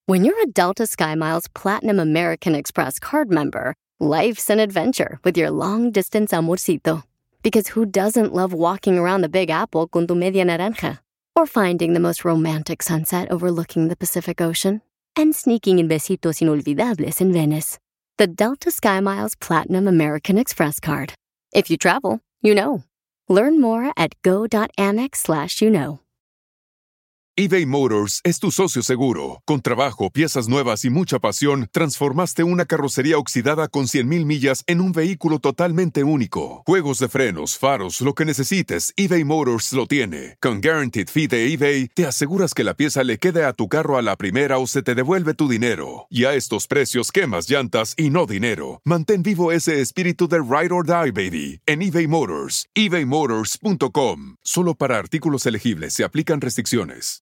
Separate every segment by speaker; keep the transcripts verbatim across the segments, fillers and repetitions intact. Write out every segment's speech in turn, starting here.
Speaker 1: When you're a Delta SkyMiles Platinum American Express card member, life's an adventure with your long-distance amorcito. Because who doesn't love walking around the Big Apple con tu media naranja? Or finding the most romantic sunset overlooking the Pacific Ocean? And sneaking in besitos inolvidables in Venice. The Delta SkyMiles Platinum American Express card. If you travel, you know. Learn more at go.amex slash you know.
Speaker 2: eBay Motors es tu socio seguro. Con trabajo, piezas nuevas y mucha pasión, transformaste una carrocería oxidada con cien mil millas en un vehículo totalmente único. Juegos de frenos, faros, lo que necesites, eBay Motors lo tiene. Con Guaranteed Fee de eBay, te aseguras que la pieza le quede a tu carro a la primera o se te devuelve tu dinero. Y a estos precios, quemas llantas y no dinero. Mantén vivo ese espíritu de Ride or Die, baby, en eBay Motors. ebay motors punto com. Solo para artículos elegibles se aplican restricciones.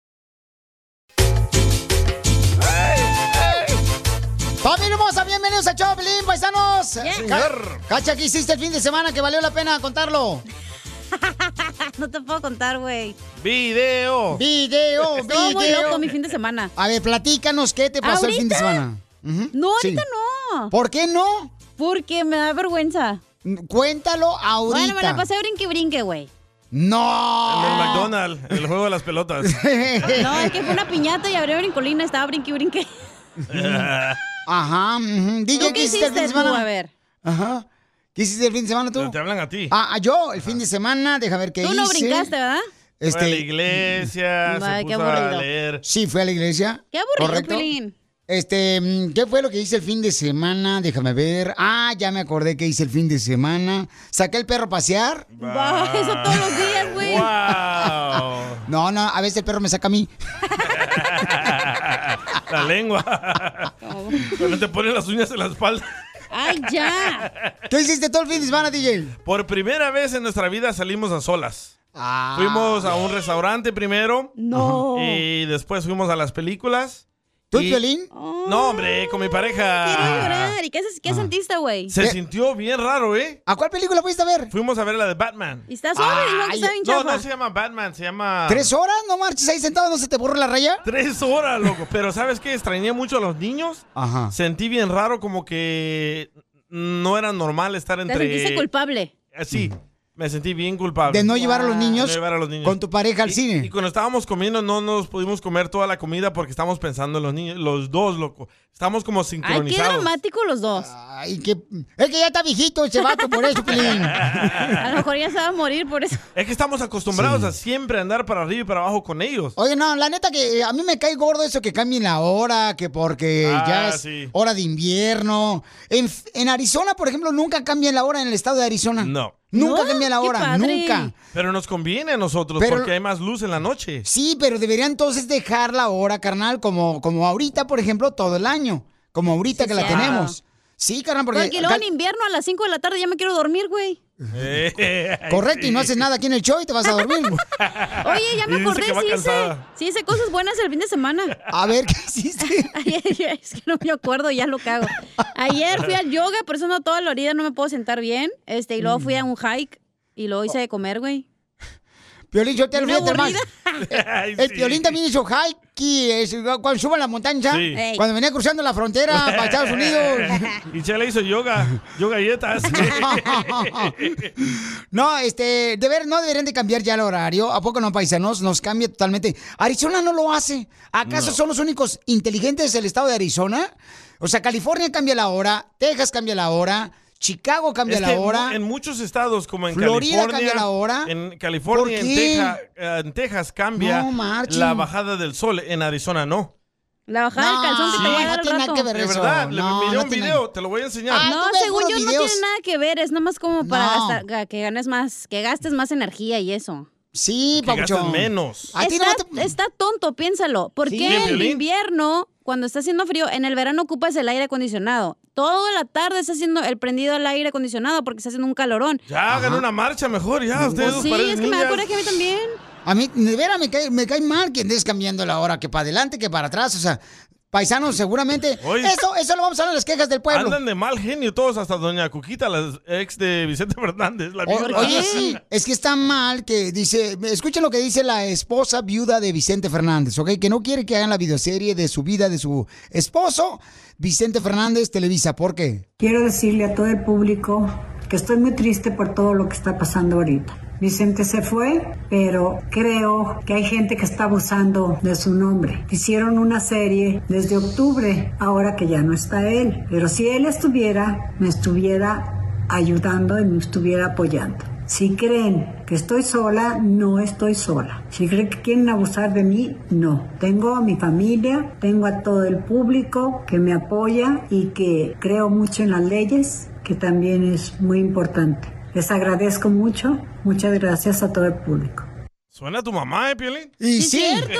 Speaker 3: ¡Familia hermosa! Bienvenidos a Choplin, paisanos.
Speaker 4: Yeah.
Speaker 3: Cacha, ¿qué hiciste el fin de semana que valió la pena contarlo?
Speaker 4: No te puedo contar, güey.
Speaker 5: Video.
Speaker 3: Video,
Speaker 4: Estuvo muy
Speaker 3: video.
Speaker 4: loco mi fin de semana.
Speaker 3: A ver, platícanos qué te pasó
Speaker 4: ¿Ahorita?
Speaker 3: el fin de semana. Uh-huh.
Speaker 4: No, ahorita
Speaker 3: Sí.
Speaker 4: no.
Speaker 3: ¿Por qué no?
Speaker 4: Porque me da vergüenza.
Speaker 3: Cuéntalo ahorita.
Speaker 4: Bueno, me la pasé brinque brinque, güey.
Speaker 3: ¡No!
Speaker 5: En el McDonald's, en el juego de las pelotas.
Speaker 4: No, es que fue una piñata y abrió brincolina, estaba brinque brinque.
Speaker 3: Ajá. Uh-huh. D J,
Speaker 4: ¿Tú
Speaker 3: ¿qué hiciste el fin de
Speaker 4: tú?
Speaker 3: semana?
Speaker 4: A ver.
Speaker 3: Ajá. ¿Qué hiciste el fin de semana tú?
Speaker 5: Te hablan a ti.
Speaker 3: Ah, ah, yo, el fin de semana, deja ver qué
Speaker 4: Tú
Speaker 3: hice.
Speaker 4: no brincaste, ¿verdad?
Speaker 5: Fue
Speaker 3: Este,
Speaker 5: a la iglesia,
Speaker 4: Ay,
Speaker 5: se
Speaker 4: qué
Speaker 5: puso a
Speaker 4: aburrido.
Speaker 5: leer.
Speaker 3: Sí, fui a la iglesia.
Speaker 4: Qué aburrido,
Speaker 3: ¿correcto?
Speaker 4: Pilín.
Speaker 3: Este, mm, ¿qué fue lo que hice el fin de semana? Déjame ver. Ah, ya me acordé que hice el fin de semana. Saqué el perro a pasear.
Speaker 4: Va, eso todos los días, güey.
Speaker 5: ¡Wow!
Speaker 3: No, no, a veces el perro me saca a mí.
Speaker 5: La lengua. Cuando te ponen las uñas en la espalda.
Speaker 4: ¡Ay, ya!
Speaker 3: ¿Qué hiciste todo el fin de semana, D J?
Speaker 5: Por primera vez en nuestra vida salimos a solas.
Speaker 3: Ah.
Speaker 5: Fuimos a un restaurante primero.
Speaker 4: No.
Speaker 5: Y después fuimos a las películas.
Speaker 3: ¿Tú,
Speaker 5: y-
Speaker 3: Piolín?
Speaker 5: No, hombre, con mi pareja.
Speaker 4: Quiero llorar. ¿Y qué, qué sentiste, güey?
Speaker 5: Se
Speaker 3: ¿Qué?
Speaker 5: sintió bien raro, ¿eh?
Speaker 3: ¿A cuál película fuiste a ver?
Speaker 5: Fuimos a ver la de Batman.
Speaker 4: ¿Y estás suave? Dijo que
Speaker 3: Ay,
Speaker 4: está bien
Speaker 5: No,
Speaker 4: chafa.
Speaker 5: no se llama Batman, se llama...
Speaker 3: ¿Tres horas? ¿No marches ahí sentado? ¿No se te borra la raya?
Speaker 5: Tres horas, loco. Pero ¿sabes qué? Extrañé mucho a los niños.
Speaker 3: Ajá.
Speaker 5: Sentí bien raro, como que no era normal estar
Speaker 4: Te
Speaker 5: entre...
Speaker 4: sentiste culpable.
Speaker 5: Eh, Sí, me sentí bien culpable.
Speaker 3: De no llevar a los
Speaker 5: De
Speaker 3: niños
Speaker 5: no llevar a los niños.
Speaker 3: con tu pareja al
Speaker 5: Y-
Speaker 3: cine.
Speaker 5: Y cuando estábamos comiendo no nos pudimos comer toda la comida porque estábamos pensando en los niños, los dos, loco. Estamos como
Speaker 4: Ay, qué
Speaker 5: sincronizados.
Speaker 4: dramático los dos.
Speaker 3: Ay, que... Es que ya está viejito ese vato, por eso, Piolín.
Speaker 4: A lo mejor ya se va a morir por eso.
Speaker 5: Es que estamos acostumbrados a siempre andar para arriba y para abajo con ellos.
Speaker 3: Oye, no, la neta que eh, a mí me cae gordo eso que cambien la hora, que porque
Speaker 5: Ah,
Speaker 3: ya es
Speaker 5: sí.
Speaker 3: hora de invierno. En, en Arizona, por ejemplo, nunca cambian la hora en el estado de Arizona.
Speaker 5: No.
Speaker 3: Nunca
Speaker 4: No,
Speaker 3: cambian la
Speaker 4: qué
Speaker 3: hora,
Speaker 4: padre.
Speaker 3: nunca.
Speaker 5: Pero nos conviene a nosotros
Speaker 3: Pero-
Speaker 5: porque hay más luz en la noche.
Speaker 3: Sí, pero deberían entonces dejar la hora, carnal, como, como ahorita, por ejemplo, todo el año. Como ahorita
Speaker 4: Sí,
Speaker 3: que la
Speaker 4: cierto.
Speaker 3: tenemos. Sí, carnal, porque...
Speaker 4: Porque luego en
Speaker 3: acá-
Speaker 4: invierno a las cinco de la tarde ya me quiero dormir, güey.
Speaker 3: Correcto, y no haces nada aquí en el show y te vas a dormir.
Speaker 4: Oye, ya
Speaker 5: Y
Speaker 4: me
Speaker 5: dice
Speaker 4: acordé,
Speaker 5: que va
Speaker 4: sí hice,
Speaker 5: cansada.
Speaker 4: sí hice cosas buenas el fin de semana.
Speaker 3: A ver, ¿qué hiciste?
Speaker 4: Ayer, es que no me acuerdo, ya lo cago. Ayer fui al yoga, por eso no toda la orilla no me puedo sentar bien. Este, y luego fui a un hike y luego hice de comer, güey.
Speaker 3: Piolín, yo te lo
Speaker 4: Bien
Speaker 3: fíjate, hermano.
Speaker 4: aburrida.
Speaker 5: Ay,
Speaker 3: El
Speaker 5: sí.
Speaker 3: Piolín también hizo hiking es, cuando sube a la montaña.
Speaker 5: Sí.
Speaker 4: Ey.
Speaker 3: Cuando venía cruzando la frontera para Estados Unidos.
Speaker 5: Y Chela hizo yoga, yoga galletas.
Speaker 3: No, este, de ver, no deberían de cambiar ya el horario. ¿A poco no, paisanos? Nos cambia totalmente. Arizona no lo hace. ¿Acaso
Speaker 5: No.
Speaker 3: son los únicos inteligentes del estado de Arizona? O sea, California cambia la hora, Texas cambia la hora, Chicago cambia
Speaker 5: Es
Speaker 3: la
Speaker 5: que
Speaker 3: hora.
Speaker 5: en muchos estados, como en
Speaker 3: Florida
Speaker 5: California,
Speaker 3: cambia la hora.
Speaker 5: en California,
Speaker 3: ¿Por
Speaker 5: en,
Speaker 3: qué?
Speaker 5: Texas, eh, en Texas cambia
Speaker 3: No marchen.
Speaker 5: la bajada del sol. En Arizona no.
Speaker 4: La bajada del calzón que te voy a
Speaker 3: no
Speaker 4: dar al
Speaker 3: tiene nada
Speaker 4: rato.
Speaker 3: que ver
Speaker 5: De
Speaker 3: eso.
Speaker 5: verdad, le
Speaker 3: No,
Speaker 5: miré
Speaker 3: no
Speaker 5: un
Speaker 3: tiene-
Speaker 5: video, te lo voy a enseñar.
Speaker 3: Ah,
Speaker 4: No,
Speaker 3: tú ves
Speaker 4: según
Speaker 3: puros
Speaker 4: yo no
Speaker 3: videos.
Speaker 4: tiene nada que ver, es nomás como para
Speaker 3: No.
Speaker 4: gastar- que ganes más, que gastes más energía y eso.
Speaker 3: Sí,
Speaker 5: que gastes
Speaker 3: papuchón.
Speaker 5: menos.
Speaker 3: A ti
Speaker 4: Está,
Speaker 3: no te-
Speaker 4: está tonto, piénsalo. ¿Por
Speaker 3: Sí.
Speaker 4: qué
Speaker 5: ¿Bien,
Speaker 4: en
Speaker 5: Piolín?
Speaker 4: invierno, cuando está haciendo frío, en el verano ocupas el aire acondicionado? Toda la tarde está haciendo el prendido al aire acondicionado porque está haciendo un calorón.
Speaker 5: Ya hagan una marcha mejor, ya. Ustedes dos
Speaker 4: Sí,
Speaker 5: parecen
Speaker 4: es que me da
Speaker 5: niñas.
Speaker 4: coraje a mí también.
Speaker 3: A mí, de veras, me cae, me cae mal que andes cambiando la hora, que para adelante, que para atrás. O sea, paisanos, seguramente.
Speaker 5: Oye.
Speaker 3: Eso, eso lo vamos a hablar en las quejas del pueblo.
Speaker 5: Andan de mal genio todos, hasta doña Cuquita, la ex de Vicente Fernández, la
Speaker 3: O-
Speaker 5: viuda.
Speaker 3: oye, sí, es que está mal que dice, escuchen lo que dice la esposa viuda de Vicente Fernández, ¿ok? Que no quiere que hagan la videoserie de su vida, de su esposo, Vicente Fernández, Televisa. ¿Por qué?
Speaker 6: Quiero decirle a todo el público que estoy muy triste por todo lo que está pasando ahorita. Vicente se fue, pero creo que hay gente que está abusando de su nombre. Hicieron una serie desde octubre, ahora que ya no está él. Pero si él estuviera, me estuviera ayudando y me estuviera apoyando. Si creen que estoy sola, no estoy sola. Si creen que quieren abusar de mí, no. Tengo a mi familia, tengo a todo el público que me apoya y que creo mucho en las leyes, que también es muy importante. Les agradezco mucho. Muchas gracias a todo el público.
Speaker 5: ¿Suena a tu mamá, eh, Piolín?
Speaker 3: Y
Speaker 4: ¡Sí,
Speaker 3: sí.
Speaker 4: cierto!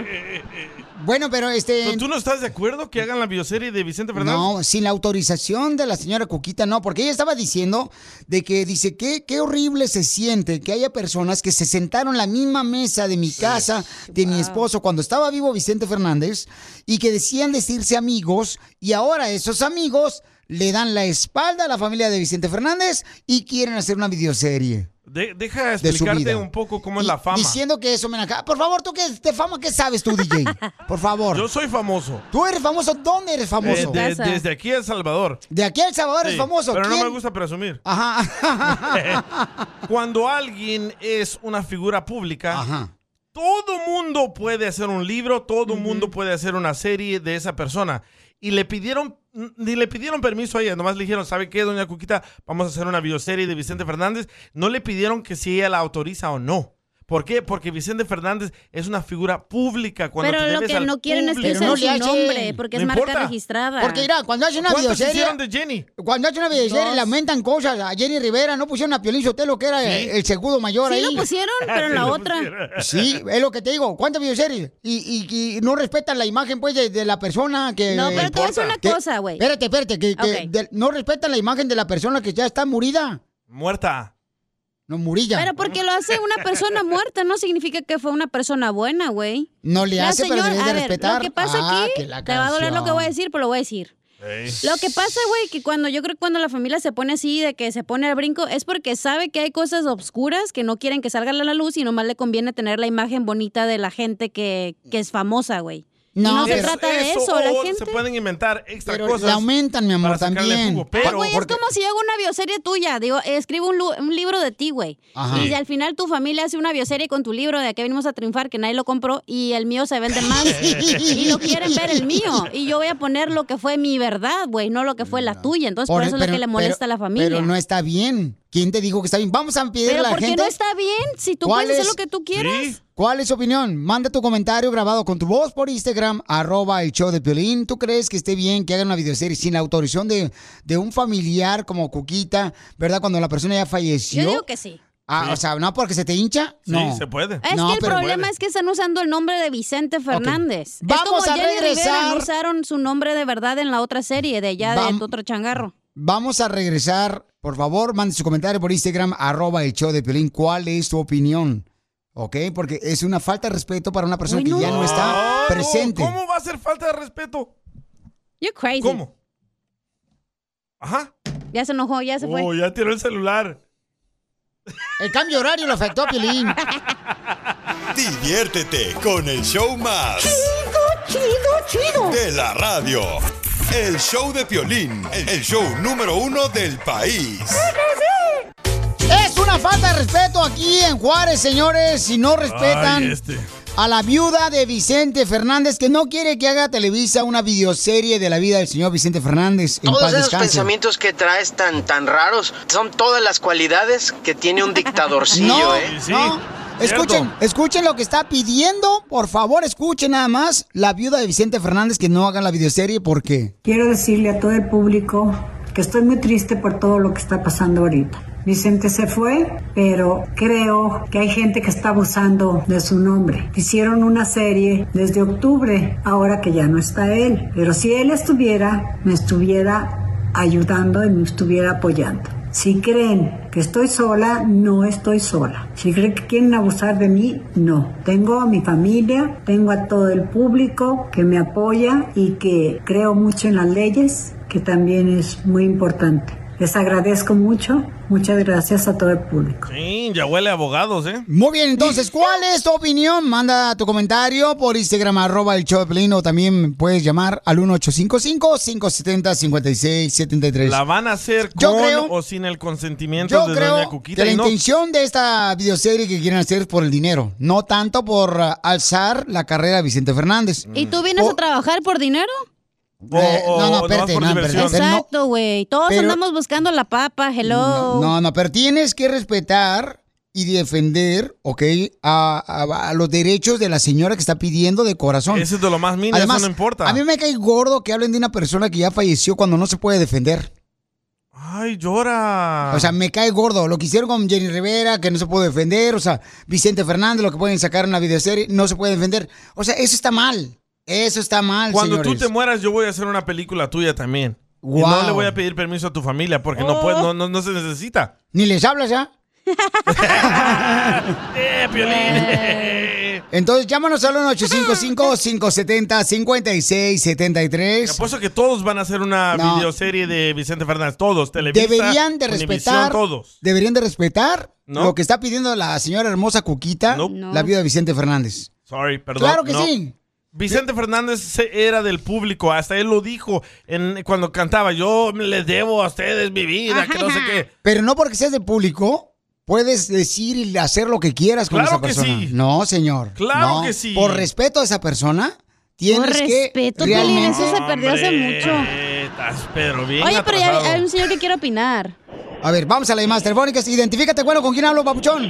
Speaker 3: Bueno, pero este...
Speaker 5: ¿Tú no estás de acuerdo que hagan la bioserie de Vicente Fernández?
Speaker 3: No, sin la autorización de la señora Cuquita, no, porque ella estaba diciendo de que dice que qué horrible se siente que haya personas que se sentaron en la misma mesa de mi casa, de mi esposo, cuando estaba vivo Vicente Fernández, y que decían decirse amigos, y ahora esos amigos le dan la espalda a la familia de Vicente Fernández y quieren hacer una videoserie.
Speaker 5: De- deja
Speaker 3: De su
Speaker 5: explicarte
Speaker 3: vida.
Speaker 5: un poco cómo es
Speaker 3: Y
Speaker 5: la fama.
Speaker 3: Diciendo que eso, ven acá. Por favor, tú que de fama, ¿qué sabes tú, D J? Por favor.
Speaker 5: Yo soy famoso.
Speaker 3: ¿Tú eres famoso? ¿Dónde eres
Speaker 5: Eh,
Speaker 3: famoso?
Speaker 5: de-
Speaker 4: Casa.
Speaker 5: desde aquí a El Salvador.
Speaker 3: De aquí a El Salvador
Speaker 5: Sí,
Speaker 3: eres famoso.
Speaker 5: Pero no
Speaker 3: ¿Quién?
Speaker 5: me gusta presumir.
Speaker 3: Ajá.
Speaker 5: Cuando alguien es una figura pública,
Speaker 3: Ajá.
Speaker 5: todo mundo puede hacer un libro, todo mundo puede hacer una serie de esa persona. Y le pidieron, ni le pidieron permiso a ella, nomás le dijeron, ¿sabe qué, doña Cuquita? Vamos a hacer una bioserie de Vicente Fernández. No le pidieron que si ella la autoriza o no. ¿Por qué? Porque Vicente Fernández es una figura pública. Cuando
Speaker 4: Pero
Speaker 5: te
Speaker 4: lo
Speaker 5: debes
Speaker 4: que
Speaker 5: al
Speaker 4: no quieren es que
Speaker 5: público.
Speaker 3: Pero no
Speaker 4: usen
Speaker 3: le
Speaker 4: su
Speaker 3: hacen.
Speaker 4: nombre, porque
Speaker 5: No
Speaker 4: es marca
Speaker 5: importa.
Speaker 4: registrada.
Speaker 3: Porque mira, cuando hace una
Speaker 5: ¿Cuántos
Speaker 3: videoserie,
Speaker 5: hicieron de Jenny?
Speaker 3: cuando hace una videoserie
Speaker 4: Dos.
Speaker 3: le aumentan cosas a Jenny Rivera, no pusieron a Piolín Sotelo, que era
Speaker 5: Sí.
Speaker 3: el, el segundo mayor
Speaker 4: Sí
Speaker 3: ahí.
Speaker 4: lo pusieron, pero en
Speaker 5: Sí
Speaker 4: la
Speaker 5: lo
Speaker 4: otra.
Speaker 5: pusieron.
Speaker 3: Sí, es lo que te digo. ¿Cuántas videoseries? Y, y, y no respetan la imagen, pues, de, de la persona que...
Speaker 4: No, pero te voy a decir una
Speaker 3: que-
Speaker 4: cosa, güey.
Speaker 3: Espérate, espérate, que, que
Speaker 4: Ok.
Speaker 3: de- no respetan la imagen de la persona que ya está murida.
Speaker 5: Muerta.
Speaker 3: No, murilla.
Speaker 4: Pero porque lo hace una persona muerta no significa que fue una persona buena, güey.
Speaker 3: No le
Speaker 4: La
Speaker 3: hace, pero
Speaker 4: señora-
Speaker 3: debes de
Speaker 4: a ver,
Speaker 3: respetar.
Speaker 4: lo que pasa
Speaker 3: Ah,
Speaker 4: aquí,
Speaker 3: que la
Speaker 4: te va a doler lo que
Speaker 3: canción.
Speaker 4: voy a decir, pero lo voy a decir.
Speaker 5: Ey.
Speaker 4: Lo que pasa, güey, que cuando yo creo que cuando la familia se pone así, de que se pone al brinco, es porque sabe que hay cosas obscuras que no quieren que salgan a la luz y nomás le conviene tener la imagen bonita de la gente que, que es famosa, güey. Y
Speaker 3: No,
Speaker 4: no se
Speaker 3: pero-
Speaker 4: trata de eso, la
Speaker 5: o
Speaker 4: gente...
Speaker 5: se pueden inventar extra
Speaker 3: Pero
Speaker 5: cosas.
Speaker 3: le aumentan, mi amor,
Speaker 5: para sacarle
Speaker 3: también.
Speaker 5: jugo,
Speaker 4: Ay,
Speaker 5: pero
Speaker 4: güey,
Speaker 3: porque-
Speaker 4: es como si yo hago una bioserie tuya. Digo, escribo un, lu- un libro de ti, güey.
Speaker 3: Ajá.
Speaker 4: Y al final tu familia hace una bioserie con tu libro de a qué venimos a triunfar, que nadie lo compró, y el mío se vende más. y no quieren ver el mío. Y yo voy a poner lo que fue mi verdad, güey, no lo que fue la tuya. Entonces, por, eso es lo que le molesta
Speaker 3: pero-
Speaker 4: a la familia.
Speaker 3: Pero no está bien. ¿Quién te dijo que está bien? Vamos a pedirle
Speaker 4: Pero
Speaker 3: a la
Speaker 4: ¿por qué
Speaker 3: gente.
Speaker 4: no está bien? Si tú
Speaker 3: ¿Cuál
Speaker 4: puedes hacer
Speaker 3: es?
Speaker 4: lo que tú quieras.
Speaker 5: Sí.
Speaker 3: ¿Cuál es su opinión? Manda tu comentario grabado con tu voz por Instagram, arroba el show de Piolín. ¿Tú crees que esté bien que hagan una videoserie sin la autorización de, de un familiar como Cuquita, verdad? Cuando la persona ya falleció.
Speaker 4: Yo digo que sí.
Speaker 3: Ah,
Speaker 5: Sí.
Speaker 3: o sea, ¿no porque se te hincha?
Speaker 5: sí,
Speaker 3: No.
Speaker 5: se puede.
Speaker 4: Es
Speaker 3: No,
Speaker 4: que el
Speaker 3: pero
Speaker 4: problema
Speaker 5: puede.
Speaker 4: es que están usando el nombre de Vicente Fernández.
Speaker 3: Vamos
Speaker 4: es como
Speaker 3: a
Speaker 4: Jenny Rivera,
Speaker 3: regresar.
Speaker 4: no usaron su nombre de verdad en la otra serie de allá
Speaker 3: Vam-
Speaker 4: de otro changarro.
Speaker 3: Vamos a regresar. Por favor, mande su comentario por Instagram, arroba el show de Piolín. ¿Cuál es tu opinión? ¿Ok? Porque es una falta de respeto para una persona
Speaker 4: Uy,
Speaker 3: que
Speaker 4: no.
Speaker 3: ya no está
Speaker 5: Ah, no,
Speaker 3: presente.
Speaker 5: ¿Cómo va a ser falta de respeto?
Speaker 4: You're crazy.
Speaker 5: ¿Cómo? Ajá.
Speaker 4: Ya se enojó, ya se fue.
Speaker 5: Oh, ya tiró el celular.
Speaker 3: El cambio de horario lo afectó a Piolín.
Speaker 7: Diviértete con el show más. Chido, chido, chido. De la radio. El show de Piolín. El show número uno del país.
Speaker 3: Es una falta de respeto aquí en Juárez, señores, si no respetan
Speaker 5: Ay, este.
Speaker 3: a la viuda de Vicente Fernández, que no quiere que haga Televisa una videoserie de la vida del señor Vicente Fernández. En
Speaker 8: Todos
Speaker 3: paz
Speaker 8: esos
Speaker 3: descanse.
Speaker 8: pensamientos que traes tan, tan raros son todas las cualidades que tiene un dictadorcillo,
Speaker 3: No,
Speaker 8: ¿eh?
Speaker 5: Sí,
Speaker 3: no.
Speaker 5: cierto.
Speaker 3: Escuchen, escuchen lo que está pidiendo. Por favor, escuchen nada más la viuda de Vicente Fernández que no hagan la videoserie. ¿Por qué?
Speaker 6: Quiero decirle a todo el público que estoy muy triste por todo lo que está pasando ahorita. Vicente se fue, pero creo que hay gente que está abusando de su nombre. Hicieron una serie desde octubre, ahora que ya no está él. Pero si él estuviera, me estuviera ayudando y me estuviera apoyando. Si creen que estoy sola, no estoy sola. Si creen que quieren abusar de mí, no. Tengo a mi familia, tengo a todo el público que me apoya y que creo mucho en las leyes, que también es muy importante. Les agradezco mucho. Muchas gracias a todo el público.
Speaker 5: Sí, ya huele a abogados, ¿eh?
Speaker 3: Muy bien, entonces, ¿cuál es tu opinión? Manda tu comentario por Instagram, arroba el show de Piolín, o también puedes llamar al uno ocho cinco cinco, cinco siete cero, cinco seis siete tres.
Speaker 5: ¿La van a hacer
Speaker 3: Yo
Speaker 5: con
Speaker 3: creo-
Speaker 5: o sin el consentimiento
Speaker 3: Yo
Speaker 5: de
Speaker 3: creo
Speaker 5: Doña Cuquita?
Speaker 3: que la
Speaker 5: Y no-
Speaker 3: intención de esta videoserie que quieren hacer es por el dinero, no tanto por uh, alzar la carrera de Vicente Fernández.
Speaker 4: ¿Y tú vienes a trabajar por dinero?
Speaker 3: Eh, no, no, espérate, no, espérate, espérate, no.
Speaker 4: Exacto, güey. Todos
Speaker 3: pero-
Speaker 4: andamos buscando la papa, hello.
Speaker 3: No, no, no, pero tienes que respetar y defender, ¿ok? A, a- a los derechos de la señora que está pidiendo de corazón.
Speaker 5: Eso es de lo más mínimo,
Speaker 3: Además,
Speaker 5: eso no importa.
Speaker 3: a mí me cae gordo que hablen de una persona que ya falleció cuando no se puede defender.
Speaker 5: Ay, llora.
Speaker 3: O sea, me cae gordo. Lo que hicieron con Jenny Rivera, que no se puede defender. O sea, Vicente Fernández, lo que pueden sacar en la videoserie, no se puede defender. O sea, eso está mal. Eso está mal,
Speaker 5: Cuando
Speaker 3: señores.
Speaker 5: tú te mueras, yo voy a hacer una película tuya también. Y
Speaker 3: Wow.
Speaker 5: no le voy a pedir permiso a tu familia porque no, puede, no, no, no se necesita.
Speaker 3: ¿Ni les hablas ya?
Speaker 5: ¡Eh, Piolín!
Speaker 3: Entonces, llámanos al uno ocho cinco cinco, cinco siete cero, cinco seis siete
Speaker 5: Te
Speaker 3: tres.
Speaker 5: apuesto que todos van a hacer una
Speaker 3: No.
Speaker 5: videoserie de Vicente Fernández. Todos. Televisa,
Speaker 3: Deberían de
Speaker 5: Univisión,
Speaker 3: respetar,
Speaker 5: todos.
Speaker 3: deberían de respetar
Speaker 5: ¿No?
Speaker 3: lo que está pidiendo la señora hermosa Cuquita,
Speaker 5: Nope.
Speaker 3: la viuda de Vicente Fernández.
Speaker 5: Sorry, perdón.
Speaker 3: Claro que
Speaker 5: no.
Speaker 3: sí.
Speaker 5: Vicente Fernández se- era del público, hasta él lo dijo en, cuando cantaba, yo les debo a ustedes mi vida, que no sé qué.
Speaker 3: Pero no porque seas del público, puedes decir y hacer lo que quieras con
Speaker 5: Claro
Speaker 3: esa
Speaker 5: que
Speaker 3: persona.
Speaker 5: sí.
Speaker 3: No, señor.
Speaker 5: Claro
Speaker 3: No.
Speaker 5: que sí.
Speaker 3: Por respeto a esa persona, tienes
Speaker 4: Por
Speaker 3: que
Speaker 4: respeto, Piolín,
Speaker 3: realmente...
Speaker 4: eso se perdió hace
Speaker 5: Hombre,
Speaker 4: mucho.
Speaker 5: Estás pero bien
Speaker 4: Oye, pero ya hay,
Speaker 5: atrasado.
Speaker 4: hay un señor que quiere opinar.
Speaker 3: A ver, vamos a las llamadas telefónicas. Identifícate, bueno, ¿con quién hablo, papuchón?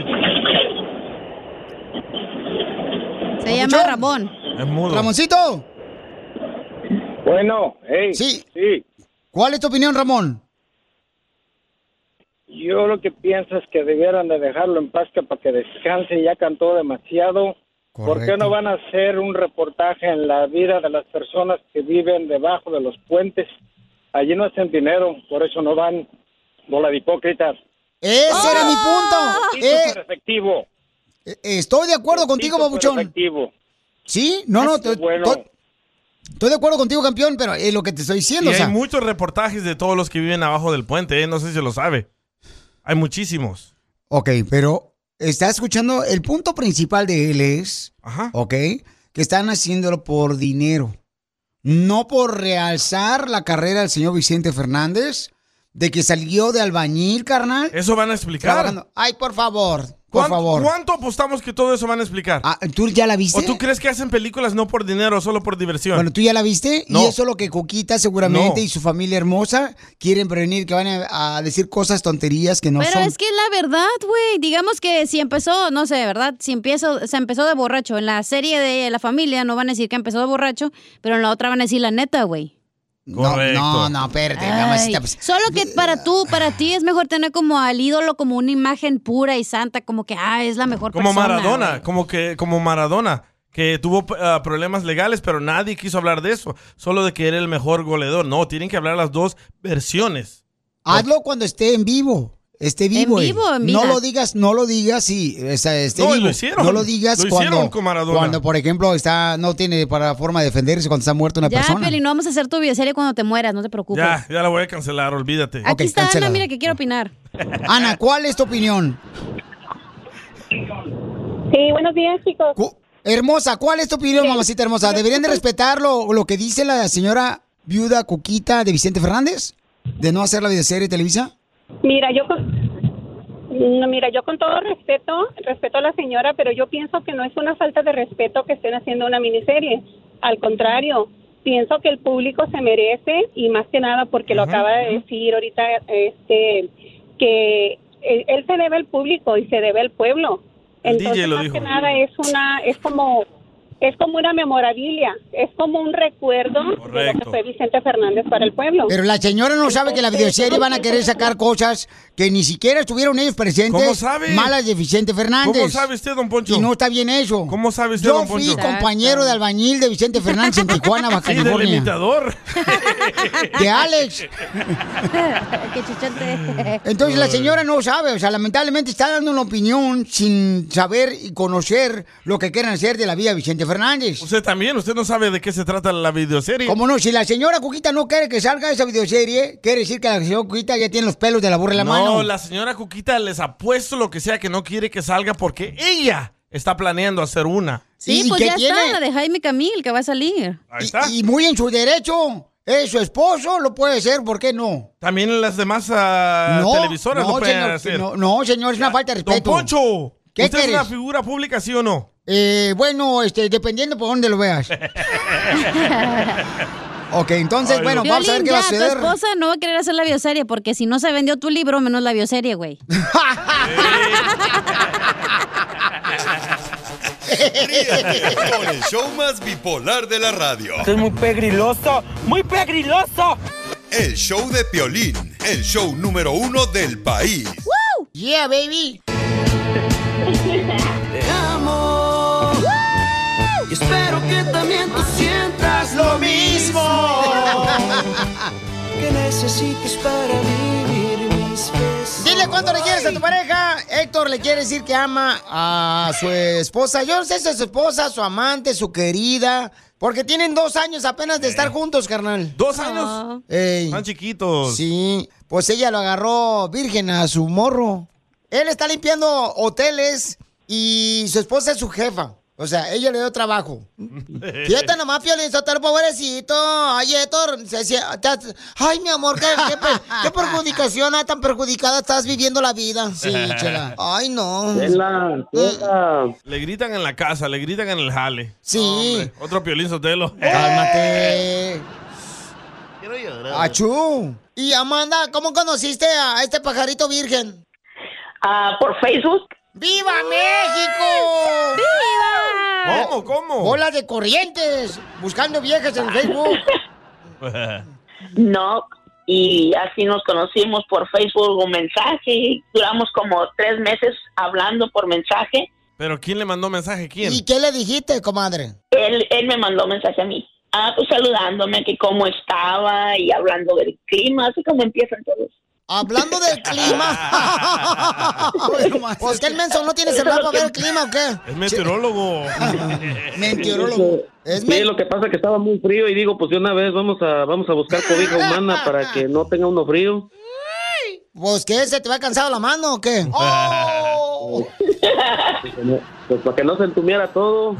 Speaker 4: Se llama Ramón.
Speaker 5: Es mudo.
Speaker 3: Ramoncito.
Speaker 9: Bueno, hey,
Speaker 3: Sí.
Speaker 9: sí,
Speaker 3: ¿Cuál es tu opinión, Ramón?
Speaker 9: yo lo que pienso es que debieran de dejarlo en paz que para que descanse, ya cantó demasiado. ¿Por qué
Speaker 3: Correcto.
Speaker 9: no van a hacer un reportaje en la vida de las personas que viven debajo de los puentes? Allí no hacen dinero, por eso no van, bola de hipócritas.
Speaker 3: Ese era mi punto.
Speaker 9: Sí,
Speaker 3: Eh,
Speaker 9: súper efectivo.
Speaker 3: eh, estoy de acuerdo contigo,
Speaker 9: Sí, súper
Speaker 3: papuchón.
Speaker 9: efectivo.
Speaker 3: Sí, no, no,
Speaker 9: Qué
Speaker 3: estoy,
Speaker 9: bueno.
Speaker 3: estoy- estoy de acuerdo contigo, campeón, pero es lo que te estoy
Speaker 5: Y
Speaker 3: diciendo. o
Speaker 5: hay
Speaker 3: sea,
Speaker 5: muchos reportajes de todos los que viven abajo del puente, ¿eh? No sé si lo sabe. Hay muchísimos.
Speaker 3: Ok, pero está escuchando, el punto principal de él es,
Speaker 5: Ajá.
Speaker 3: ok, que están haciéndolo por dinero. No por realzar la carrera del señor Vicente Fernández, de que salió de albañil, carnal.
Speaker 5: Eso van a explicar.
Speaker 3: Trabajando. Ay, por favor, por
Speaker 5: ¿Cuánto,
Speaker 3: favor.
Speaker 5: ¿Cuánto apostamos que todo eso van a explicar?
Speaker 3: Ah, ¿tú ya la viste?
Speaker 5: ¿O tú crees que hacen películas no por dinero, solo por diversión?
Speaker 3: Bueno, ¿tú ya la viste?
Speaker 5: No.
Speaker 3: Y eso es lo que Coquita seguramente
Speaker 5: No.
Speaker 3: y su familia hermosa quieren prevenir, que van a, a decir cosas, tonterías que no
Speaker 4: Pero
Speaker 3: son.
Speaker 4: es que es la verdad, güey. Digamos que si empezó, no sé, ¿verdad? Si empiezo, se empezó de borracho. En la serie de La Familia no van a decir que empezó de borracho, pero en la otra van a decir la neta, güey.
Speaker 3: No,
Speaker 5: Correcto.
Speaker 3: no, no, espérate,
Speaker 4: Ay,
Speaker 3: mamacita. Pues,
Speaker 4: solo que para tú, para ti es mejor tener como al ídolo como una imagen pura y santa, como que, ah, es la mejor
Speaker 5: Como
Speaker 4: persona.
Speaker 5: Maradona,
Speaker 4: güey.
Speaker 5: como que como Maradona, que tuvo ah, problemas legales, pero nadie quiso hablar de eso, solo de que era el mejor goleador. No, tienen que hablar las dos versiones.
Speaker 3: hazlo cuando esté en vivo. Esté vivo.
Speaker 4: En
Speaker 3: él.
Speaker 4: vivo, en vida.
Speaker 3: No lo digas, no lo digas si o sea, esté
Speaker 5: No, y
Speaker 3: vivo.
Speaker 5: lo hicieron.
Speaker 3: No lo digas
Speaker 5: Lo
Speaker 3: cuando,
Speaker 5: hicieron con Maradona.
Speaker 3: cuando, por ejemplo, está, no tiene para forma de defenderse cuando está muerta una
Speaker 4: Ya,
Speaker 3: persona.
Speaker 4: Peli, no vamos a hacer tu videoserie cuando te mueras, no te preocupes.
Speaker 5: Ya, ya la voy a cancelar, olvídate.
Speaker 4: Aquí
Speaker 3: Ok,
Speaker 4: está
Speaker 3: cancélala.
Speaker 4: Ana, mira que quiero opinar.
Speaker 3: Ana, ¿cuál es tu opinión?
Speaker 10: Sí, buenos días, chicos.
Speaker 3: Cu- Hermosa, ¿cuál es tu opinión, mamacita hermosa? ¿Deberían de respetar lo, lo que dice la señora viuda Cuquita de Vicente Fernández? ¿De no hacer la videoserie de Televisa?
Speaker 10: Mira, yo con, no, mira, yo con todo respeto, respeto a la señora, pero yo pienso que no es una falta de respeto que estén haciendo una miniserie. Al contrario, pienso que el público se merece, y más que nada porque lo acaba de decir ahorita, este, que él, él se debe al público y se debe al pueblo.
Speaker 5: El
Speaker 10: Entonces,
Speaker 5: D J lo
Speaker 10: más
Speaker 5: dijo.
Speaker 10: que nada es una, es como es como una memorabilia, es como un recuerdo Correcto. de lo que fue Vicente Fernández para el pueblo.
Speaker 3: Pero la señora no sabe que la videoserie van a querer sacar cosas que ni siquiera estuvieron ellos presentes.
Speaker 5: ¿Cómo sabe?
Speaker 3: Malas de Vicente Fernández.
Speaker 5: ¿Cómo sabe usted, don Poncho?
Speaker 3: Y no está bien eso.
Speaker 5: ¿Cómo sabe usted,
Speaker 3: Yo
Speaker 5: don Poncho?
Speaker 3: fui compañero de albañil de Vicente Fernández en Tijuana, Baja
Speaker 5: Sí,
Speaker 3: California.
Speaker 5: del imitador.
Speaker 3: De Alex.
Speaker 4: Qué chichote.
Speaker 3: Entonces la señora no sabe, o sea, lamentablemente está dando una opinión sin saber y conocer lo que quieren hacer de la vida de Vicente Fernández.
Speaker 5: Usted también, usted no sabe de qué se trata la videoserie.
Speaker 3: ¿Cómo no? Si la señora Cuquita no quiere que salga esa videoserie, quiere decir que la señora Cuquita ya tiene los pelos de la burra en la
Speaker 5: no,
Speaker 3: mano.
Speaker 5: No, la señora Cuquita les ha puesto lo que sea que no quiere que salga porque ella está planeando hacer una.
Speaker 4: Sí, pues ya tiene? está, la de Jaime Camil, que va a salir.
Speaker 5: Ahí está.
Speaker 3: Y, y muy en su derecho. Es su esposo, lo puede ser, ¿por qué no?
Speaker 5: También las demás uh,
Speaker 3: no,
Speaker 5: televisoras
Speaker 3: no,
Speaker 5: lo pueden
Speaker 3: señor,
Speaker 5: hacer.
Speaker 3: No, no, señor, es una falta de respeto.
Speaker 5: Don Poncho,
Speaker 3: ¿qué
Speaker 5: ¿usted
Speaker 3: quieres?
Speaker 5: es una figura pública, sí o no?
Speaker 3: Eh, bueno, este, dependiendo por dónde lo veas. Ok, entonces, Ay, bueno, vamos a ver qué
Speaker 4: ya,
Speaker 3: va a suceder.
Speaker 4: Tu esposa no va a querer hacer la bioserie porque si no se vendió tu libro, menos la bioserie, güey.
Speaker 7: Ríete con el show más bipolar de la radio.
Speaker 11: Esto es muy pegriloso, muy pegriloso.
Speaker 7: El show de Piolín, el show número uno del país.
Speaker 3: ¡Woo! Yeah, baby.
Speaker 11: Te amo. ¡Woo! Y espero que también tú sientas lo mismo. Que necesites para vivir mis besos.
Speaker 3: Dile cuánto le quieres a tu pareja. Héctor le quiere decir que ama a su esposa. Yo no sé si es su esposa, su amante, su querida. Porque tienen dos años apenas de estar juntos, carnal.
Speaker 5: ¿Dos años?
Speaker 3: Ey.
Speaker 5: Están chiquitos.
Speaker 3: Sí, pues ella lo agarró virgen a su morro. Él está limpiando hoteles y su esposa es su jefa. O sea, ella le dio trabajo. Fíjate nomás, Piolín Sotelo, pobrecito. Ay, Héctor, se decía, te- ay, mi amor, qué, qué, per- qué perjudicación, ah, tan perjudicada estás viviendo la vida. Sí, chela. Ay, no.
Speaker 12: Chela, chela.
Speaker 5: Le gritan en la casa, le gritan en el jale.
Speaker 3: Sí.
Speaker 5: Hombre, otro Piolín Sotelo.
Speaker 3: Cálmate.
Speaker 5: Quiero llorar.
Speaker 3: Achú. Y Amanda, ¿cómo conociste a este pajarito virgen?
Speaker 13: Ah, por Facebook.
Speaker 3: ¡Viva México!
Speaker 4: ¡Viva!
Speaker 5: ¿Cómo, cómo?
Speaker 3: Bola de corrientes, buscando viejas en Facebook.
Speaker 13: No, y así nos conocimos por Facebook, un mensaje. Duramos como tres meses hablando por mensaje.
Speaker 5: ¿Pero quién le mandó mensaje? ¿Quién?
Speaker 3: ¿Y qué le dijiste, comadre?
Speaker 13: Él, él me mandó mensaje a mí. Ah, pues saludándome, que cómo estaba y hablando del clima, así como empiezan todos.
Speaker 3: Hablando del clima. Pues que el menso no tiene celular para ver el clima, ¿o qué?
Speaker 5: Es meteorólogo.
Speaker 3: Meteorólogo. Es
Speaker 12: Sí,
Speaker 3: men-
Speaker 12: lo que pasa es que estaba muy frío y digo, pues de una vez vamos a vamos a buscar cobija humana para que no tenga uno frío.
Speaker 3: Pues que se te va cansado la mano, ¿o qué? ¡Oh!
Speaker 12: Pues para que no se entumiera todo.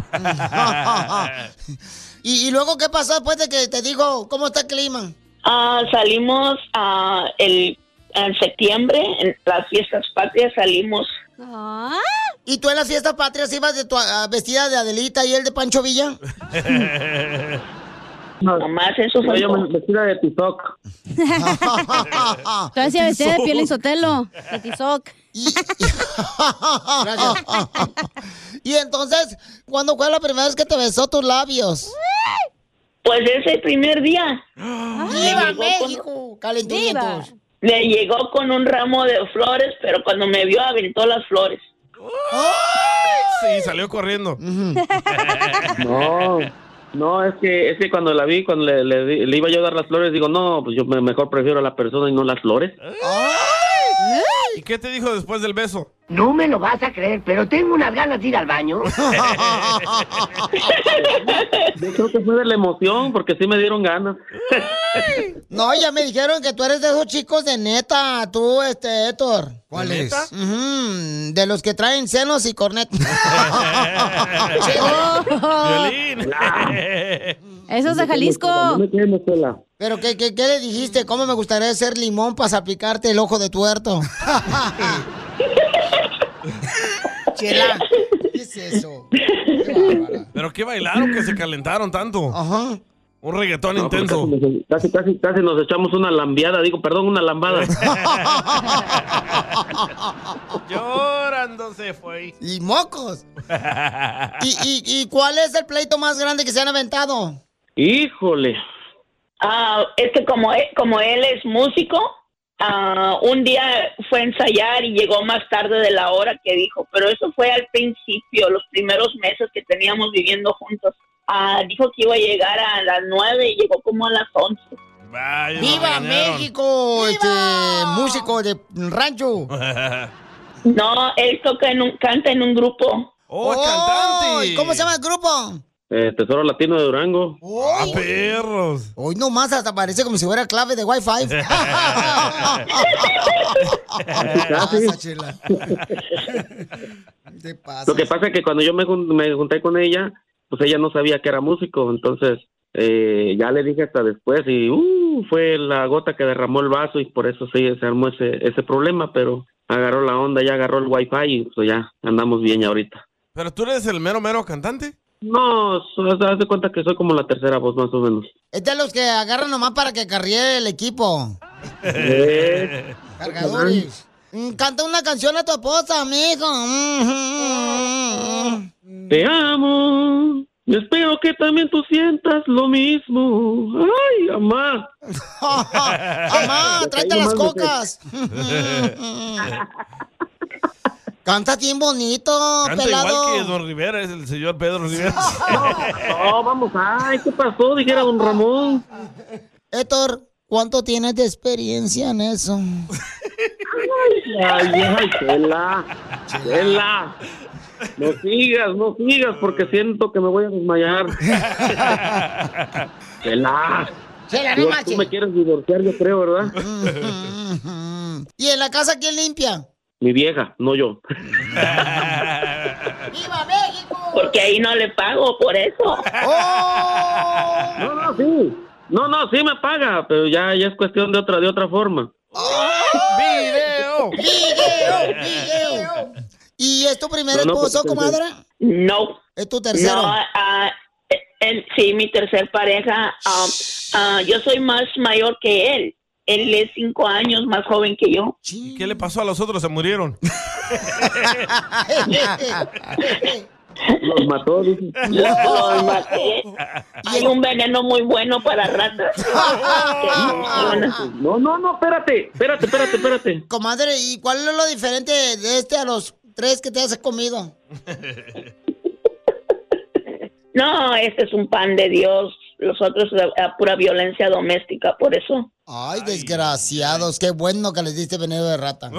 Speaker 3: ¿Y, y luego qué pasó después de que te digo cómo está el clima?
Speaker 13: Ah, salimos ah, el, en septiembre, en las fiestas patrias salimos.
Speaker 3: ¿Y tú en las fiestas patrias ibas de tu, ah, vestida de Adelita y él de Pancho Villa?
Speaker 13: Nomás en su
Speaker 12: No, yo
Speaker 13: foto.
Speaker 12: me vestida de TikTok.
Speaker 4: Todavía se vestía de Piolín Sotelo, de Tizoc.
Speaker 3: Gracias. Y entonces, ¿cuándo fue la primera vez que te besó tus labios?
Speaker 13: Pues ese primer día.
Speaker 3: ¡Viva México! Calenturientos.
Speaker 13: Le llegó con un ramo de flores, pero cuando me vio aventó las flores.
Speaker 5: Sí, salió corriendo.
Speaker 12: No, no, es que es que cuando la vi, cuando le, le, di- le iba yo a dar las flores, digo, no, pues yo me- mejor prefiero a la persona y no las flores.
Speaker 5: ¿Y qué te dijo después del beso?
Speaker 14: No me lo vas a creer, pero tengo unas ganas de ir al baño.
Speaker 12: Yo creo que fue de la emoción, porque sí me dieron ganas.
Speaker 3: No, ya me dijeron que tú eres de esos chicos de neta, tú, este, Héctor.
Speaker 5: ¿De neta?
Speaker 3: Ujú, de los que traen senos y cornet.
Speaker 5: Violín.
Speaker 4: Eso es de Jalisco.
Speaker 12: No me quemes, Chela.
Speaker 3: ¿Pero qué, qué, qué le dijiste? ¿Cómo me gustaría ser limón para salpicarte el ojo de tuerto? Chela, ¿qué es eso? Qué bárbara.
Speaker 5: ¿Pero qué bailaron que se calentaron tanto?
Speaker 3: Ajá.
Speaker 5: Un reggaetón
Speaker 12: No, pues
Speaker 5: intenso.
Speaker 12: Casi, casi, casi nos echamos una lambeada, digo, perdón, una lambada.
Speaker 5: Llorando se fue.
Speaker 3: Y mocos. ¿Y, y, ¿Y cuál es el pleito más grande que se han aventado?
Speaker 12: Híjole.
Speaker 13: Ah, es que como él, como él es músico, ah, un día fue a ensayar y llegó más tarde de la hora que dijo, pero eso fue al principio, los primeros meses que teníamos viviendo juntos. Ah, dijo que iba a llegar a las nueve y llegó como a las once.
Speaker 5: Vaya,
Speaker 3: ¡Viva México! Este músico de rancho.
Speaker 13: No, él toca en un, canta en un grupo.
Speaker 5: ¡Oh, cantante!
Speaker 3: ¿Y cómo se llama el grupo?
Speaker 12: Eh, Tesoro Latino de Durango.
Speaker 5: ¡Ah, perros!
Speaker 3: Hoy nomás hasta parece como si fuera clave de Wi-Fi.
Speaker 12: Casi.
Speaker 3: ¿Qué pasa?
Speaker 12: Lo que pasa es que cuando yo me, jun- me junté con ella, pues ella no sabía que era músico, entonces eh, ya le dije hasta después y uh, fue la gota que derramó el vaso y por eso sí se armó ese, ese problema, pero agarró la onda, ya agarró el Wi-Fi y pues ya andamos bien ahorita.
Speaker 5: ¿Pero tú eres el mero, mero cantante?
Speaker 12: No, haz de cuenta que soy como la tercera voz más o menos.
Speaker 3: Es de los que agarran nomás para que carrie el equipo.
Speaker 12: Eh.
Speaker 3: Cargadores. Mm, Canta una canción a tu esposa, mijo.
Speaker 12: Te amo, y espero que también tú sientas lo mismo. Ay, mamá.
Speaker 3: Mamá, tráete las cocas. Canta bien bonito,
Speaker 5: Canta
Speaker 3: pelado.
Speaker 5: igual que Don Rivera, es el señor Pedro Rivera.
Speaker 12: No, vamos, ay, ¿qué pasó? Dijera Don Ramón.
Speaker 3: Héctor, ¿cuánto tienes de experiencia en eso?
Speaker 12: Ay, ay, Chela, Chela. No sigas, no sigas, porque siento que me voy a desmayar. Chela.
Speaker 3: Chela,
Speaker 12: Tú,
Speaker 3: no
Speaker 12: tú
Speaker 3: manches.
Speaker 12: me quieres divorciar, yo creo, ¿verdad?
Speaker 3: ¿Y en la casa quién limpia?
Speaker 12: Mi vieja, no yo.
Speaker 3: ¡Viva México!
Speaker 13: Porque ahí no le pago por eso.
Speaker 3: ¡Oh!
Speaker 12: No, no, sí. No, no, sí me paga, pero ya, ya es cuestión de otra, de otra forma.
Speaker 5: ¡Video!
Speaker 3: ¡Video! ¡Video! ¿Y es tu primer
Speaker 12: No, no,
Speaker 3: esposo,
Speaker 12: pues,
Speaker 3: comadre?
Speaker 13: No.
Speaker 3: ¿Es tu tercero?
Speaker 13: No, ah, él, sí, mi tercer pareja. ah, ah, yo soy más mayor que él. Él es cinco años más joven que yo.
Speaker 5: ¿Y qué le pasó a los otros? Se murieron.
Speaker 12: Los mató, dice.
Speaker 13: Los maté. Hay un veneno muy bueno para ratas.
Speaker 12: No, no, no, espérate, espérate, espérate, espérate.
Speaker 3: Comadre, ¿y cuál es lo diferente de este a los tres que te has comido?
Speaker 13: No, este es un pan de Dios. Los otros a pura violencia doméstica, por eso.
Speaker 3: Ay, desgraciados, qué bueno que les diste veneno de rata.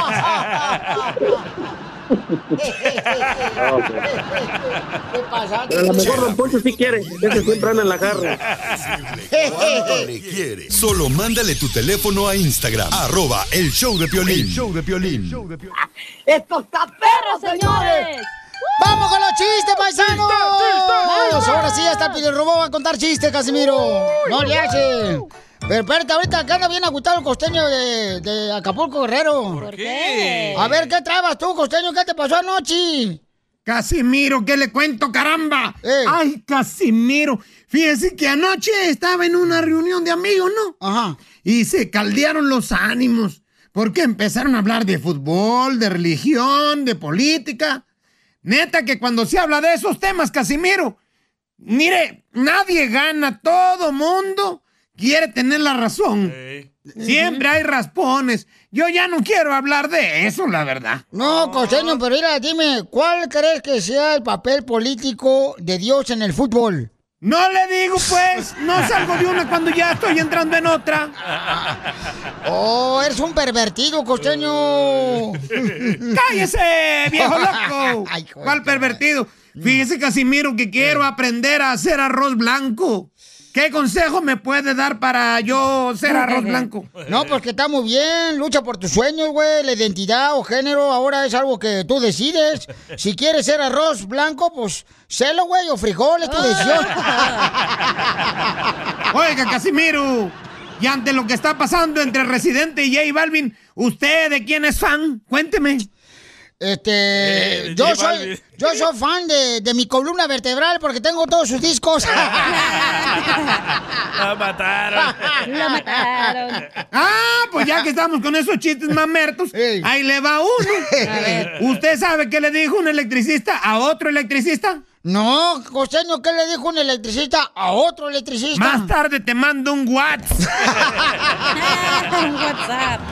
Speaker 3: ¿Qué pasa?
Speaker 12: Pero a lo mejor Don Poncho sí quiere, ese siempre anda en la jarra.
Speaker 7: Cuando requiere. Solo mándale tu teléfono a Instagram, arroba el show de Piolín. El show de Piolín.
Speaker 3: ¡Esto está perro, señores! ¡Vamos con los chistes, paisanos! ¡Vamos! Ahora sí, hasta el Pilirrobó va a contar chistes, Casimiro. No le hace. Pero espérate, ahorita que anda bien agüitado el costeño de, de Acapulco, Guerrero.
Speaker 5: ¿Por qué?
Speaker 3: A ver, ¿qué trabas tú, costeño? ¿Qué te pasó anoche?
Speaker 15: Casimiro, ¿qué le cuento, caramba?
Speaker 3: Eh.
Speaker 15: Ay, Casimiro, fíjese que anoche estaba en una reunión de amigos, ¿no?
Speaker 3: Ajá.
Speaker 15: Y se caldearon los ánimos, porque empezaron a hablar de fútbol, de religión, de política. Neta que cuando se habla de esos temas, Casimiro, mire, nadie gana, todo mundo quiere tener la razón.
Speaker 5: Hey.
Speaker 15: Siempre hay raspones. Yo ya no quiero hablar de eso, la verdad.
Speaker 3: No, costeño, pero mira, dime, ¿cuál crees que sea el papel político de Dios en el fútbol?
Speaker 15: No le digo, pues, no salgo de una cuando ya estoy entrando en otra.
Speaker 3: Oh, eres un pervertido, costeño.
Speaker 15: ¡Cállese, viejo loco!
Speaker 3: Ay, joder.
Speaker 15: ¿Cuál pervertido? Fíjese, Casimiro, que quiero aprender a hacer arroz blanco. ¿Qué consejo me puede dar para yo hacer arroz blanco?
Speaker 3: No, pues que está muy bien, lucha por tus sueños, güey, la identidad o género ahora es algo que tú decides. Si quieres ser arroz blanco, pues celo, güey, o frijol, es tu decisión.
Speaker 15: Oiga, Casimiro, y ante lo que está pasando entre Residente y J Balvin, ¿usted de quién es fan? Cuénteme.
Speaker 3: Este,
Speaker 5: Eh,
Speaker 3: yo
Speaker 5: J
Speaker 3: soy,
Speaker 5: Balvin.
Speaker 3: yo soy fan de, de mi columna vertebral porque tengo todos sus discos.
Speaker 5: La mataron.
Speaker 4: La mataron.
Speaker 15: Ah, pues ya que estamos con esos chistes mamertos, ahí le va uno.
Speaker 3: A ver.
Speaker 15: ¿Usted sabe qué le dijo un electricista a otro electricista?
Speaker 3: No, costeño, ¿qué le dijo un electricista a otro electricista?
Speaker 15: Más tarde te mando un WhatsApp.
Speaker 4: Un WhatsApp.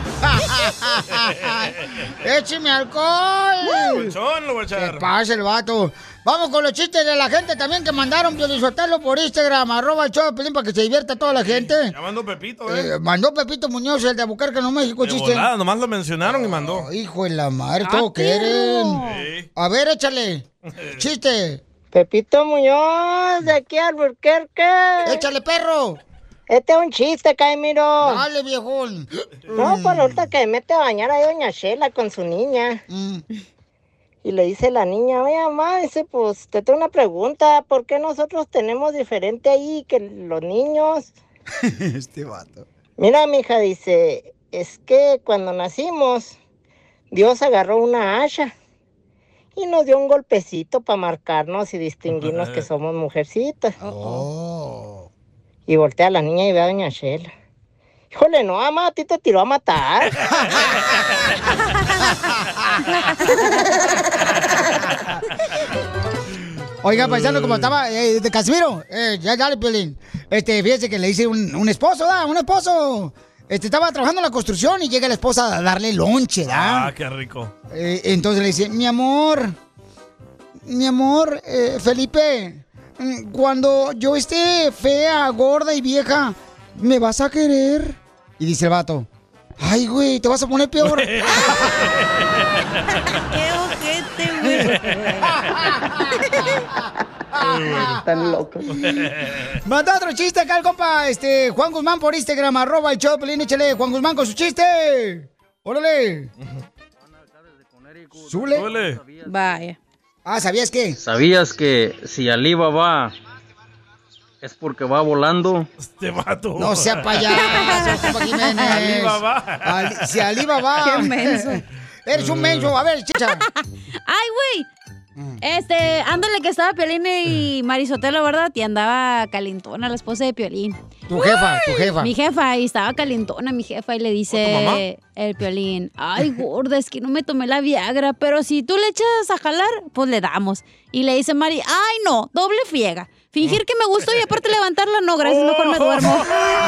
Speaker 3: ¡Écheme alcohol!
Speaker 5: Buchón, lo voy a echar.
Speaker 3: ¿Qué pasa el vato? Vamos con los chistes de la gente también que mandaron Piolizotelo por Instagram, arroba el show de Piolín para que se divierta toda la gente.
Speaker 5: Ya mandó Pepito, ¿eh?
Speaker 3: Eh, mandó Pepito Muñoz, el de Abuquerque, Nuevo México,
Speaker 5: De
Speaker 3: chiste.
Speaker 5: volada, nomás lo mencionaron y mandó.
Speaker 3: Oh, hijo de la madre,
Speaker 5: Ah,
Speaker 3: todo quieren.
Speaker 5: Sí.
Speaker 3: A ver, échale. Chiste.
Speaker 16: Pepito Muñoz, de aquí al Albuquerque.
Speaker 3: Échale, perro.
Speaker 16: Este es un chiste, Caimiro.
Speaker 3: Dale, viejón.
Speaker 16: No, pues ahorita que mete a bañar a doña Shela con su niña.
Speaker 3: Mm.
Speaker 16: Y le dice la niña, oye, mamá, dice, pues, te tengo una pregunta. ¿Por qué nosotros tenemos diferente ahí que los niños?
Speaker 3: Este vato.
Speaker 16: Mira, mija, dice, es que cuando nacimos, Dios agarró una hacha y nos dio un golpecito para marcarnos y distinguirnos que somos mujercitas.
Speaker 3: Oh.
Speaker 16: Y voltea a la niña y ve a doña Shela. Híjole, no, mamá, a ti te tiró a matar.
Speaker 3: Oiga, paisano, como estaba, eh, de Casimiro, eh, ya dale, Piolín. Este, fíjese que le dice un, un esposo, ¿da? Un esposo. Este, estaba trabajando en la construcción y llega la esposa a darle lonche, ¿da?
Speaker 5: Ah, qué rico.
Speaker 3: Eh, entonces le dice, mi amor, mi amor, eh, Felipe, mm, cuando yo esté fea, gorda y vieja, ¿me vas a querer? Y dice el vato, ay, güey, te vas a poner peor.
Speaker 4: ¡Qué ojete, güey!
Speaker 16: Están locos.
Speaker 3: Manda otro chiste acá el compa, este, Juan Guzmán por Instagram, arroba el show de Piolín, échale, Juan Guzmán con su chiste. Órale. Súbele.
Speaker 5: Súbele.
Speaker 4: Vaya.
Speaker 3: Ah, ¿sabías qué?
Speaker 17: ¿Sabías que si Alibaba va es porque va volando?
Speaker 5: Este vato.
Speaker 3: No sea payaso, compa Jiménez.
Speaker 5: Alibaba.
Speaker 3: Ali- si Alibaba.
Speaker 4: Qué menso.
Speaker 3: Eres un menso. A ver, chicha.
Speaker 4: ¡Ay, güey! Este, ándale que estaba Piolín y Marisotelo, ¿verdad? Y andaba calentona la esposa de Piolín.
Speaker 3: Tu jefa, tu jefa.
Speaker 4: Mi jefa, y estaba calentona mi jefa y le
Speaker 5: ¿O tu mamá?
Speaker 4: dice el Piolín, ay, gorda, es que no me tomé la Viagra, pero si tú le echas a jalar, pues le damos. Y le dice Mari, ay, no, doble friega. Fingir que me gustó y aparte levantarla, no, gracias, mejor me duermo.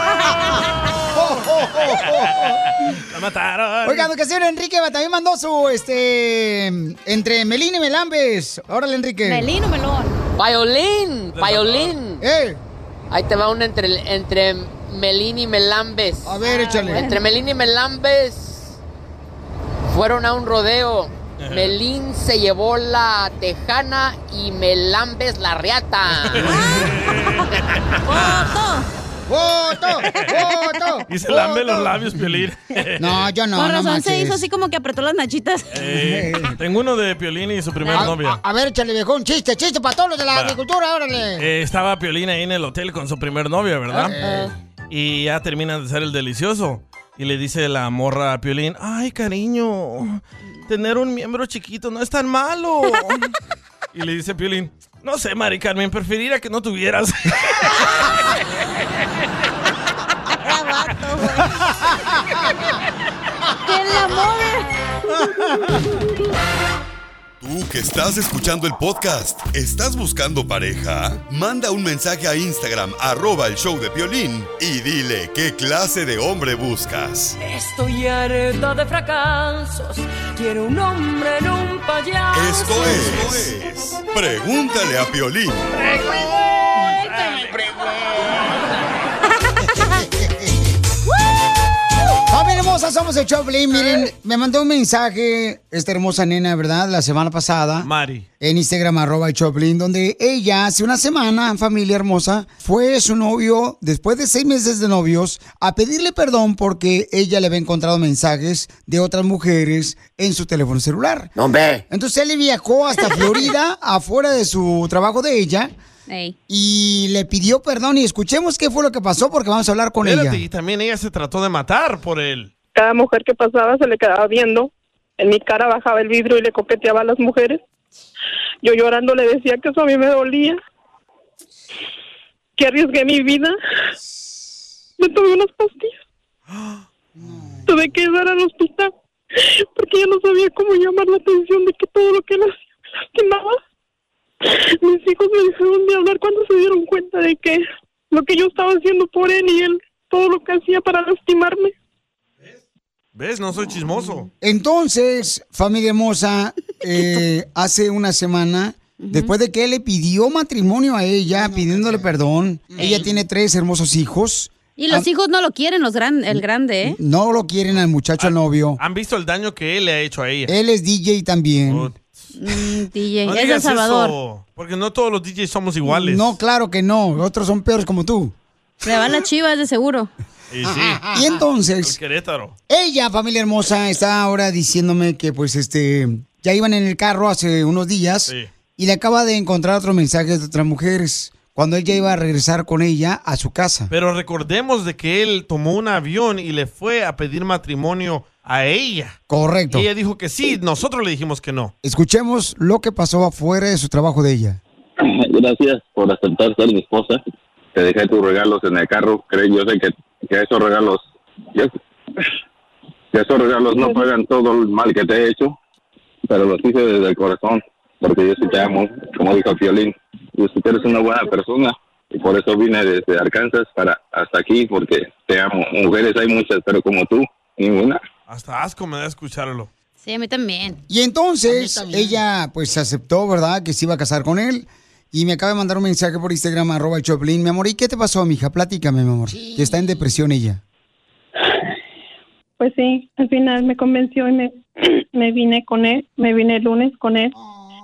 Speaker 5: La mataron.
Speaker 3: Oiga, don Casimiro, Enrique también mandó su, este, entre Melín y Melambes. Órale, Enrique.
Speaker 4: Melín o melón.
Speaker 18: Payolín, Payolín.
Speaker 3: Eh.
Speaker 18: Ahí te va un entre, entre Melín y Melambes.
Speaker 3: A ver, échale.
Speaker 18: Entre Melín y Melambes fueron a un rodeo. Melín se llevó la tejana y Melambes la riata.
Speaker 4: ¡Foto!
Speaker 3: ¡Foto! ¡Foto!
Speaker 5: Y se lambe los labios, Piolín.
Speaker 3: No, yo no,
Speaker 4: Con
Speaker 3: no
Speaker 4: razón se
Speaker 3: manches.
Speaker 4: hizo así como que apretó las nachitas.
Speaker 5: Eh, tengo uno de Piolín y su primer
Speaker 3: A,
Speaker 5: novia.
Speaker 3: a- a ver, échale, viejón, chiste, chiste para todos los de la
Speaker 5: Va.
Speaker 3: agricultura, órale.
Speaker 5: Eh, estaba Piolín ahí en el hotel con su primer novia, ¿verdad?
Speaker 3: Eh.
Speaker 5: Y ya termina de hacer el delicioso. Y le dice la morra a Piolín, ay, cariño, tener un miembro chiquito no es tan malo. Y le dice Piolín, no sé, Mari Carmen, preferiría que no tuvieras.
Speaker 4: ¡Que la
Speaker 7: Tú que estás escuchando el podcast, ¿estás buscando pareja? Manda un mensaje a Instagram, arroba el show de Piolín, y dile qué clase de hombre buscas.
Speaker 11: Estoy harta de fracasos. Quiero un hombre en un payaso.
Speaker 7: Esto es, Pregúntale a Piolín.
Speaker 3: Familia hermosa, somos el Choplin. Miren, me mandó un mensaje esta hermosa nena, ¿verdad? La semana pasada.
Speaker 5: Mari.
Speaker 3: En Instagram, arroba el Choplin, donde ella hace una semana, familia hermosa, fue su novio, después de seis meses de novios, a pedirle perdón porque ella le había encontrado mensajes de otras mujeres en su teléfono celular.
Speaker 14: No, hombre.
Speaker 3: Entonces él viajó hasta Florida, afuera de su trabajo de ella,
Speaker 4: Ey.
Speaker 3: y le pidió perdón. Y escuchemos qué fue lo que pasó porque vamos a hablar con
Speaker 5: Espérate,
Speaker 3: ella.
Speaker 5: y también ella se trató de matar por él.
Speaker 19: Cada mujer que pasaba se le quedaba viendo. en mi cara bajaba el vidrio y le coqueteaba a las mujeres. Yo llorando le decía que eso a mí me dolía, que arriesgué mi vida. Me tomé unas pastillas. Tuve que ir al hospital porque yo no sabía cómo llamar la atención de que todo lo que él hacía me lastimaba. Mis hijos me dejaron de hablar cuando se dieron cuenta de que lo que yo estaba haciendo por él y él, todo lo que hacía para lastimarme.
Speaker 5: ¿Ves? No soy chismoso.
Speaker 3: Entonces, familia hermosa, eh, hace una semana, después de que él le pidió matrimonio a ella, pidiéndole perdón, ella tiene tres hermosos hijos.
Speaker 4: Y los
Speaker 3: Ah,
Speaker 4: hijos no lo quieren, los gran, el grande, ¿eh?
Speaker 3: No lo quieren al muchacho, al novio.
Speaker 5: Han visto el daño que él le ha hecho a ella.
Speaker 3: Él es D J también.
Speaker 4: Mm, D J,
Speaker 5: No
Speaker 4: es de
Speaker 5: digas
Speaker 4: Salvador.
Speaker 5: eso, porque no todos los D Js somos iguales.
Speaker 3: No, claro que no. Otros son peores como tú.
Speaker 4: Le van las chivas de seguro.
Speaker 5: Y sí.
Speaker 3: Y entonces,
Speaker 5: El Querétaro.
Speaker 3: ella, familia hermosa, está ahora diciéndome que pues este ya iban en el carro hace unos días
Speaker 5: Sí.
Speaker 3: y le acaba de encontrar otros mensajes de otras mujeres cuando ella iba a regresar con ella a su casa.
Speaker 5: Pero recordemos de que él tomó un avión y le fue a pedir matrimonio a ella.
Speaker 3: Correcto.
Speaker 5: Y ella dijo que sí, nosotros le dijimos que no.
Speaker 3: Escuchemos lo que pasó afuera de su trabajo de ella.
Speaker 20: Gracias por aceptar ser mi esposa. Te dejé tus regalos en el carro. Creo, yo sé que, que esos regalos, yo- que esos regalos no pagan todo el mal que te he hecho, pero los hice desde el corazón, porque yo sí te amo, como dijo Piolín. Yo sé que eres una buena persona y por eso vine desde Arkansas para hasta aquí, porque te amo. Mujeres hay muchas, pero como tú, ninguna.
Speaker 5: Hasta asco me da escucharlo.
Speaker 4: Sí, a mí también.
Speaker 3: Y entonces ella pues aceptó, ¿verdad? Que se iba a casar con él. Y me acaba de mandar un mensaje por Instagram, arroba el Choplin. Mi amor, ¿y qué te pasó, mija? Platícame, mi amor. Que está en depresión ella.
Speaker 19: Pues sí, al final me convenció y me, me vine con él, me vine el lunes con él.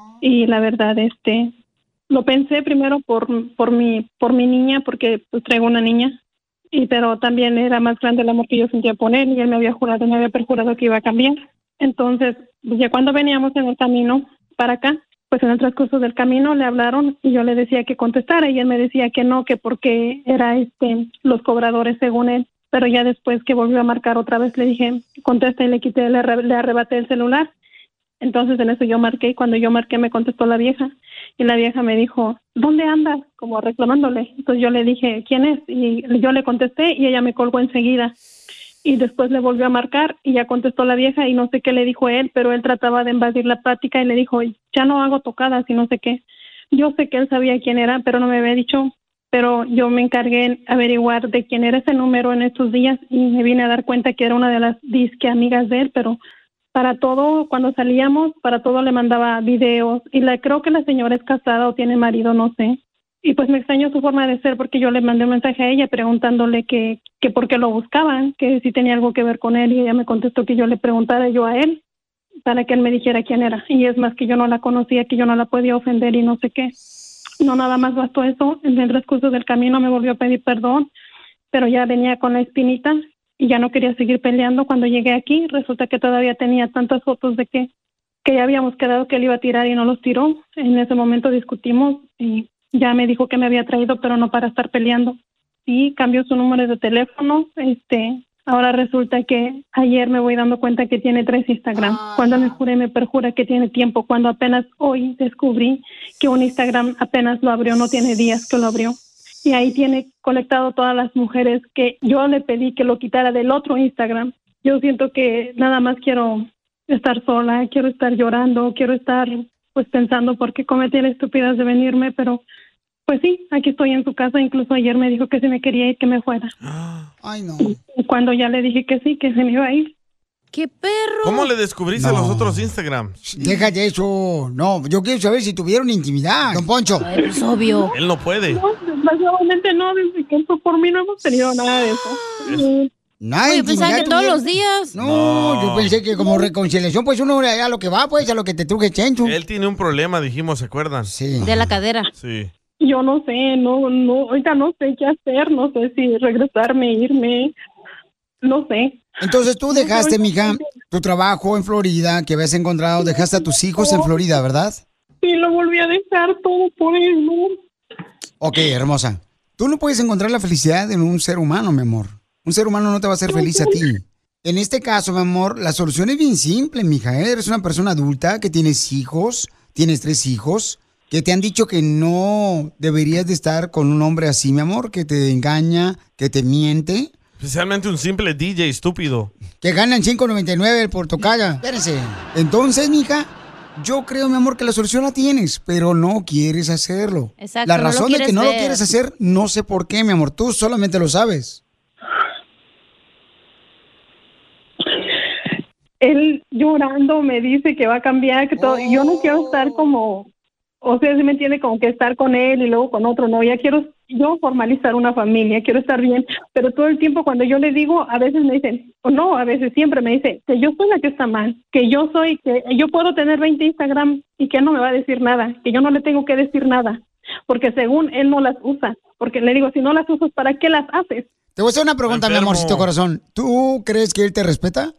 Speaker 19: Y la verdad, este, lo pensé primero por, por mi, por mi niña, porque pues traigo una niña. Y pero también era más grande el amor que yo sentía por él y él me había jurado, me había perjurado que iba a cambiar. Entonces, pues ya cuando veníamos en el camino para acá, pues en el transcurso del camino le hablaron y yo le decía que contestara y él me decía que no, que porque era este los cobradores según él. Pero ya después que volvió a marcar otra vez le dije, contesta, y le quité, le, arre- le arrebaté el celular. Entonces en eso yo marqué y cuando yo marqué me contestó la vieja y la vieja me dijo, ¿dónde andas? Como reclamándole. Entonces yo le dije, ¿quién es? Y yo le contesté y ella me colgó enseguida. Y después le volvió a marcar y ya contestó la vieja y no sé qué le dijo él, pero él trataba de invadir la plática y le dijo, ya no hago tocadas y no sé qué. Yo sé que él sabía quién era, pero no me había dicho, pero yo me encargué en averiguar de quién era ese número en estos días y me vine a dar cuenta que era una de las disque amigas de él, pero para todo, cuando salíamos, para todo le mandaba videos y la, creo que la señora es casada o tiene marido, no sé. Y pues me extrañó su forma de ser porque yo le mandé un mensaje a ella preguntándole que, que por qué lo buscaban, que si tenía algo que ver con él y ella me contestó que yo le preguntara yo a él para que él me dijera quién era. Y es más que yo no la conocía, que yo no la podía ofender y no sé qué. No, nada más bastó eso. En el transcurso del camino me volvió a pedir perdón, pero ya venía con la espinita y ya no quería seguir peleando. Cuando llegué aquí resulta que todavía tenía tantas fotos de que, que ya habíamos quedado que él iba a tirar y no los tiró. En ese momento discutimos y ya me dijo que me había traído, pero no para estar peleando. Sí, cambió su número de teléfono. Este, ahora resulta que ayer me voy dando cuenta que tiene tres Instagram. Cuando me juré, me perjura que tiene tiempo. Cuando apenas hoy descubrí que un Instagram apenas lo abrió, no tiene días que lo abrió. Y ahí tiene colectado todas las mujeres que yo le pedí que lo quitara del otro Instagram. Yo siento que nada más quiero estar sola, quiero estar llorando, quiero estar pues pensando por qué cometí la estupidez de venirme, pero pues sí, aquí estoy en su casa. Incluso ayer me dijo que si me quería ir, que me fuera.
Speaker 3: Ay, no.
Speaker 19: Y cuando ya le dije que sí, que se me iba a ir.
Speaker 4: ¡Qué perro!
Speaker 5: ¿Cómo le descubriste
Speaker 3: No.
Speaker 5: los otros Instagram?
Speaker 3: Deja de eso. No, yo quiero saber si tuvieron intimidad, don Poncho.
Speaker 4: Es obvio.
Speaker 5: Él no puede.
Speaker 19: No, desgraciadamente no, desde que él fue por mí no hemos tenido nada de eso.
Speaker 3: Nada,
Speaker 4: Oye, pensaba que
Speaker 3: intimidad
Speaker 4: todos
Speaker 3: tuvieron.
Speaker 4: los días.
Speaker 3: No,
Speaker 5: No.
Speaker 3: yo pensé que como reconciliación, pues uno era a lo que va, pues a lo que te truje Chencho.
Speaker 5: Él tiene un problema, dijimos, ¿se acuerdan?
Speaker 3: Sí.
Speaker 4: De la cadera.
Speaker 5: Sí.
Speaker 19: Yo no sé, no, no, ahorita no sé qué hacer, no sé si regresarme, irme, no sé.
Speaker 3: Entonces tú dejaste, mija, tu trabajo en Florida, que habías encontrado, dejaste a tus hijos en Florida, ¿verdad?
Speaker 19: Sí, lo volví a dejar todo por él, ¿no?
Speaker 3: Ok, hermosa. Tú no puedes encontrar la felicidad en un ser humano, mi amor. Un ser humano no te va a hacer feliz a ti. en este caso, mi amor, la solución es bien simple, mija. ¿eh? Eres una persona adulta que tienes hijos, tienes tres hijos, que te han dicho que no deberías de estar con un hombre así, mi amor, que te engaña, que te miente.
Speaker 5: Especialmente un simple D J estúpido.
Speaker 3: Que ganan cinco noventa y nueve por tocada. Espérense. Entonces, mija, yo creo, mi amor, que la solución la tienes, pero no quieres hacerlo.
Speaker 4: Exacto,
Speaker 3: la
Speaker 4: no lo
Speaker 3: razón de
Speaker 4: quieres
Speaker 3: que no
Speaker 4: ver.
Speaker 3: lo quieres hacer, no sé por qué, mi amor. Tú solamente lo sabes.
Speaker 19: Él llorando me dice que va a cambiar, que todo. Y yo no quiero estar como, o sea, si me entiende, como que estar con él y luego con otro, no. Ya quiero yo formalizar una familia, quiero estar bien. Pero todo el tiempo cuando yo le digo, a veces me dicen, o no, a veces siempre me dice que yo soy la que está mal, que yo soy, que yo puedo tener veinte Instagram y que él no me va a decir nada, que yo no le tengo que decir nada, porque según él no las usa. Porque le digo, si no las usas, ¿para qué las haces?
Speaker 3: Te voy a hacer una pregunta, mi
Speaker 19: Enfermo.
Speaker 3: amorcito corazón. ¿Tú crees que él te respeta?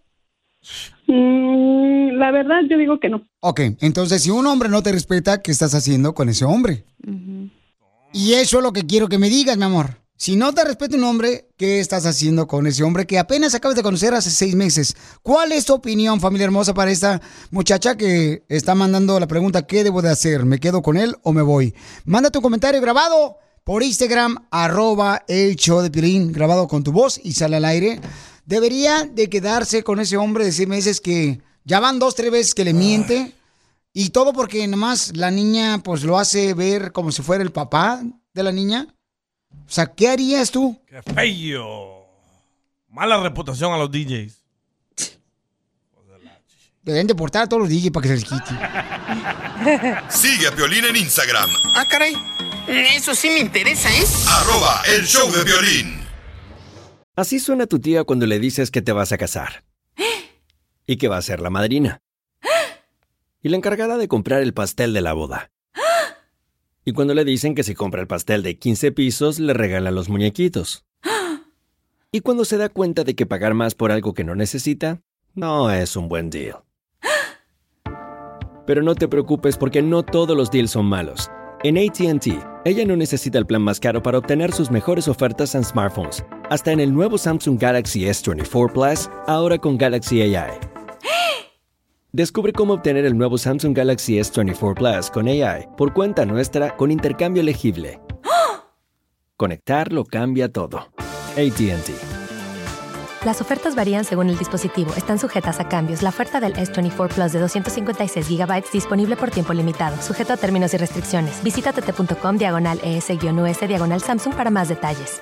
Speaker 19: Mm, la verdad, yo digo que no.
Speaker 3: Ok, entonces si un hombre no te respeta, ¿qué estás haciendo con ese hombre? Y eso es lo que quiero que me digas, mi amor. Si no te respeta un hombre, ¿qué estás haciendo con ese hombre que apenas acabas de conocer hace seis meses? ¿Cuál es tu opinión, familia hermosa, para esta muchacha que está mandando la pregunta, ¿qué debo de hacer? ¿Me quedo con él o me voy? Manda tu comentario grabado por Instagram, arroba el show de Piolín, grabado con tu voz y sale al aire. Debería de quedarse con ese hombre de seis meses que ya van dos, tres veces que le miente. Y todo porque nomás la niña pues lo hace ver como si fuera el papá de la niña. O sea, ¿qué harías tú?
Speaker 5: ¡Qué feo! Mala reputación a los D Js.
Speaker 3: Deben deportar a todos los D Js para que se les quite.
Speaker 7: Sigue a Piolín en Instagram,
Speaker 14: Ah, caray. Eso sí me interesa, ¿eh?
Speaker 7: arroba el show de Piolín.
Speaker 21: Así suena tu tía cuando le dices que te vas a casar. Y que va a ser la madrina. Y la encargada de comprar el pastel de la boda. Y cuando le dicen que si compra el pastel de quince pisos, le regalan los muñequitos. Y cuando se da cuenta de que pagar más por algo que no necesita, no es un buen deal. Pero no te preocupes porque no todos los deals son malos. En A T and T, ella no necesita el plan más caro para obtener sus mejores ofertas en smartphones. Hasta en el nuevo Samsung Galaxy S veinticuatro Plus, ahora con Galaxy A I. Descubre cómo obtener el nuevo Samsung Galaxy S veinticuatro Plus con A I por cuenta nuestra con intercambio elegible. Conectar lo cambia todo. A T and T.
Speaker 22: Las ofertas varían según el dispositivo. Están sujetas a cambios. La oferta del S veinticuatro Plus de doscientos cincuenta y seis gigabytes disponible por tiempo limitado. Sujeto a términos y restricciones. Visita tt.com diagonal es-us diagonal Samsung para más detalles.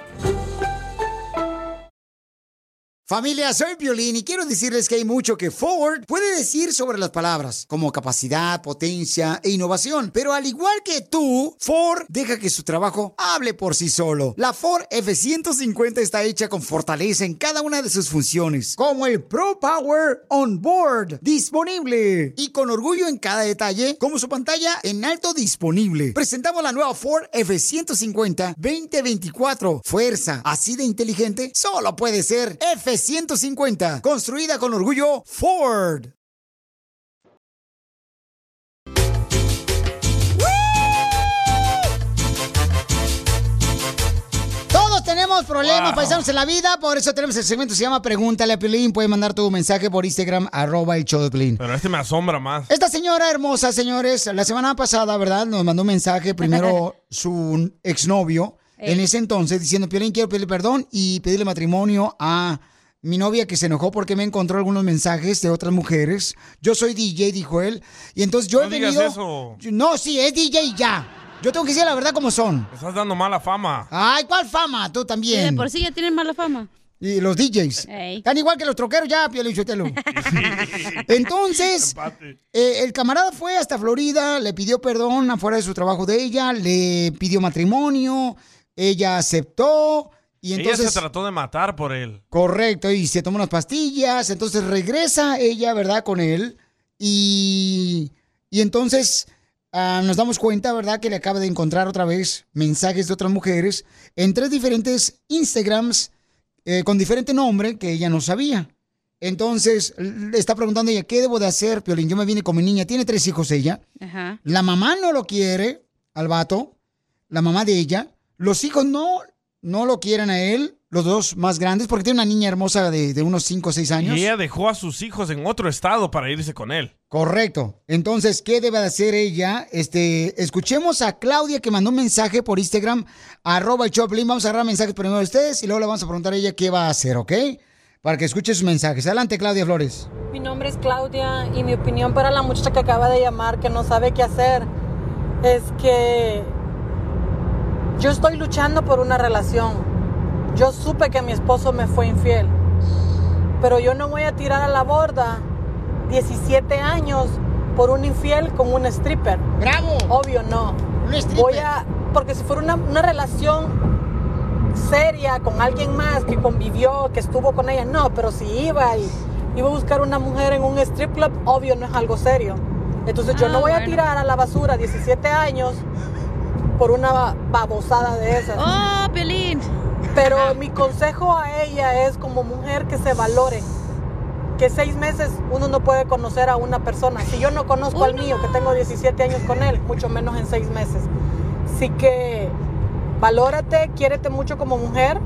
Speaker 3: Familia, soy Piolín y quiero decirles que hay mucho que Ford puede decir sobre las palabras, como capacidad, potencia e innovación. Pero al igual que tú, Ford deja que su trabajo hable por sí solo. La Ford F ciento cincuenta está hecha con fortaleza en cada una de sus funciones, como el Pro Power On Board disponible y con orgullo en cada detalle, como su pantalla en alto disponible. Presentamos la nueva Ford F ciento cincuenta veinte veinticuatro. Fuerza así de inteligente solo puede ser F ciento cincuenta, construida con orgullo Ford. Todos tenemos problemas,
Speaker 5: Wow.
Speaker 3: paisanos, en la vida, por eso tenemos el segmento que se llama Pregúntale a Piolín. Pueden mandar tu mensaje por Instagram, arroba el show de Piolín.
Speaker 5: Pero este me asombra más.
Speaker 3: Esta señora hermosa, señores, la semana pasada, ¿verdad? Nos mandó un mensaje, primero su exnovio,
Speaker 4: Ey.
Speaker 3: en ese entonces, diciendo, Piolín, quiero pedirle perdón y pedirle matrimonio a mi novia que se enojó porque me encontró algunos mensajes de otras mujeres. Yo soy D J, dijo él. Y entonces yo
Speaker 5: No
Speaker 3: he
Speaker 5: digas
Speaker 3: venido...
Speaker 5: eso.
Speaker 3: No, sí, es D J y ya. Yo tengo que decir la verdad como son.
Speaker 5: Me estás dando mala fama.
Speaker 3: Ay, ¿cuál fama? Tú
Speaker 4: Sí,
Speaker 3: también.
Speaker 4: de por sí ya tienen mala fama.
Speaker 3: Y los D Js.
Speaker 4: Ey.
Speaker 3: Están igual que los troqueros ya, Piolín Sotelo. Entonces, eh, el camarada fue hasta Florida, le pidió perdón afuera de su trabajo de ella, le pidió matrimonio, ella aceptó y entonces...
Speaker 5: Ella se trató de matar por él.
Speaker 3: Correcto, y se tomó unas pastillas, entonces regresa ella, ¿verdad?, con él y, y entonces ah, nos damos cuenta, ¿verdad?, que le acaba de encontrar otra vez mensajes de otras mujeres en tres diferentes Instagrams eh, con diferente nombre que ella no sabía. Entonces, le está preguntando ella, ¿qué debo de hacer, Piolín? Yo me vine con mi niña, tiene tres hijos ella.
Speaker 4: Ajá.
Speaker 3: La mamá no lo quiere al vato, la mamá de ella. Los hijos no, no lo quieren a él. los dos más grandes, porque tiene una niña hermosa de, de unos cinco o seis años.
Speaker 5: Y ella dejó a sus hijos en otro estado para irse con él.
Speaker 3: Correcto. Entonces, ¿qué debe de hacer ella? Este, escuchemos a Claudia que mandó un mensaje por Instagram, arroba el Choplin. Vamos a agarrar mensajes primero de ustedes y luego le vamos a preguntar a ella qué va a hacer, ¿ok? Para que escuche sus mensajes. Adelante, Claudia Flores.
Speaker 1: Mi nombre es Claudia y mi opinión para la muchacha que acaba de llamar, que no sabe qué hacer, es que yo estoy luchando por una relación. Yo supe que mi esposo me fue infiel, pero yo no voy a tirar a la borda diecisiete años por un infiel con un stripper.
Speaker 3: ¡Bravo!
Speaker 1: Obvio no.
Speaker 3: Un stripper.
Speaker 1: Voy a, porque si fuera una, una relación seria con alguien más que convivió, que estuvo con ella, no, pero si iba y iba a buscar una mujer en un strip club, obvio no es algo serio. Entonces yo
Speaker 4: Ah,
Speaker 1: no voy
Speaker 4: bueno.
Speaker 1: a tirar a la basura diecisiete años por una babosada de esas.
Speaker 4: ¡Oh, Piolín!
Speaker 1: Pero mi consejo a ella es, como mujer, que se valore. Que seis meses uno no puede conocer a una persona. Si yo no conozco al mío, que tengo diecisiete años con él, mucho menos en seis meses. Así que valórate, quiérete mucho como mujer.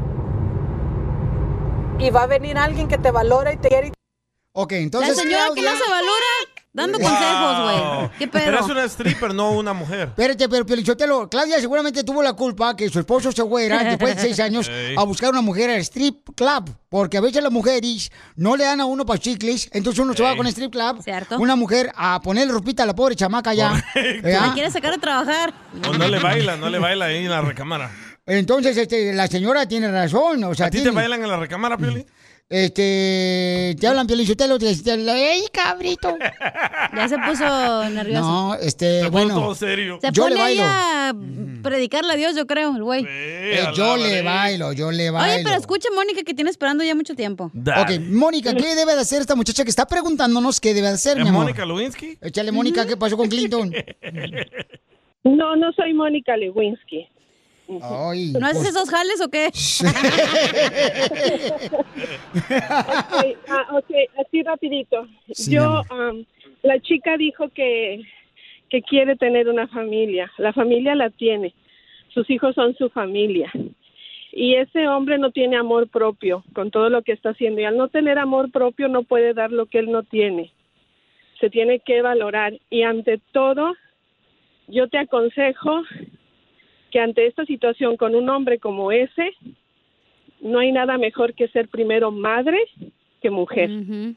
Speaker 1: Y va a venir alguien que te valora y te quiere.
Speaker 3: Ok,
Speaker 4: La
Speaker 3: entonces
Speaker 4: señora que
Speaker 3: Claudia...
Speaker 4: no se valora, dando
Speaker 5: Wow.
Speaker 4: consejos, güey. ¿Qué pedo?
Speaker 5: Pero es una stripper, no una mujer.
Speaker 3: Espérate, pero Piolichotelo, Claudia seguramente tuvo la culpa que su esposo se fuera después de seis años
Speaker 5: Ey.
Speaker 3: a buscar una mujer al strip club. Porque a veces las mujeres no le dan a uno para chicles, entonces uno se va
Speaker 5: Ey.
Speaker 3: con strip club.
Speaker 4: Cierto.
Speaker 3: Una mujer a ponerle ropita a la pobre chamaca ya.
Speaker 5: Correcto.
Speaker 3: ¿verdad?
Speaker 4: Me quiere sacar a trabajar.
Speaker 5: O no le baila, no le baila ahí en la recámara.
Speaker 3: Entonces, este, la señora tiene razón. O sea,
Speaker 5: ¿A ti te
Speaker 3: tiene-
Speaker 5: bailan en la recámara, Piolín?
Speaker 3: Este, te hablan Piolichotelo, te dicen, ¡ey, cabrito!
Speaker 4: Ya se puso nervioso.
Speaker 3: No, este,
Speaker 5: Se puso
Speaker 3: bueno.
Speaker 5: todo serio.
Speaker 4: Se
Speaker 3: yo
Speaker 4: pone
Speaker 3: le
Speaker 4: ahí
Speaker 3: bailo.
Speaker 4: a predicarle a Dios, yo creo, el güey.
Speaker 3: Eh, yo le bailo, yo le bailo.
Speaker 4: Oye, pero escucha, Mónica, que tiene esperando ya mucho tiempo.
Speaker 3: Ok, Mónica, ¿qué debe de hacer esta muchacha que está preguntándonos qué debe de hacer, mi
Speaker 5: ¿Es
Speaker 3: amor?
Speaker 5: Mónica Lewinsky?
Speaker 3: Échale, Mónica, ¿qué pasó con Clinton?
Speaker 2: No, no soy Mónica Lewinsky.
Speaker 3: Ay,
Speaker 4: ¿No haces
Speaker 3: pues-
Speaker 4: esos jales o qué?
Speaker 2: Ok, ah, ok, así rapidito.
Speaker 4: Sí,
Speaker 2: Yo,
Speaker 4: mi amor.
Speaker 2: am, la chica dijo que, que quiere tener una familia. La familia la tiene. Sus hijos son su familia. Y ese hombre no tiene amor propio con todo lo que está haciendo. Y al no tener amor propio no puede dar lo que él no tiene. Se tiene que valorar. Y ante todo, yo te aconsejo que ante esta situación con un hombre como ese, no hay nada mejor que ser primero madre que mujer.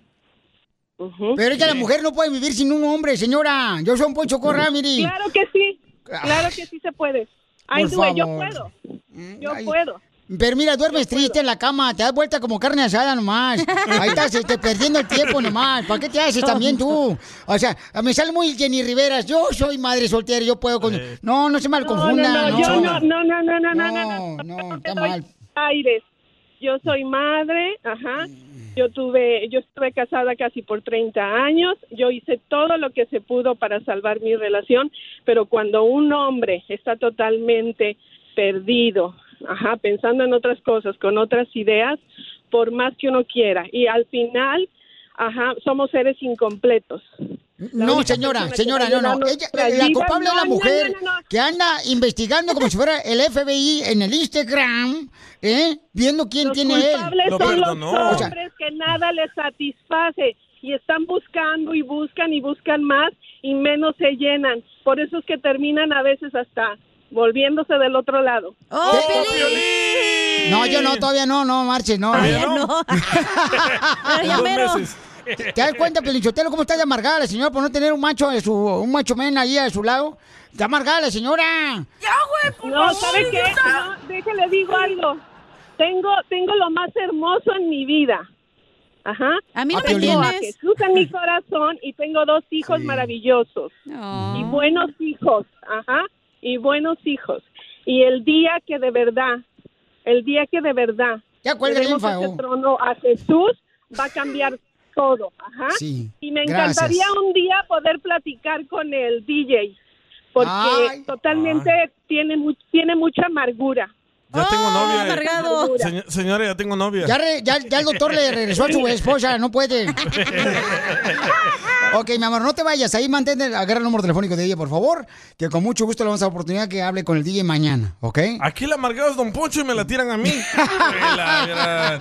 Speaker 2: Ujú.
Speaker 3: Pero es que la mujer no puede vivir sin un hombre, señora. Yo soy un Poncho Corra, mire.
Speaker 2: Claro que sí, claro que sí se puede. Ay,
Speaker 3: Por
Speaker 2: dude, yo
Speaker 3: favor.
Speaker 2: puedo, yo
Speaker 3: Ay.
Speaker 2: puedo.
Speaker 3: Pero mira, duermes triste en la cama, te das vuelta como carne asada nomás. Ahí estás este, perdiendo el tiempo nomás. ¿Para qué te haces también tú? O sea, me sale muy Jenny Riveras. Yo soy madre soltera, yo puedo con... No, no se mal
Speaker 2: No,
Speaker 3: confunda.
Speaker 2: no, no, yo no, no, no, no, no, no, no, no,
Speaker 3: no,
Speaker 2: está mal. Aires. Yo soy madre, ajá. Yo tuve, yo estuve casada casi por treinta años. Yo hice todo lo que se pudo para salvar mi relación, pero cuando un hombre está totalmente perdido, ajá, pensando en otras cosas, con otras ideas, por más que uno quiera, y al final, ajá, somos seres incompletos. La
Speaker 3: No,
Speaker 2: única
Speaker 3: señora,
Speaker 2: persona que
Speaker 3: señora,
Speaker 2: va a
Speaker 3: no, no.
Speaker 2: llenarnos
Speaker 3: Ella,
Speaker 2: las
Speaker 3: la
Speaker 2: vidas,
Speaker 3: culpable es la
Speaker 2: no, no,
Speaker 3: mujer
Speaker 2: no, no, no.
Speaker 3: que anda investigando como si fuera el F B I en el Instagram, ¿eh? Viendo quién
Speaker 2: Los
Speaker 3: tiene él.
Speaker 2: culpables son los hombres que nada les satisface y están buscando y buscan y buscan más y menos se llenan. Por eso es que terminan a veces hasta volviéndose del otro lado.
Speaker 4: ¡Oh,
Speaker 3: Piolín! No, yo no, todavía no, no, marches, no.
Speaker 4: Todavía no. Pero ya mero.
Speaker 3: ¿Te das cuenta, Pelichotelo, cómo está de amargada la señora por no tener un macho de su, un macho men ahí a su lado? Está amargada la señora.
Speaker 2: Ya, güey, por no, ¿sabe qué? No, déjale digo algo. Tengo, tengo lo más hermoso en mi vida. Ajá.
Speaker 4: A mí no
Speaker 2: Ah,
Speaker 4: me
Speaker 2: tengo a
Speaker 4: tienes.
Speaker 2: Jesús en mi corazón y tengo dos hijos maravillosos.
Speaker 4: Oh.
Speaker 2: Y buenos hijos. Ajá. Y buenos hijos. Y el día que de verdad, el día que de verdad
Speaker 3: Ya cuelga
Speaker 2: le demos
Speaker 3: bien,
Speaker 2: ese
Speaker 3: Fao.
Speaker 2: trono a Jesús, va a cambiar todo. Ajá.
Speaker 3: Sí,
Speaker 2: Y me
Speaker 3: gracias.
Speaker 2: encantaría un día poder platicar con el D J. Porque
Speaker 3: Ay.
Speaker 2: totalmente tiene, mu- tiene mucha amargura.
Speaker 5: Ya tengo novia.
Speaker 4: amargado.
Speaker 5: Señ- señora, ya tengo novia.
Speaker 3: Ya, re- ya, ya el doctor le regresó a su esposa, no puede. Ok, mi amor, no te vayas. Ahí mantente, agarra el número telefónico de ella, por favor. Que con mucho gusto le vamos a dar la oportunidad que hable con el D J mañana, ¿ok?
Speaker 5: Aquí el amargado es Don Poncho y me la tiran a mí. La gran-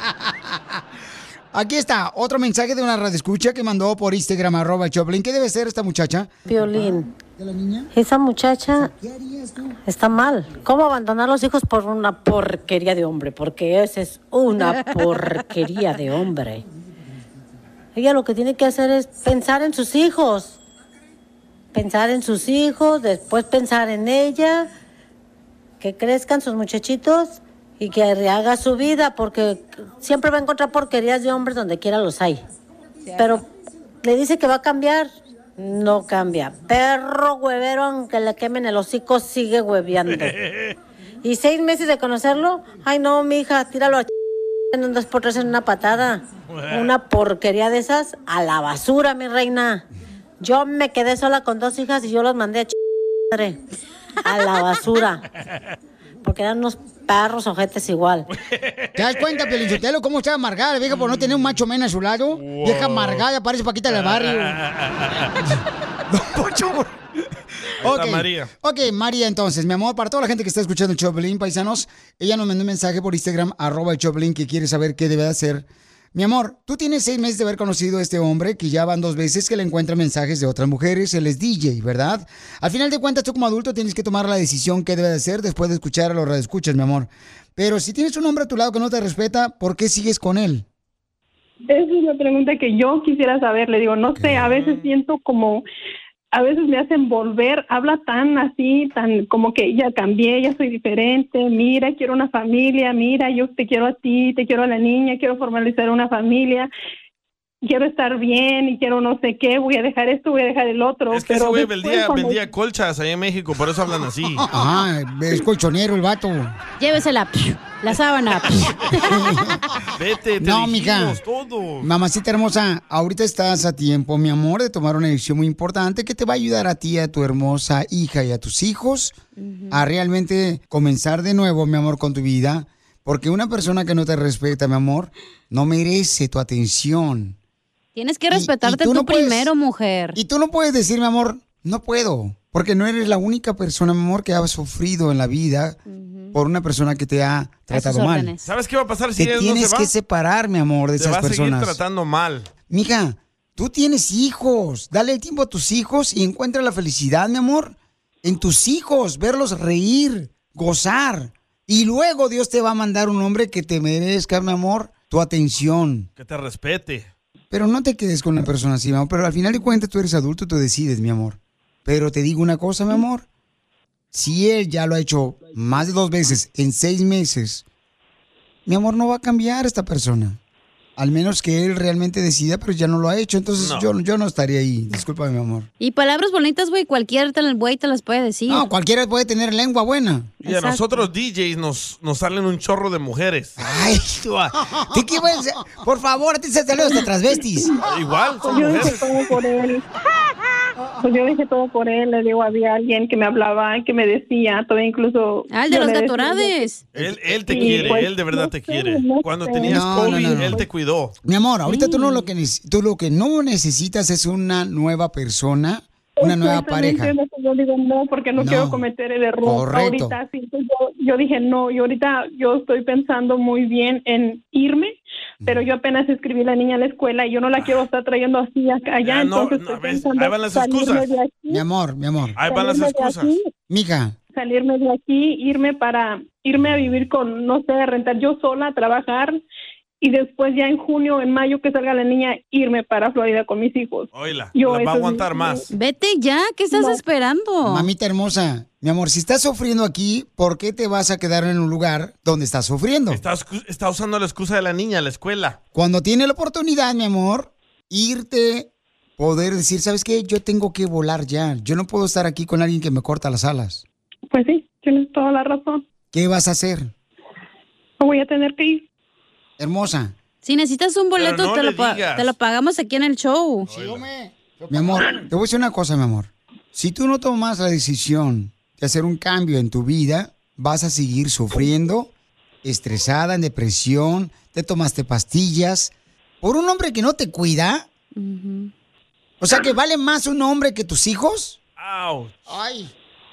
Speaker 3: Aquí está, otro mensaje de una radioescucha que mandó por Instagram, arroba el Choplin. ¿Qué debe ser esta muchacha?
Speaker 6: Violín. Esa muchacha está mal. ¿Cómo abandonar a los hijos por una porquería de hombre? Porque ese es una porquería de hombre. Ella lo que tiene que hacer es pensar en sus hijos. Pensar en sus hijos, después pensar en ella, que crezcan sus muchachitos y que haga su vida, porque siempre va a encontrar porquerías de hombres donde quiera los hay. Pero le dice que va a cambiar, no cambia. Perro huevero, aunque le quemen el hocico, sigue hueveando. Y seis meses de conocerlo, ay no, mija, tíralo a ch... en un dos por tres en una patada. Una porquería de esas a la basura, mi reina. Yo me quedé sola con dos hijas y yo los mandé a ch... a la basura. Porque eran unos perros ojetes igual.
Speaker 3: ¿Te das cuenta, Pelichotelo, cómo está amargada la vieja por no tener un macho men a su lado? Wow. Vieja amargada, parece Paquita del barrio. Don Poncho. Ok,
Speaker 5: María.
Speaker 3: Ok, María, entonces, mi amor, para toda la gente que está escuchando el Choplin, paisanos, ella nos mandó un mensaje por Instagram, arroba el Choplin, que quiere saber qué debe de hacer. Mi amor, tú tienes seis meses de haber conocido a este hombre que ya van dos veces que le encuentra mensajes de otras mujeres. Él es D J, ¿verdad? Al final de cuentas, tú como adulto tienes que tomar la decisión que debe de hacer después de escuchar a los radioescuchas, mi amor. Pero si tienes un hombre a tu lado que no te respeta, ¿por qué sigues con él?
Speaker 19: Esa es la pregunta que yo quisiera saber. Le digo, no sé, a veces siento como... A veces me hacen volver, habla tan así, tan como que ya cambié, ya soy diferente, mira, quiero una familia, mira, yo te quiero a ti, te quiero a la niña, quiero formalizar una familia, quiero estar bien y quiero no sé qué, voy a dejar esto, voy a dejar el otro.
Speaker 5: Es que
Speaker 19: pero
Speaker 5: ese güey vendía,
Speaker 19: cuando...
Speaker 5: vendía colchas allá en México, por eso hablan así.
Speaker 3: Ah, es colchonero el vato.
Speaker 4: Llévesela, la sábana.
Speaker 5: Vete, te
Speaker 3: no, mija.
Speaker 5: Todos.
Speaker 3: Mamacita hermosa, ahorita estás a tiempo, mi amor, de tomar una decisión muy importante que te va a ayudar a ti, a tu hermosa hija y a tus hijos uh-huh. a realmente comenzar de nuevo, mi amor, con tu vida. Porque una persona que no te respeta, mi amor, no merece tu atención.
Speaker 4: Tienes que respetarte y, y tú, tú no primero, puedes, mujer.
Speaker 3: Y tú no puedes decir, mi amor, no puedo. Porque no eres la única persona, mi amor, que ha sufrido en la vida uh-huh. por una persona que te ha tratado mal.
Speaker 5: ¿Sabes qué va a pasar si
Speaker 3: te
Speaker 5: él
Speaker 3: tienes
Speaker 5: no se va?
Speaker 3: que separar, mi amor, de
Speaker 5: te
Speaker 3: esas
Speaker 5: va
Speaker 3: personas.
Speaker 5: Te va a seguir tratando mal.
Speaker 3: Mija, tú tienes hijos. Dale el tiempo a tus hijos y encuentra la felicidad, mi amor, en tus hijos. Verlos reír, gozar. Y luego Dios te va a mandar un hombre que te merezca, mi amor, tu atención.
Speaker 5: Que te respete.
Speaker 3: Pero no te quedes con una persona así, mi amor. Pero al final de cuentas tú eres adulto, tú decides, mi amor. Pero te digo una cosa, mi amor. Si él ya lo ha hecho más de dos veces en seis meses, mi amor, no va a cambiar esta persona. Al menos que él realmente decida, pero ya no lo ha hecho. Entonces no. Yo, yo no estaría ahí. Discúlpame, mi amor.
Speaker 4: Y palabras bonitas, güey, cualquier güey te las puede decir.
Speaker 3: No, cualquiera puede tener lengua buena.
Speaker 5: Y Exacto. a nosotros D Js nos, nos salen un chorro de mujeres.
Speaker 3: Ay, tú, ¿qué, qué vas a... Por favor, a ti se salió hasta transvestis.
Speaker 5: Igual, son
Speaker 19: yo
Speaker 5: mujeres.
Speaker 19: Hice todo por él. Pues yo hice todo por él. Le digo, había alguien que me hablaba, que me decía, todavía incluso...
Speaker 4: Ah, el de los gatorades.
Speaker 5: Él, él te
Speaker 19: y
Speaker 5: quiere,
Speaker 19: pues,
Speaker 5: él de verdad
Speaker 19: no
Speaker 5: te
Speaker 19: sé,
Speaker 5: quiere.
Speaker 19: no
Speaker 5: Cuando
Speaker 19: sé.
Speaker 5: tenías
Speaker 3: No,
Speaker 5: COVID,
Speaker 3: no, no, no.
Speaker 5: él te cuidó.
Speaker 3: Mi amor, ahorita
Speaker 4: Sí.
Speaker 3: tú, no lo que, tú lo que no necesitas es una nueva persona, una nueva pareja.
Speaker 19: Exactamente, yo digo no, porque no,
Speaker 3: No.
Speaker 19: quiero cometer el error.
Speaker 3: Correcto.
Speaker 19: Ahorita sí, entonces yo, yo dije no, y ahorita yo estoy pensando muy bien en irme, pero yo apenas escribí la niña a la escuela y yo no la quiero estar trayendo así acá, allá,
Speaker 5: Ya, no,
Speaker 19: entonces
Speaker 5: no,
Speaker 19: estoy
Speaker 5: ves,
Speaker 19: pensando
Speaker 5: ahí van las
Speaker 19: salirme
Speaker 5: excusas.
Speaker 19: de aquí,
Speaker 3: Mi amor, mi amor.
Speaker 5: Ahí van las
Speaker 19: salirme de
Speaker 5: excusas.
Speaker 19: aquí,
Speaker 3: Mija,
Speaker 19: salirme de aquí, irme para, irme a vivir con, no sé, rentar yo sola, a trabajar, y después ya en junio, en mayo que salga la niña, irme para Florida con mis hijos.
Speaker 5: Oíla,
Speaker 19: Yo,
Speaker 5: la va a
Speaker 19: eso es
Speaker 5: aguantar
Speaker 19: mi-
Speaker 5: más.
Speaker 4: Vete ya, ¿qué estás
Speaker 19: No.
Speaker 4: esperando?
Speaker 3: mamita hermosa, mi amor, si estás sufriendo aquí, ¿por qué te vas a quedar en un lugar donde estás sufriendo?
Speaker 5: Está, excu- está usando la excusa de la niña, la escuela.
Speaker 3: Cuando tiene la oportunidad, mi amor, irte, poder decir, ¿sabes qué? Yo tengo que volar ya. Yo no puedo estar aquí con alguien que me corta las alas.
Speaker 19: Pues sí, tienes toda la razón.
Speaker 3: ¿Qué vas a hacer,
Speaker 19: No voy a tener que ir.
Speaker 3: hermosa?
Speaker 4: Si necesitas un boleto,
Speaker 5: Pero no
Speaker 4: te,
Speaker 5: le
Speaker 4: lo pa-
Speaker 5: digas.
Speaker 4: te lo pagamos aquí en el show.
Speaker 3: Mi amor, te voy a decir una cosa, mi amor. Si tú no tomas la decisión de hacer un cambio en tu vida, vas a seguir sufriendo estresada, en depresión, te tomaste pastillas, por un hombre que no te cuida.
Speaker 4: Ujú.
Speaker 3: O sea, que vale más un hombre que tus hijos.
Speaker 5: Ouch.
Speaker 3: Ay.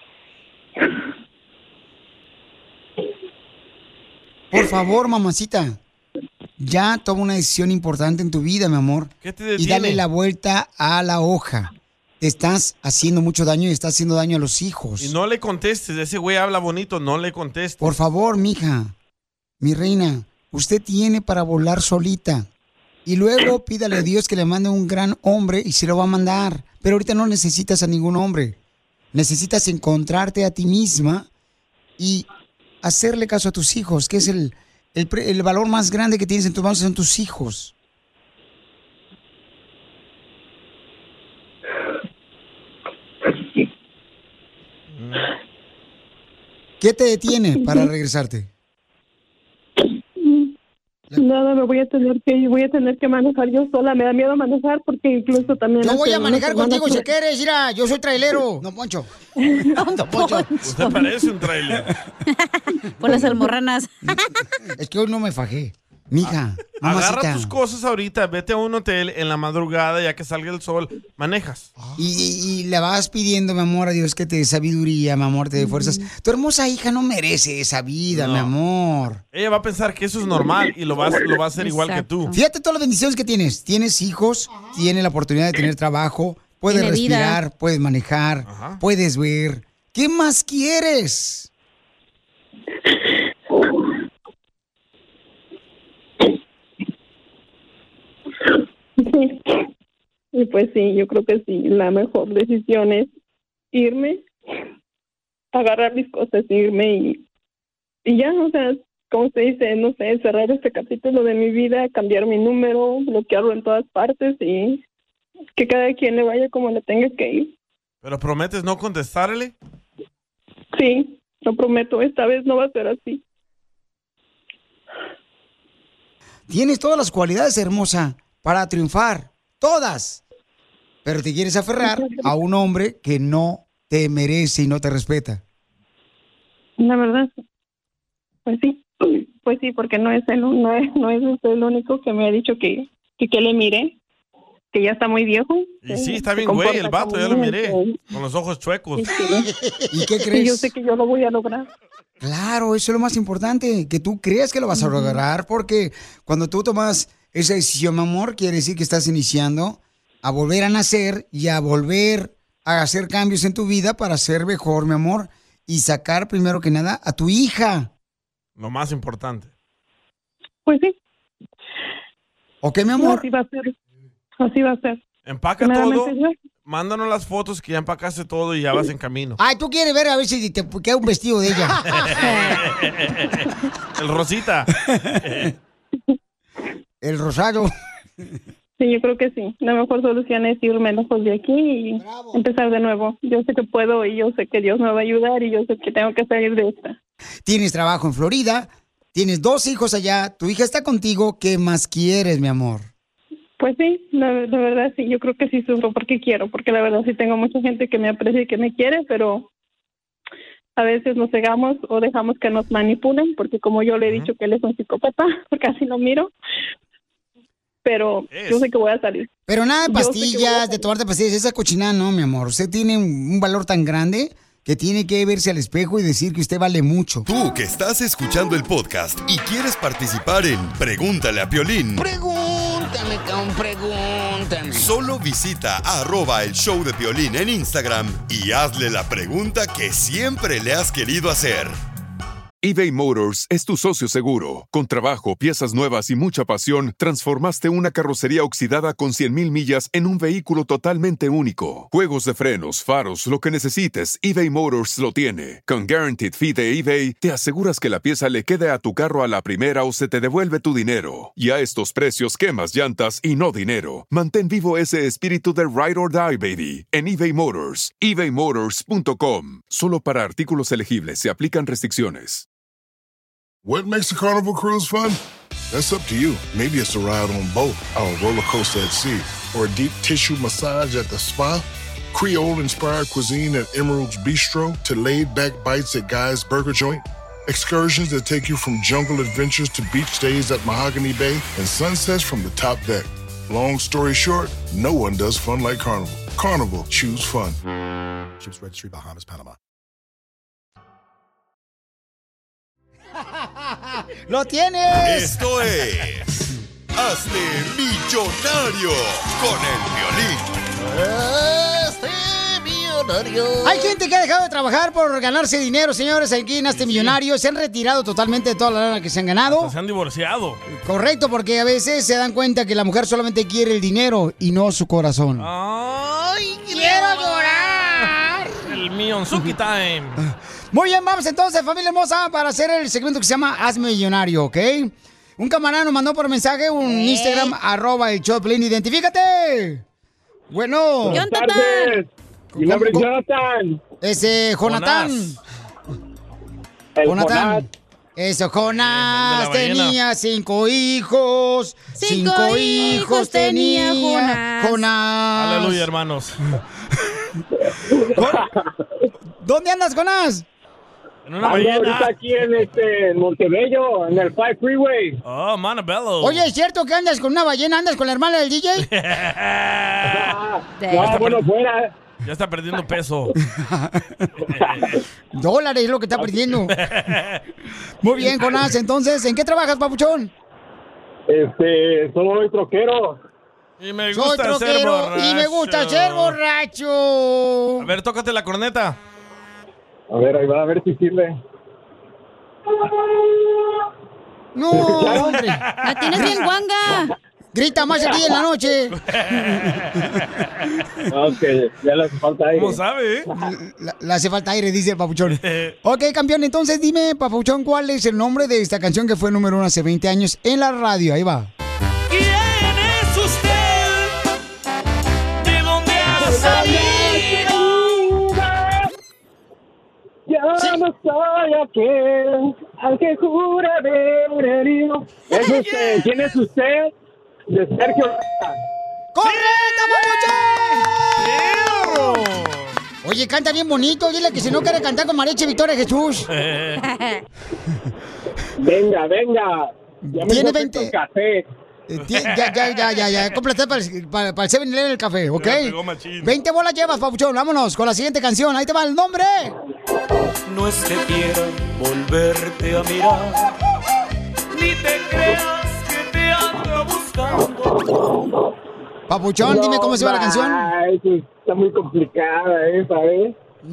Speaker 3: Por favor, mamacita, ya toma una decisión importante en tu vida, mi amor.
Speaker 5: ¿Qué te
Speaker 3: Y
Speaker 5: detiene?
Speaker 3: dale la vuelta a la hoja. Te estás haciendo mucho daño y estás haciendo daño a los hijos.
Speaker 5: Y no le contestes, ese güey habla bonito, no le contestes.
Speaker 3: Por favor, mija, mi reina, usted tiene para volar solita. Y luego pídale a Dios que le mande un gran hombre y se lo va a mandar. Pero ahorita no necesitas a ningún hombre. Necesitas encontrarte a ti misma y hacerle caso a tus hijos, que es el, el, pre- el valor más grande que tienes en tus manos, son tus hijos. ¿Qué te detiene para regresarte?
Speaker 19: Nada, me voy a tener que voy a tener que manejar yo sola. Me da miedo manejar porque incluso también...
Speaker 3: Yo voy
Speaker 19: hace
Speaker 3: a manejar
Speaker 19: una semana
Speaker 3: contigo si
Speaker 19: tuve-
Speaker 3: quieres, mira, yo soy trailero. No, Poncho. No, Poncho.
Speaker 5: Usted parece un trailer.
Speaker 4: Por las almorranas.
Speaker 3: Es que hoy no me fajé. Mija, mamacita.
Speaker 5: Agarra tus cosas ahorita, vete a un hotel en la madrugada, ya que salga el sol, manejas.
Speaker 3: Y, y- y le vas pidiendo, mi amor, a Dios que te dé sabiduría, mi amor, te dé fuerzas. Tu hermosa hija no merece esa vida,
Speaker 5: No.
Speaker 3: mi amor.
Speaker 5: Ella va a pensar que eso es normal y lo va, a- lo va a hacer igual que tú.
Speaker 3: Fíjate todas las bendiciones que tienes. Tienes hijos, tienes la oportunidad de tener trabajo, puedes
Speaker 4: Tiene vida.
Speaker 3: respirar, puedes manejar, puedes ver. ¿Qué más quieres?
Speaker 19: Sí. Y pues sí, yo creo que sí, la mejor decisión es irme, agarrar mis cosas, irme y, y ya, o sea, como se dice, no sé, cerrar este capítulo de mi vida, cambiar mi número, bloquearlo en todas partes y que cada quien le vaya como le tenga que ir.
Speaker 5: ¿Pero prometes no contestarle?
Speaker 19: Sí, lo prometo, esta vez no va a ser así.
Speaker 3: Tienes todas las cualidades, hermosa, para triunfar. Todas. Pero te quieres aferrar a un hombre que no te merece y no te respeta.
Speaker 19: La verdad, pues sí, pues sí, porque no es el, no es, no es usted el único que me ha dicho que, que, que le mire, que ya está muy viejo.
Speaker 5: Y sí, está
Speaker 19: Se
Speaker 5: bien güey
Speaker 19: comporta
Speaker 5: el vato,
Speaker 19: como
Speaker 5: ya lo
Speaker 19: niño,
Speaker 5: miré,
Speaker 19: que-
Speaker 5: con los ojos chuecos.
Speaker 3: ¿Y qué
Speaker 19: Y yo
Speaker 3: crees?
Speaker 19: sé que yo lo voy a lograr.
Speaker 3: Claro, eso es lo más importante, que tú creas que lo vas a lograr, porque cuando tú tomas esa decisión, mi amor, quiere decir que estás iniciando a volver a nacer y a volver a hacer cambios en tu vida para ser mejor, mi amor, y sacar primero que nada a tu hija.
Speaker 5: Lo más importante.
Speaker 19: Pues sí.
Speaker 3: ¿Ok, mi amor?
Speaker 19: Así va a ser. Así va a ser.
Speaker 5: Empaca todo,
Speaker 19: Primeramente Dios.
Speaker 5: mándanos las fotos que ya empacaste todo y ya vas en camino.
Speaker 3: Ay, tú quieres ver a ver si te queda un vestido de ella.
Speaker 5: El Rosita.
Speaker 3: El rosado.
Speaker 19: Sí, yo creo que sí. La mejor solución es irme lejos de aquí y empezar de nuevo. Yo sé que puedo y yo sé que Dios me va a ayudar y yo sé que tengo que salir de esta.
Speaker 3: Tienes trabajo en Florida, tienes dos hijos allá, tu hija está contigo, ¿qué más quieres, mi amor?
Speaker 19: Pues sí, la, la verdad sí, yo creo que sí sufro porque quiero, porque la verdad sí tengo mucha gente que me aprecia y que me quiere, pero a veces nos cegamos o dejamos que nos manipulen, porque como yo le he dicho que él es un psicópata, porque así lo miro, pero yo sé que voy a salir.
Speaker 3: Pero nada de
Speaker 19: Yo sé que voy a
Speaker 3: pastillas,
Speaker 19: salir.
Speaker 3: de tomarte pastillas, esa cochinada no, mi amor. Usted tiene un un valor tan grande que tiene que verse al espejo y decir que usted vale mucho.
Speaker 7: Tú que estás escuchando el podcast y quieres participar en Pregúntale a Piolín,
Speaker 14: Pregúntame, cabrón, pregúntame.
Speaker 7: solo visita arroba el show de Piolín en Instagram y hazle la pregunta que siempre le has querido hacer.
Speaker 8: eBay Motors es tu socio seguro. Con trabajo, piezas nuevas y mucha pasión, transformaste una carrocería oxidada con cien mil millas en un vehículo totalmente único. Juegos de frenos, faros, lo que necesites, eBay Motors lo tiene. Con Guaranteed Fee de eBay, te aseguras que la pieza le quede a tu carro a la primera o se te devuelve tu dinero. Y a estos precios, quemas llantas y no dinero. Mantén vivo ese espíritu de Ride or Die, baby, en eBay Motors. ebay motors punto com. Solo para artículos elegibles se aplican restricciones.
Speaker 9: What makes a Carnival cruise fun? That's up to you. Maybe it's a ride on boat, or a roller coaster at sea, or a deep tissue massage at the spa, Creole-inspired cuisine at Emerald's Bistro, to laid-back bites at Guy's Burger Joint. Excursions that take you from jungle adventures to beach stays at Mahogany Bay and sunsets from the top deck. Long story short, no one does fun like Carnival. Carnival, choose fun. Ships Registry, Bahamas, Panama.
Speaker 3: ¡Lo tienes!
Speaker 7: Esto es Hazte Millonario con el Piolín.
Speaker 3: Hazte millonario. Hay gente que ha dejado de trabajar por ganarse dinero, señores, aquí en Hazte Millonario. Se han retirado totalmente de toda la lana que se han ganado.
Speaker 5: Hasta se han divorciado.
Speaker 3: Correcto, porque a veces se dan cuenta que la mujer solamente quiere el dinero y no su corazón.
Speaker 5: ¡Ay,
Speaker 3: quiero llorar!
Speaker 5: El Mionzuki Time.
Speaker 3: Muy bien, vamos entonces, familia hermosa, para hacer el segmento que se llama Hazme Millonario, ¿ok? Un camarada nos mandó por mensaje un ¿Eh? Instagram, arroba el Choplin. ¡Identifícate! Bueno.
Speaker 10: Buenas tardes. Mi nombre es Jonathan.
Speaker 3: Ese, Jonathan. Jonathan. Eso, Jonás tenía cinco hijos. Cinco, cinco hijos tenía Jonás. Jonás.
Speaker 5: Aleluya, hermanos.
Speaker 3: ¿Dónde andas, Jonás?
Speaker 5: En una ballena.
Speaker 10: Ahorita aquí en, este, en Montebello, en el Five Freeway.
Speaker 5: Oh, Montebello.
Speaker 3: Oye, ¿es cierto que andas con una ballena? ¿Andas con la hermana del D J?
Speaker 10: No, bueno, fuera.
Speaker 5: Ya está perdiendo peso.
Speaker 3: Dólares es lo que está perdiendo. Muy bien, Jonás. Entonces, ¿en qué trabajas, papuchón?
Speaker 10: Este, soy troquero.
Speaker 5: Y me
Speaker 3: Soy
Speaker 5: gusta ser
Speaker 3: troquero
Speaker 5: borracho.
Speaker 3: y me gusta ser borracho.
Speaker 5: A ver, tócate la corneta.
Speaker 10: A ver, ahí va, a ver si sirve.
Speaker 3: No, hombre.
Speaker 4: La tienes bien guanga.
Speaker 3: Grita más aquí en la noche.
Speaker 10: Ok, ya le hace falta aire.
Speaker 5: ¿Cómo sabe?
Speaker 3: Le, le hace falta aire, dice el papuchón. Ok, campeón, entonces dime, papuchón, ¿cuál es el nombre de esta canción que fue número uno hace veinte años en la radio? Ahí va.
Speaker 11: ¿Quién es usted? ¿De dónde ha salido?
Speaker 10: Ya no soy aquel al que jura haber herido. ¿Es usted? ¿Quién es usted? De Sergio.
Speaker 3: ¡Correcto, papuchón! Oye, canta bien bonito. Dile que si no quiere cantar con Mariachi Victoria Jesús.
Speaker 10: Venga, venga. Ya me
Speaker 3: Tiene
Speaker 10: compré
Speaker 3: veinte.
Speaker 10: tu café.
Speaker 3: Eh, ti- Ya, ya, ya, ya, ya. Cómprate para, el- para, para el seven eleven el café, ¿ok?
Speaker 5: Ya pegó machín.
Speaker 3: veinte bolas llevas, papuchón. Vámonos con la siguiente canción. Ahí te va el nombre.
Speaker 11: No es que quiera volverte a mirar, ni te creas que te ando buscando.
Speaker 3: Papuchón, dime cómo se va la canción.
Speaker 10: Ay, pues, está muy complicada, ¿eh? ¿Sabes?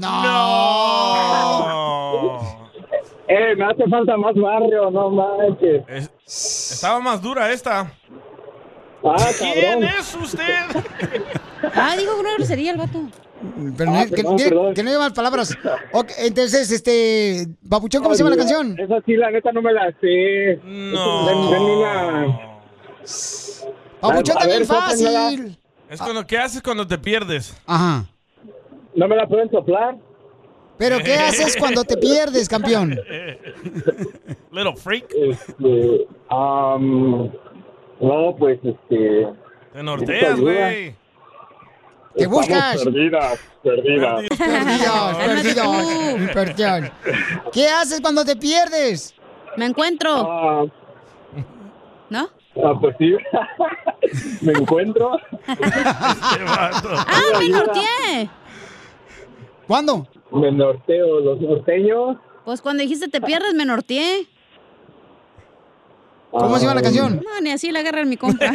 Speaker 3: No.
Speaker 10: Eh, me hace falta más barrio, no manches.
Speaker 5: Es- estaba más dura esta.
Speaker 10: Ah,
Speaker 5: ¿Quién
Speaker 10: cabrón.
Speaker 5: es usted?
Speaker 4: Ah, digo una grosería el vato.
Speaker 3: Pero no,
Speaker 10: Ah,
Speaker 3: que,
Speaker 10: perdón,
Speaker 3: que-
Speaker 10: perdón.
Speaker 3: que no llevan palabras. Ok, entonces, este. Papuchón, ¿cómo se llama la canción?
Speaker 10: Esa sí, la neta no me la sé.
Speaker 5: No.
Speaker 10: Den- denme una...
Speaker 3: Papuchón,
Speaker 10: A
Speaker 3: está
Speaker 10: ver,
Speaker 3: bien
Speaker 10: sóplenmela.
Speaker 3: fácil.
Speaker 5: Es cuando, ¿qué haces cuando te pierdes?
Speaker 3: Ajá.
Speaker 10: ¿No me la pueden soplar?
Speaker 3: Pero, ¿qué haces cuando te pierdes, campeón?
Speaker 5: Little freak.
Speaker 10: Este, um, no, pues, este...
Speaker 5: Te norteas, güey.
Speaker 3: Te
Speaker 10: estamos
Speaker 3: buscas.
Speaker 10: perdidas, perdidas.
Speaker 3: Perdidos, perdidos, perdidos. ¿Qué haces cuando te pierdes?
Speaker 4: Me encuentro.
Speaker 10: Ah,
Speaker 4: ¿No?
Speaker 10: ah, pues sí. Me encuentro.
Speaker 4: ¡Ah, me norteé!
Speaker 3: ¿Cuándo?
Speaker 10: Me norteo, los norteños.
Speaker 4: Pues cuando dijiste te pierdes, me norteé.
Speaker 3: ¿Cómo se llama la canción?
Speaker 4: No, ni así la agarran mi compa.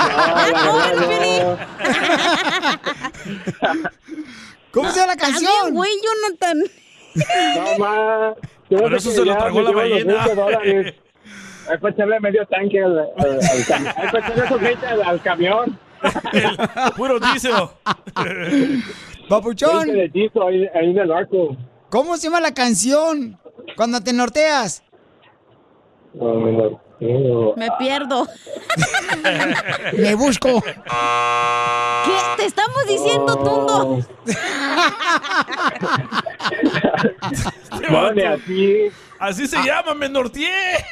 Speaker 3: ¿Cómo se llama la
Speaker 4: Está
Speaker 3: canción?
Speaker 4: bien, güey, Jonathan.
Speaker 10: No, ma.
Speaker 5: Por eso se lo tragó la ballena.
Speaker 10: Hay que echarle medio tanque al, al, al camión. Hay que echarle esos veinte al, al camión.
Speaker 5: Puro diésel.
Speaker 3: Papuchón.
Speaker 10: veinte de diesel ahí, ahí en el arco.
Speaker 3: ¿Cómo se llama la canción cuando te norteas?
Speaker 10: No, me norteo.
Speaker 4: Me pierdo.
Speaker 3: Me busco.
Speaker 4: ¿Qué? Te estamos diciendo, Tundo.
Speaker 10: No, ni así.
Speaker 5: Así se llama, me norteé.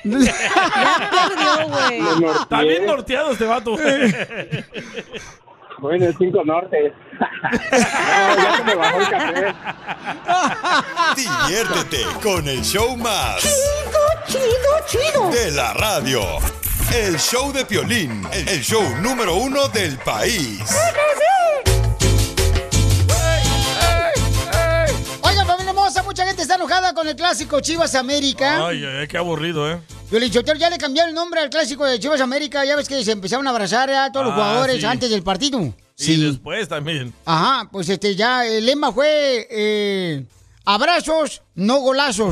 Speaker 4: Ya perdió, güey.
Speaker 10: Me norteé.
Speaker 5: Está bien norteado este vato.
Speaker 10: voy en el cinco Norte. No, ya se me bajó el café.
Speaker 7: Diviértete con el show más
Speaker 11: Chido, chido, chido.
Speaker 7: de la radio. El show de Piolín, el show número uno del país.
Speaker 3: Oiga, familia hermosa, mucha gente está enojada con el clásico Chivas América.
Speaker 5: Ay, ay, qué aburrido, ¿eh?
Speaker 3: Piolín Sotelo, ya le cambiaron el nombre al clásico de Chivas América. Ya ves que se empezaron a abrazar a todos los
Speaker 5: Ah,
Speaker 3: jugadores
Speaker 5: sí.
Speaker 3: antes del partido.
Speaker 5: Y después también.
Speaker 3: Ajá, pues este ya el lema fue eh, abrazos, no golazos.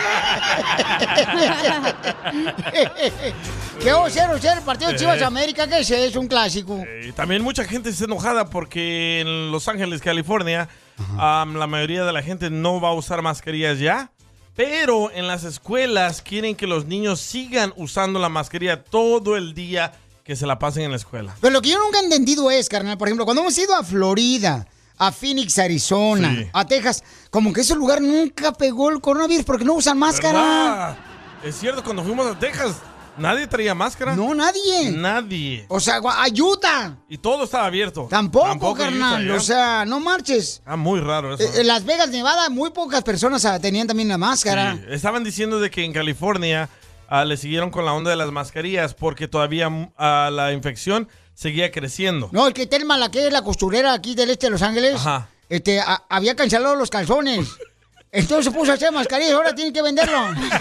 Speaker 3: Quedó cero cero el partido de Chivas América, que ese es un clásico.
Speaker 5: Y también mucha gente está enojada porque en Los Ángeles, California, um, la mayoría de la gente no va a usar mascarillas ya. Pero en las escuelas quieren que los niños sigan usando la mascarilla todo el día que se la pasen en la escuela.
Speaker 3: Pero lo que yo nunca he entendido es, carnal, por ejemplo, cuando hemos ido a Florida, a Phoenix, Arizona,
Speaker 5: Sí.
Speaker 3: a Texas, como que ese lugar nunca pegó el coronavirus porque no usan máscara.
Speaker 5: ¿Verdad? Es cierto, cuando fuimos a Texas, nadie traía máscara.
Speaker 3: No, nadie.
Speaker 5: Nadie.
Speaker 3: O sea, ayuda.
Speaker 5: Y todo estaba abierto.
Speaker 3: Tampoco, carnal.
Speaker 5: Utah, ¿ya?
Speaker 3: O sea, no marches.
Speaker 5: Ah, muy raro eso.
Speaker 3: Eh, En Las Vegas, Nevada, muy pocas personas ah, tenían también la máscara.
Speaker 5: Sí, estaban diciendo de que en California ah, le siguieron con la onda de las mascarillas porque todavía ah, la infección seguía creciendo.
Speaker 3: No, el que Telma, la que es la costurera aquí del este de Los Ángeles,
Speaker 5: Ajá.
Speaker 3: este, a- había cancelado los calzones. Entonces se puso a hacer mascarillas, ahora tienen que venderlo.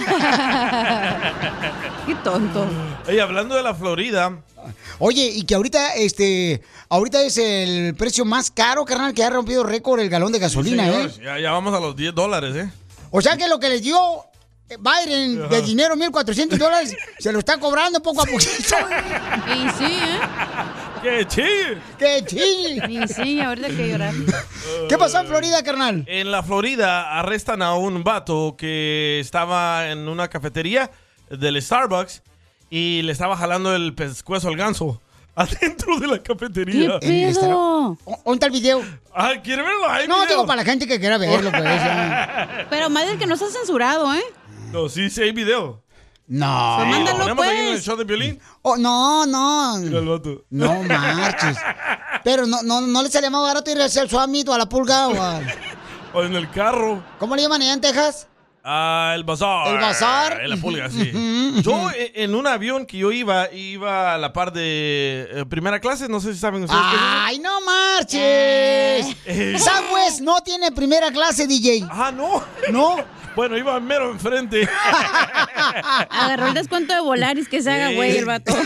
Speaker 4: Qué tonto.
Speaker 5: Y hablando de la Florida.
Speaker 3: Oye, y que ahorita, este, ahorita es el precio más caro, carnal, que ha rompido récord el galón de gasolina,
Speaker 5: Sí,
Speaker 3: ¿eh?
Speaker 5: señor, ya, ya vamos a los diez dólares, ¿eh?
Speaker 3: O sea que lo que les dio Biden de dinero, mil cuatrocientos dólares, se lo está cobrando poco a poquito.
Speaker 4: Y sí, ¿eh?
Speaker 5: ¡Qué chill!
Speaker 3: ¡Qué chill!
Speaker 4: Y sí, ahorita hay que llorar.
Speaker 3: ¿Qué pasó en Florida, carnal?
Speaker 5: En la Florida arrestan a un vato que estaba en una cafetería del Starbucks y le estaba jalando el pescuezo al ganso adentro de la cafetería.
Speaker 3: ¿Qué pedo? ¿Dónde está el video?
Speaker 5: Ah, ¿quiere verlo? Hay
Speaker 3: No,
Speaker 5: video.
Speaker 3: digo para la gente que quiera verlo, pues. ya.
Speaker 4: Pero más del que no está censurado, ¿eh?
Speaker 5: No, sí, sí hay video.
Speaker 3: No.
Speaker 5: Sí,
Speaker 4: mándalo,
Speaker 5: ¿lo ponemos ahí en
Speaker 4: pues.
Speaker 5: el show de violín?
Speaker 3: Oh, no, no.
Speaker 5: Mira el vato.
Speaker 3: No marches. Pero no, no, no le sale más barato ir hacia el Summit o a la Pulga o a...
Speaker 5: O en el carro.
Speaker 3: ¿Cómo le llaman allá en Texas?
Speaker 5: Ah, el bazar.
Speaker 3: ¿El bazar?
Speaker 5: En la pulga, sí. Yo eh, en un avión que yo iba, iba a la par de eh, primera clase, no sé si saben ustedes qué es eso.
Speaker 3: ¡Ay, no marches!
Speaker 5: Eh.
Speaker 3: Southwest no tiene primera clase, D J.
Speaker 5: Ah, no.
Speaker 3: ¿No?
Speaker 5: Bueno, iba mero enfrente.
Speaker 4: Agarró el descuento de Volaris que se haga, güey, el vato.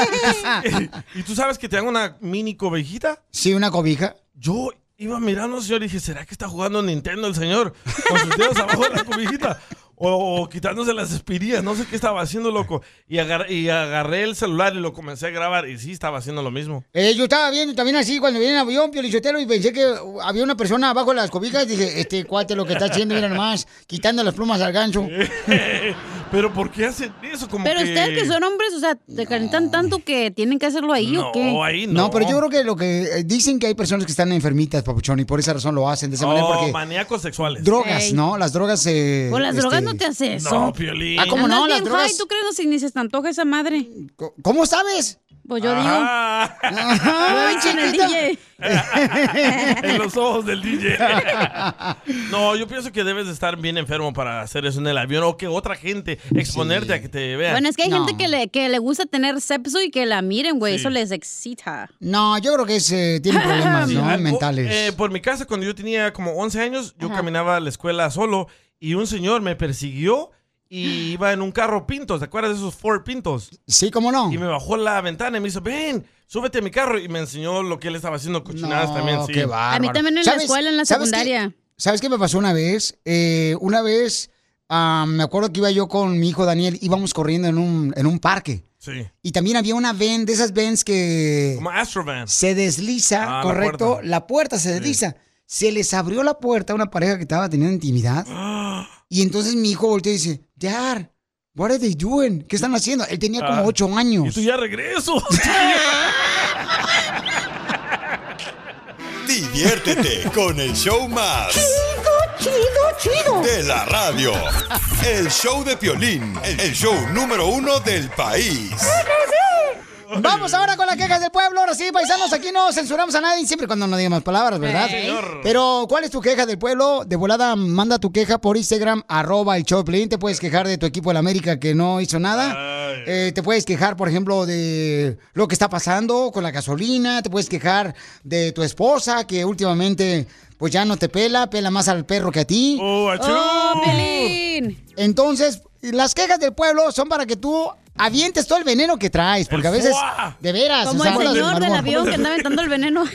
Speaker 5: ¿Y tú sabes que te dan una mini cobijita?
Speaker 3: Sí, una cobija.
Speaker 5: Yo iba mirando, señor, y dije, ¿será que está jugando Nintendo el señor? Con sus dedos abajo de la cobijita. O, o quitándose las espirillas, no sé qué estaba haciendo, loco. Y agarré, y agarré el celular y lo comencé a grabar. Y sí, estaba haciendo lo mismo.
Speaker 3: Eh, yo estaba viendo también así cuando viene en avión, Pio Lichotelo, y pensé que uh, había una persona abajo de las cobijas. Dije, este cuate lo que está haciendo, mira nomás, quitando las plumas al gancho.
Speaker 5: Pero ¿por qué hacen eso? Como
Speaker 4: Pero
Speaker 5: que...
Speaker 4: ustedes que son hombres, o sea, ¿te calentan tanto que tienen que hacerlo ahí
Speaker 5: No,
Speaker 4: o qué?
Speaker 5: ahí no.
Speaker 3: No, pero yo creo que lo que eh, dicen que hay personas que están enfermitas, papuchón, y por esa razón lo hacen de esa manera.
Speaker 5: Oh,
Speaker 3: Porque
Speaker 5: maníacos sexuales.
Speaker 3: drogas,
Speaker 4: Ey.
Speaker 3: ¿no? Las drogas... Eh,
Speaker 4: Con las
Speaker 3: este,
Speaker 4: drogas no te hace eso.
Speaker 5: No, Piolín.
Speaker 3: Ah, ¿cómo no?
Speaker 4: Andas
Speaker 3: Las
Speaker 4: bien
Speaker 3: drogas...
Speaker 4: high, ¿tú crees no si ni se te antoja esa madre?
Speaker 3: ¿Cómo sabes?
Speaker 4: Pues yo
Speaker 5: Ah.
Speaker 3: Ajá,
Speaker 4: digo. Lo he dicho en el
Speaker 3: chiquita.
Speaker 4: D J.
Speaker 5: En los ojos del D J. No, yo pienso que debes de estar bien enfermo para hacer eso en el avión o que otra gente exponerte a que te vean.
Speaker 4: Bueno, es que hay
Speaker 3: No.
Speaker 4: gente que le, que le gusta tener sexo y que la miren, güey.
Speaker 5: Sí.
Speaker 4: Eso les excita.
Speaker 3: No, yo creo que es, eh, tienen problemas,
Speaker 5: Sí,
Speaker 3: ¿no?
Speaker 5: ah,
Speaker 3: Mentales.
Speaker 5: eh, por mi casa, cuando yo tenía como once años, yo caminaba a la escuela solo y un señor me persiguió y iba en un carro Pintos. ¿Te acuerdas de esos Ford Pintos?
Speaker 3: Sí, ¿cómo no?
Speaker 5: Y me bajó la ventana y me hizo, ven, súbete a mi carro. Y me enseñó lo que él estaba haciendo, cochinadas
Speaker 3: No,
Speaker 5: también, sí.
Speaker 3: qué bárbaro.
Speaker 4: A mí también en la
Speaker 3: ¿Sabes-
Speaker 4: escuela, en la
Speaker 3: sabes qué-
Speaker 4: secundaria.
Speaker 3: ¿Sabes qué me pasó una vez? Eh, una vez, ah, me acuerdo que iba yo con mi hijo Daniel, íbamos corriendo en un, en un parque.
Speaker 5: Sí.
Speaker 3: Y también había una van, de esas vans que
Speaker 5: Como Astrovan.
Speaker 3: se desliza,
Speaker 5: Ah, la
Speaker 3: ¿correcto?
Speaker 5: puerta.
Speaker 3: La puerta, se desliza. Se les abrió la puerta a una pareja que estaba teniendo intimidad. Y entonces mi hijo volteó y dice, Dad, what are they doing? ¿Qué están haciendo? Él tenía como
Speaker 5: Ah,
Speaker 3: ocho años.
Speaker 5: Y tú ya regreso.
Speaker 7: Diviértete con el show más
Speaker 11: Chido, chido, chido.
Speaker 7: de la radio. El show de Piolín, el show número uno del país.
Speaker 3: Vamos ahora con las quejas del pueblo. Ahora sí, paisanos, aquí no censuramos a nadie, siempre cuando no digamos palabras, ¿verdad?
Speaker 5: Sí, señor.
Speaker 3: Pero, ¿cuál es tu queja del pueblo? De volada, manda tu queja por Instagram, arroba el show de Piolín. Te puedes quejar de tu equipo de la América que no hizo nada. Eh, te puedes quejar, por ejemplo, de lo que está pasando con la gasolina. Te puedes quejar de tu esposa que últimamente... pues ya no te pela, pela más al perro que a ti.
Speaker 5: ¡Oh, achú!
Speaker 4: ¡Oh, Piolín!
Speaker 3: Entonces, las quejas del pueblo son para que tú avientes todo el veneno que traes, porque a veces,
Speaker 5: ¡Fua!
Speaker 3: de veras...
Speaker 4: Como
Speaker 3: o sea,
Speaker 4: el
Speaker 3: las
Speaker 4: señor
Speaker 3: mal
Speaker 4: del
Speaker 3: humor.
Speaker 4: avión que anda aventando el veneno.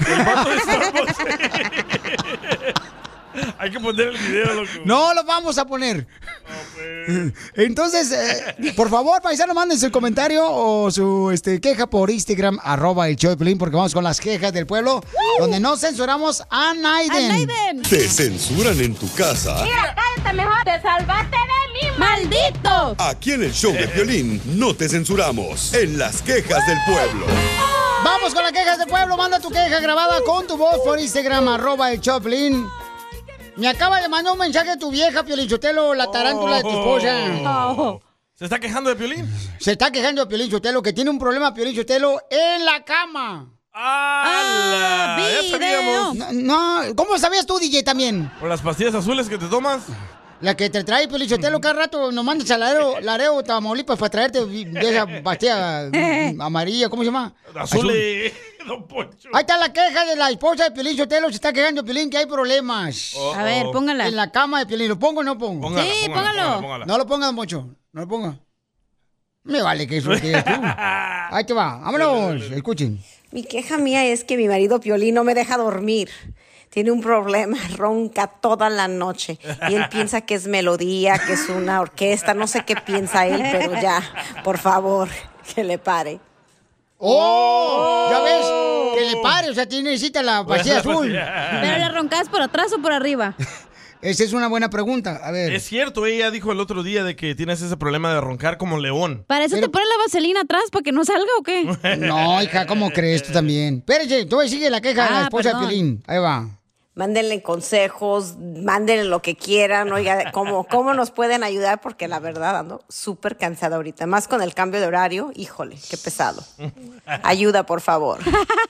Speaker 5: Hay que poner el video, loco.
Speaker 3: No lo vamos a poner. Entonces, eh, por favor, paisano, manden su comentario o su este, queja por Instagram, arroba el show de Piolín, porque vamos con las quejas del pueblo, ¡Woo! Donde no censuramos a Naiden.
Speaker 4: ¡A Naiden!
Speaker 7: ¿Te censuran en tu casa?
Speaker 11: Mira, cállate mejor. Te salvaste de mí,
Speaker 4: ¡maldito!
Speaker 7: Aquí en el show de Piolín no te censuramos. En las quejas del pueblo.
Speaker 3: Vamos con las quejas del pueblo. Manda tu queja grabada con tu voz por Instagram, arroba el show de Piolín. Me acaba de mandar un mensaje de tu vieja, Piolichotelo, la tarántula de tu esposa.
Speaker 5: Oh. ¿Se está quejando de Piolín?
Speaker 3: Se está quejando de Piolichotelo, que tiene un problema, Piolichotelo, en la cama.
Speaker 5: ¡Ah! Ya sabíamos.
Speaker 3: No, no, ¿cómo sabías tú, D J, también?
Speaker 5: ¿Por las pastillas azules que te tomas?
Speaker 3: La que te trae Piolichotelo cada rato, nos mandas a Laredo, Laredo, Tamaulipas, para traerte de esa pastilla amarilla, ¿cómo se llama?
Speaker 5: Azul. Don Poncho.
Speaker 3: Ahí está la queja de la esposa de Piolín Sotelo, se está quejando de Piolín que hay problemas.
Speaker 5: Oh,
Speaker 4: a ver, póngala.
Speaker 3: En la cama de Piolín, ¿lo pongo o no pongo?
Speaker 5: Póngala,
Speaker 4: sí,
Speaker 5: póngala,
Speaker 4: póngalo.
Speaker 5: Póngala, póngala.
Speaker 3: No lo pongas, Mocho, no lo ponga. Me vale que eso que tú. Ahí te va, vámonos, escuchen.
Speaker 12: Mi queja mía es que mi marido Piolín no me deja dormir. Tiene un problema, ronca toda la noche. Y él piensa que es melodía, que es una orquesta, no sé qué piensa él, pero ya, por favor, que le pare.
Speaker 3: ¡Oh! ¿Ya ves? Que le pare, o sea, tiene, necesita la pastilla azul.
Speaker 4: ¿Pero la roncas por atrás o por arriba?
Speaker 3: Esa es una buena pregunta, a ver.
Speaker 5: Es cierto, ella dijo el otro día de que tienes ese problema de roncar como león.
Speaker 4: ¿Para eso
Speaker 3: Pero-
Speaker 4: te pones la vaselina atrás para que no salga o qué?
Speaker 3: No, hija, ¿cómo crees tú también? Espérate, tú sigue la queja de la
Speaker 4: Ah,
Speaker 3: esposa
Speaker 4: perdón.
Speaker 3: de Piolín. Ahí va.
Speaker 12: Mándenle consejos, mándenle lo que quieran, oiga, ¿cómo, cómo nos pueden ayudar? Porque la verdad ando súper cansada ahorita, más con el cambio de horario, híjole, qué pesado. Ayuda, por favor.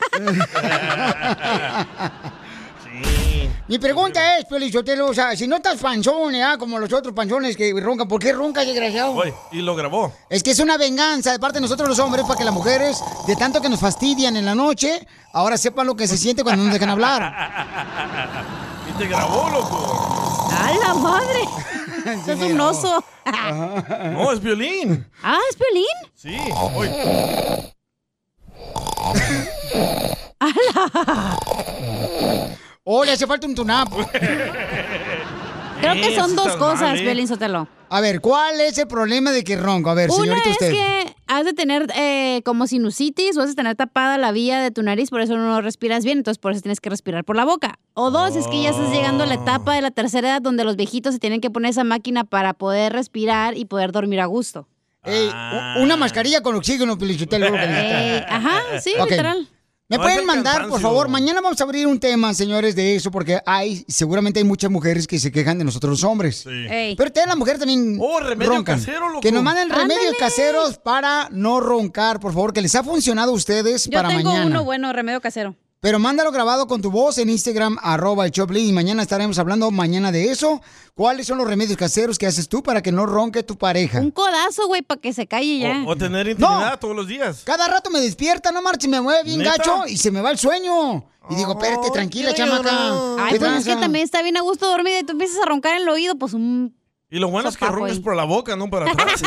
Speaker 3: Mi pregunta es, Piolichotelo, o sea, si no estás panzón, ¿eh? Como los otros panzones que roncan, ¿por qué roncas, desgraciado?
Speaker 5: Oye, y lo grabó.
Speaker 3: Es que es una venganza de parte de nosotros los hombres para que las mujeres, de tanto que nos fastidian en la noche, ahora sepan lo que se siente cuando nos dejan hablar.
Speaker 5: Y te grabó, loco.
Speaker 4: ¡A la madre! Eso es un oso.
Speaker 5: No, es Piolín.
Speaker 4: Ah, ¿es Piolín?
Speaker 5: Sí. Oye.
Speaker 3: Oh, le hace falta un tune-up.
Speaker 4: Creo que son
Speaker 5: Eso
Speaker 4: dos
Speaker 5: está
Speaker 4: cosas,
Speaker 5: mal, ¿eh?
Speaker 4: Piolín Sotelo.
Speaker 3: A ver, ¿cuál es el problema de que ronco? A ver,
Speaker 4: Una
Speaker 3: señorita,
Speaker 4: es
Speaker 3: usted.
Speaker 4: que has de tener eh, como sinusitis o has de tener tapada la vía de tu nariz, por eso no respiras bien, entonces por eso tienes que respirar por la boca. O dos, es que ya estás llegando a la etapa de la tercera edad donde los viejitos se tienen que poner esa máquina para poder respirar y poder dormir a gusto.
Speaker 3: Ey, u- una mascarilla con oxígeno, Piolichotelo. lo que necesita.
Speaker 4: Ey, ajá, sí,
Speaker 3: Ok.
Speaker 4: literal.
Speaker 3: ¿Me
Speaker 5: No,
Speaker 3: pueden
Speaker 5: es el
Speaker 3: mandar, por
Speaker 5: cansancio.
Speaker 3: favor? Mañana vamos a abrir un tema, señores, de eso, porque hay, seguramente hay muchas mujeres que se quejan de nosotros los hombres.
Speaker 5: Sí.
Speaker 4: Ey.
Speaker 3: Pero ustedes, las mujeres, también
Speaker 5: Oh, remedio
Speaker 3: roncan.
Speaker 5: casero, loco.
Speaker 3: Que nos manden remedios
Speaker 4: Ándale.
Speaker 3: caseros para no roncar, por favor, que les ha funcionado a ustedes
Speaker 4: Yo
Speaker 3: para
Speaker 4: tengo
Speaker 3: mañana.
Speaker 4: uno bueno, remedio casero.
Speaker 3: Pero mándalo grabado con tu voz en Instagram, arroba el Choplin, y mañana estaremos hablando mañana de eso. ¿Cuáles son los remedios caseros que haces tú para que no ronque tu pareja?
Speaker 4: Un codazo, güey, para que se calle ya.
Speaker 5: O, o tener intimidad todos los días.
Speaker 3: Cada rato me despierta, no marches, me mueve bien
Speaker 5: ¿Neta?
Speaker 3: gacho y se me va el sueño. Y digo, espérate, tranquila,
Speaker 5: quiero
Speaker 3: chamaca.
Speaker 5: llorar.
Speaker 4: Ay,
Speaker 3: ¿Qué
Speaker 4: pues es
Speaker 3: tranza?
Speaker 4: que también está bien a gusto dormida y tú empiezas a roncar en el oído, pues un...
Speaker 5: Y lo bueno es que
Speaker 4: Sopapo
Speaker 5: roncas
Speaker 4: ahí.
Speaker 5: por la boca, no para atrás.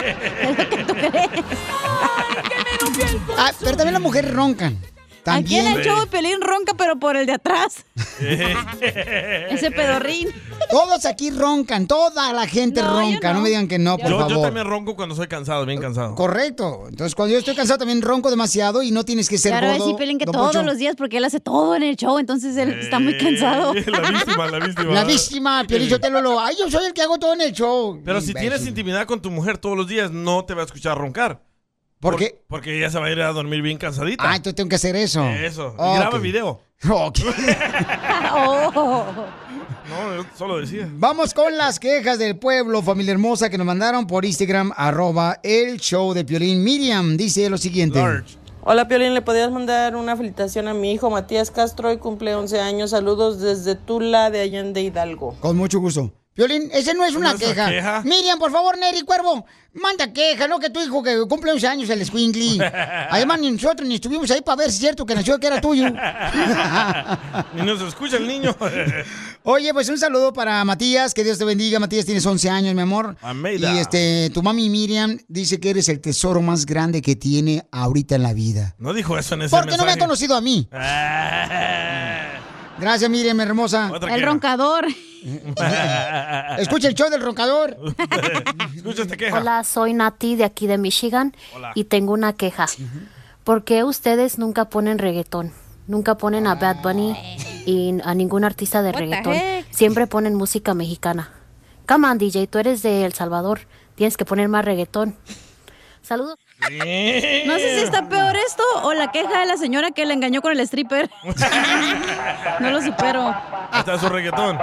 Speaker 3: Ah, pero también las mujeres roncan.
Speaker 4: Aquí en
Speaker 3: También.
Speaker 4: el show de Pelín ronca, pero por el de atrás. Ese pedorrín.
Speaker 3: Todos aquí roncan, toda la gente
Speaker 4: No, yo
Speaker 3: ronca. No.
Speaker 4: no.
Speaker 3: me digan que no, por
Speaker 5: yo,
Speaker 3: favor.
Speaker 5: yo también ronco cuando soy cansado, bien cansado.
Speaker 3: Correcto. Entonces, cuando yo estoy cansado, también ronco demasiado y no tienes que ser
Speaker 4: Claro,
Speaker 3: gordo.
Speaker 4: decir Pelín que
Speaker 3: don
Speaker 4: todos
Speaker 3: Poncho.
Speaker 4: los días, porque él hace todo en el show, entonces él está muy cansado.
Speaker 5: Eh, La víctima, la víctima.
Speaker 3: La víctima, Piolín Sotelo, lo. Ay, yo soy el que hago todo en el show.
Speaker 5: Pero si
Speaker 3: Imbécil.
Speaker 5: tienes intimidad con tu mujer todos los días, no te va a escuchar roncar.
Speaker 3: ¿Por qué?
Speaker 5: Porque ella se va a ir a dormir bien cansadita.
Speaker 3: Ah, entonces tengo que hacer eso.
Speaker 5: Eso. Y
Speaker 3: Ok.
Speaker 5: graba video.
Speaker 3: Ok.
Speaker 4: Oh.
Speaker 5: No, yo solo decía.
Speaker 3: Vamos con las quejas del pueblo, familia hermosa, que nos mandaron por Instagram, arroba el show de Piolín. Miriam dice lo siguiente.
Speaker 5: Large.
Speaker 13: Hola, Piolín, ¿le podrías mandar una felicitación a mi hijo Matías Castro y cumple once años? Saludos desde Tula de Allende Hidalgo.
Speaker 3: Con mucho gusto. Piolín, ese no es una
Speaker 13: ¿No es una
Speaker 3: queja.
Speaker 13: queja?
Speaker 3: Miriam, por favor, Neri Cuervo, manda queja, ¿no? Que tu hijo que cumple once años, el escuincli. Además, ni nosotros ni estuvimos ahí para ver si es cierto que nació que era tuyo.
Speaker 5: Ni nos escucha el niño.
Speaker 3: Oye, pues un saludo para Matías, que Dios te bendiga. Matías, tienes once años, mi amor.
Speaker 5: Almeida.
Speaker 3: Y este, tu mami Miriam dice que eres el tesoro más grande que tiene ahorita en la vida.
Speaker 5: No dijo eso en ese
Speaker 3: Porque no me ha
Speaker 5: mensaje.
Speaker 3: conocido a mí. Gracias, Miriam, hermosa.
Speaker 5: Otra
Speaker 4: El
Speaker 5: queja.
Speaker 4: roncador.
Speaker 3: Escucha el show del roncador.
Speaker 5: Escucha esta queja.
Speaker 15: Hola, soy Nati de aquí de Michigan.
Speaker 5: Hola.
Speaker 15: Y tengo una queja. ¿Por qué ustedes nunca ponen reggaetón? Nunca ponen a Bad Bunny y a ningún artista de
Speaker 4: What the
Speaker 15: reggaetón.
Speaker 4: heck?
Speaker 15: Siempre ponen música mexicana. Come on, D J, tú eres de El Salvador. Tienes que poner más reggaetón. Saludos.
Speaker 4: No sé si está peor esto o la queja de la señora que le engañó con el stripper. No lo supero.
Speaker 5: Ahí está su reggaetón.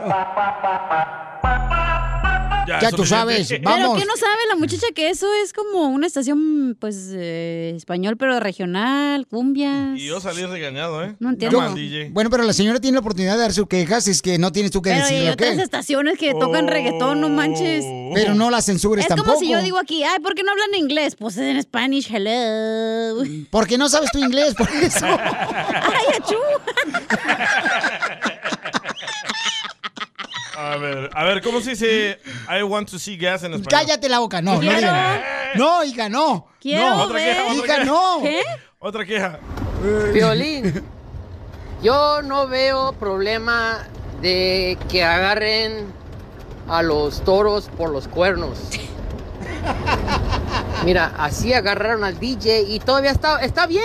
Speaker 3: Ya tú sabes,
Speaker 4: Pero
Speaker 3: vamos.
Speaker 4: ¿qué no sabe la muchacha que eso es como una estación, pues, eh, español, pero regional, cumbia?
Speaker 5: Y yo salí regañado, ¿eh?
Speaker 4: No entiendo.
Speaker 5: Llama al D J.
Speaker 3: Bueno, pero la señora tiene la oportunidad de dar sus quejas, es que no tienes tú que
Speaker 4: Pero hay
Speaker 3: decirle,
Speaker 4: otras
Speaker 3: ¿ok?
Speaker 4: estaciones que tocan reggaetón, no manches.
Speaker 3: Pero no la censures
Speaker 4: Es
Speaker 3: tampoco.
Speaker 4: como si yo digo aquí, ay, ¿por qué no hablan inglés? Pues en Spanish, hello.
Speaker 3: Porque no sabes tu inglés, por eso.
Speaker 4: Ay, achú.
Speaker 5: A ver, a ver, ¿cómo se dice I want to see gas en español?
Speaker 3: Cállate la boca, no, no
Speaker 5: Quiero.
Speaker 3: digas. No, hija, no.
Speaker 4: Quiero
Speaker 3: no.
Speaker 5: Otra queja, otra
Speaker 3: Hija,
Speaker 5: queja.
Speaker 3: no.
Speaker 4: ¿Qué?
Speaker 5: Otra queja.
Speaker 18: Piolín, yo no veo problema de que agarren a los toros por los cuernos. Mira, así agarraron al D J y todavía está, está bien.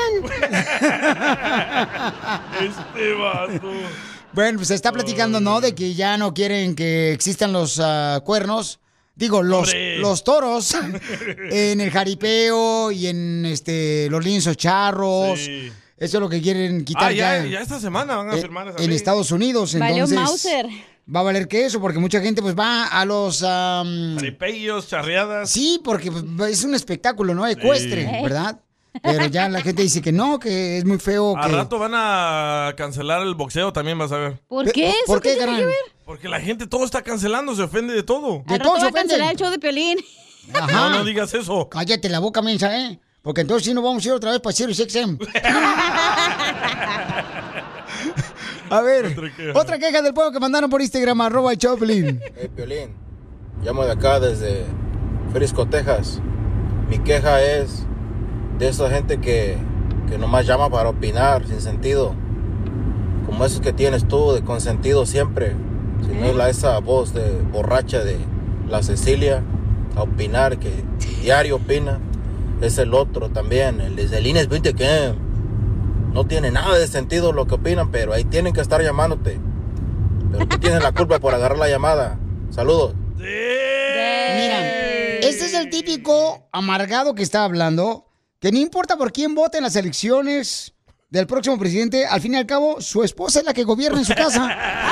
Speaker 5: Este vato.
Speaker 3: Bueno, pues se está platicando, ¿no? De que ya no quieren que existan los ah, cuernos. Digo, los,
Speaker 5: Hombre.
Speaker 3: los toros en el jaripeo y en este los lienzos charros.
Speaker 5: Sí.
Speaker 3: Eso es lo que quieren quitar
Speaker 5: Ah, ya,
Speaker 3: ya,
Speaker 5: ya esta semana van a
Speaker 3: eh,
Speaker 5: firmar esa
Speaker 3: en
Speaker 5: ley.
Speaker 3: Estados Unidos.
Speaker 4: Valió
Speaker 3: Entonces,
Speaker 4: Mauser.
Speaker 3: va a valer que eso, porque mucha gente pues va a los... am,
Speaker 5: Jaripellos, charreadas.
Speaker 3: sí, porque pues, es un espectáculo, ¿no? Ecuestre,
Speaker 5: Sí.
Speaker 3: ¿verdad? Pero ya la gente dice que no, que es muy feo.
Speaker 5: Al
Speaker 3: que...
Speaker 5: rato van a cancelar el boxeo también, vas a ver.
Speaker 4: ¿Por qué? ¿Eso
Speaker 3: ¿Por qué,
Speaker 4: qué tiene
Speaker 3: carnal?
Speaker 4: que ver?
Speaker 5: Porque la gente todo está cancelando, se ofende de todo.
Speaker 3: De
Speaker 4: Al rato
Speaker 3: todos se
Speaker 4: va a cancelar
Speaker 3: ofenden.
Speaker 4: el show de Piolín.
Speaker 3: Ajá.
Speaker 5: No, no digas eso.
Speaker 3: Cállate la boca, mensa, ¿eh? Porque entonces sí nos vamos a ir otra vez para Sirius X M. A ver,
Speaker 5: Otra
Speaker 3: otra
Speaker 5: queja.
Speaker 3: queja. del pueblo que mandaron por Instagram, arroba el Choplin.
Speaker 23: Hey, Piolín, llamo de acá desde Frisco, Texas. Mi queja es de esa gente que, que nomás llama para opinar sin sentido. Como esos que tienes tú, de consentido siempre. Si no es la, esa voz de borracha de la Cecilia, a opinar, que diario opina. Es el otro también, el de Celines veinte que no tiene nada de sentido lo que opinan, pero ahí tienen que estar llamándote. Pero tú tienes la culpa por agarrar la llamada. Saludos.
Speaker 3: Mira, este es el típico amargado que está hablando, que no importa por quién vote en las elecciones del próximo presidente, al fin y al cabo, su esposa es la que gobierna en su casa.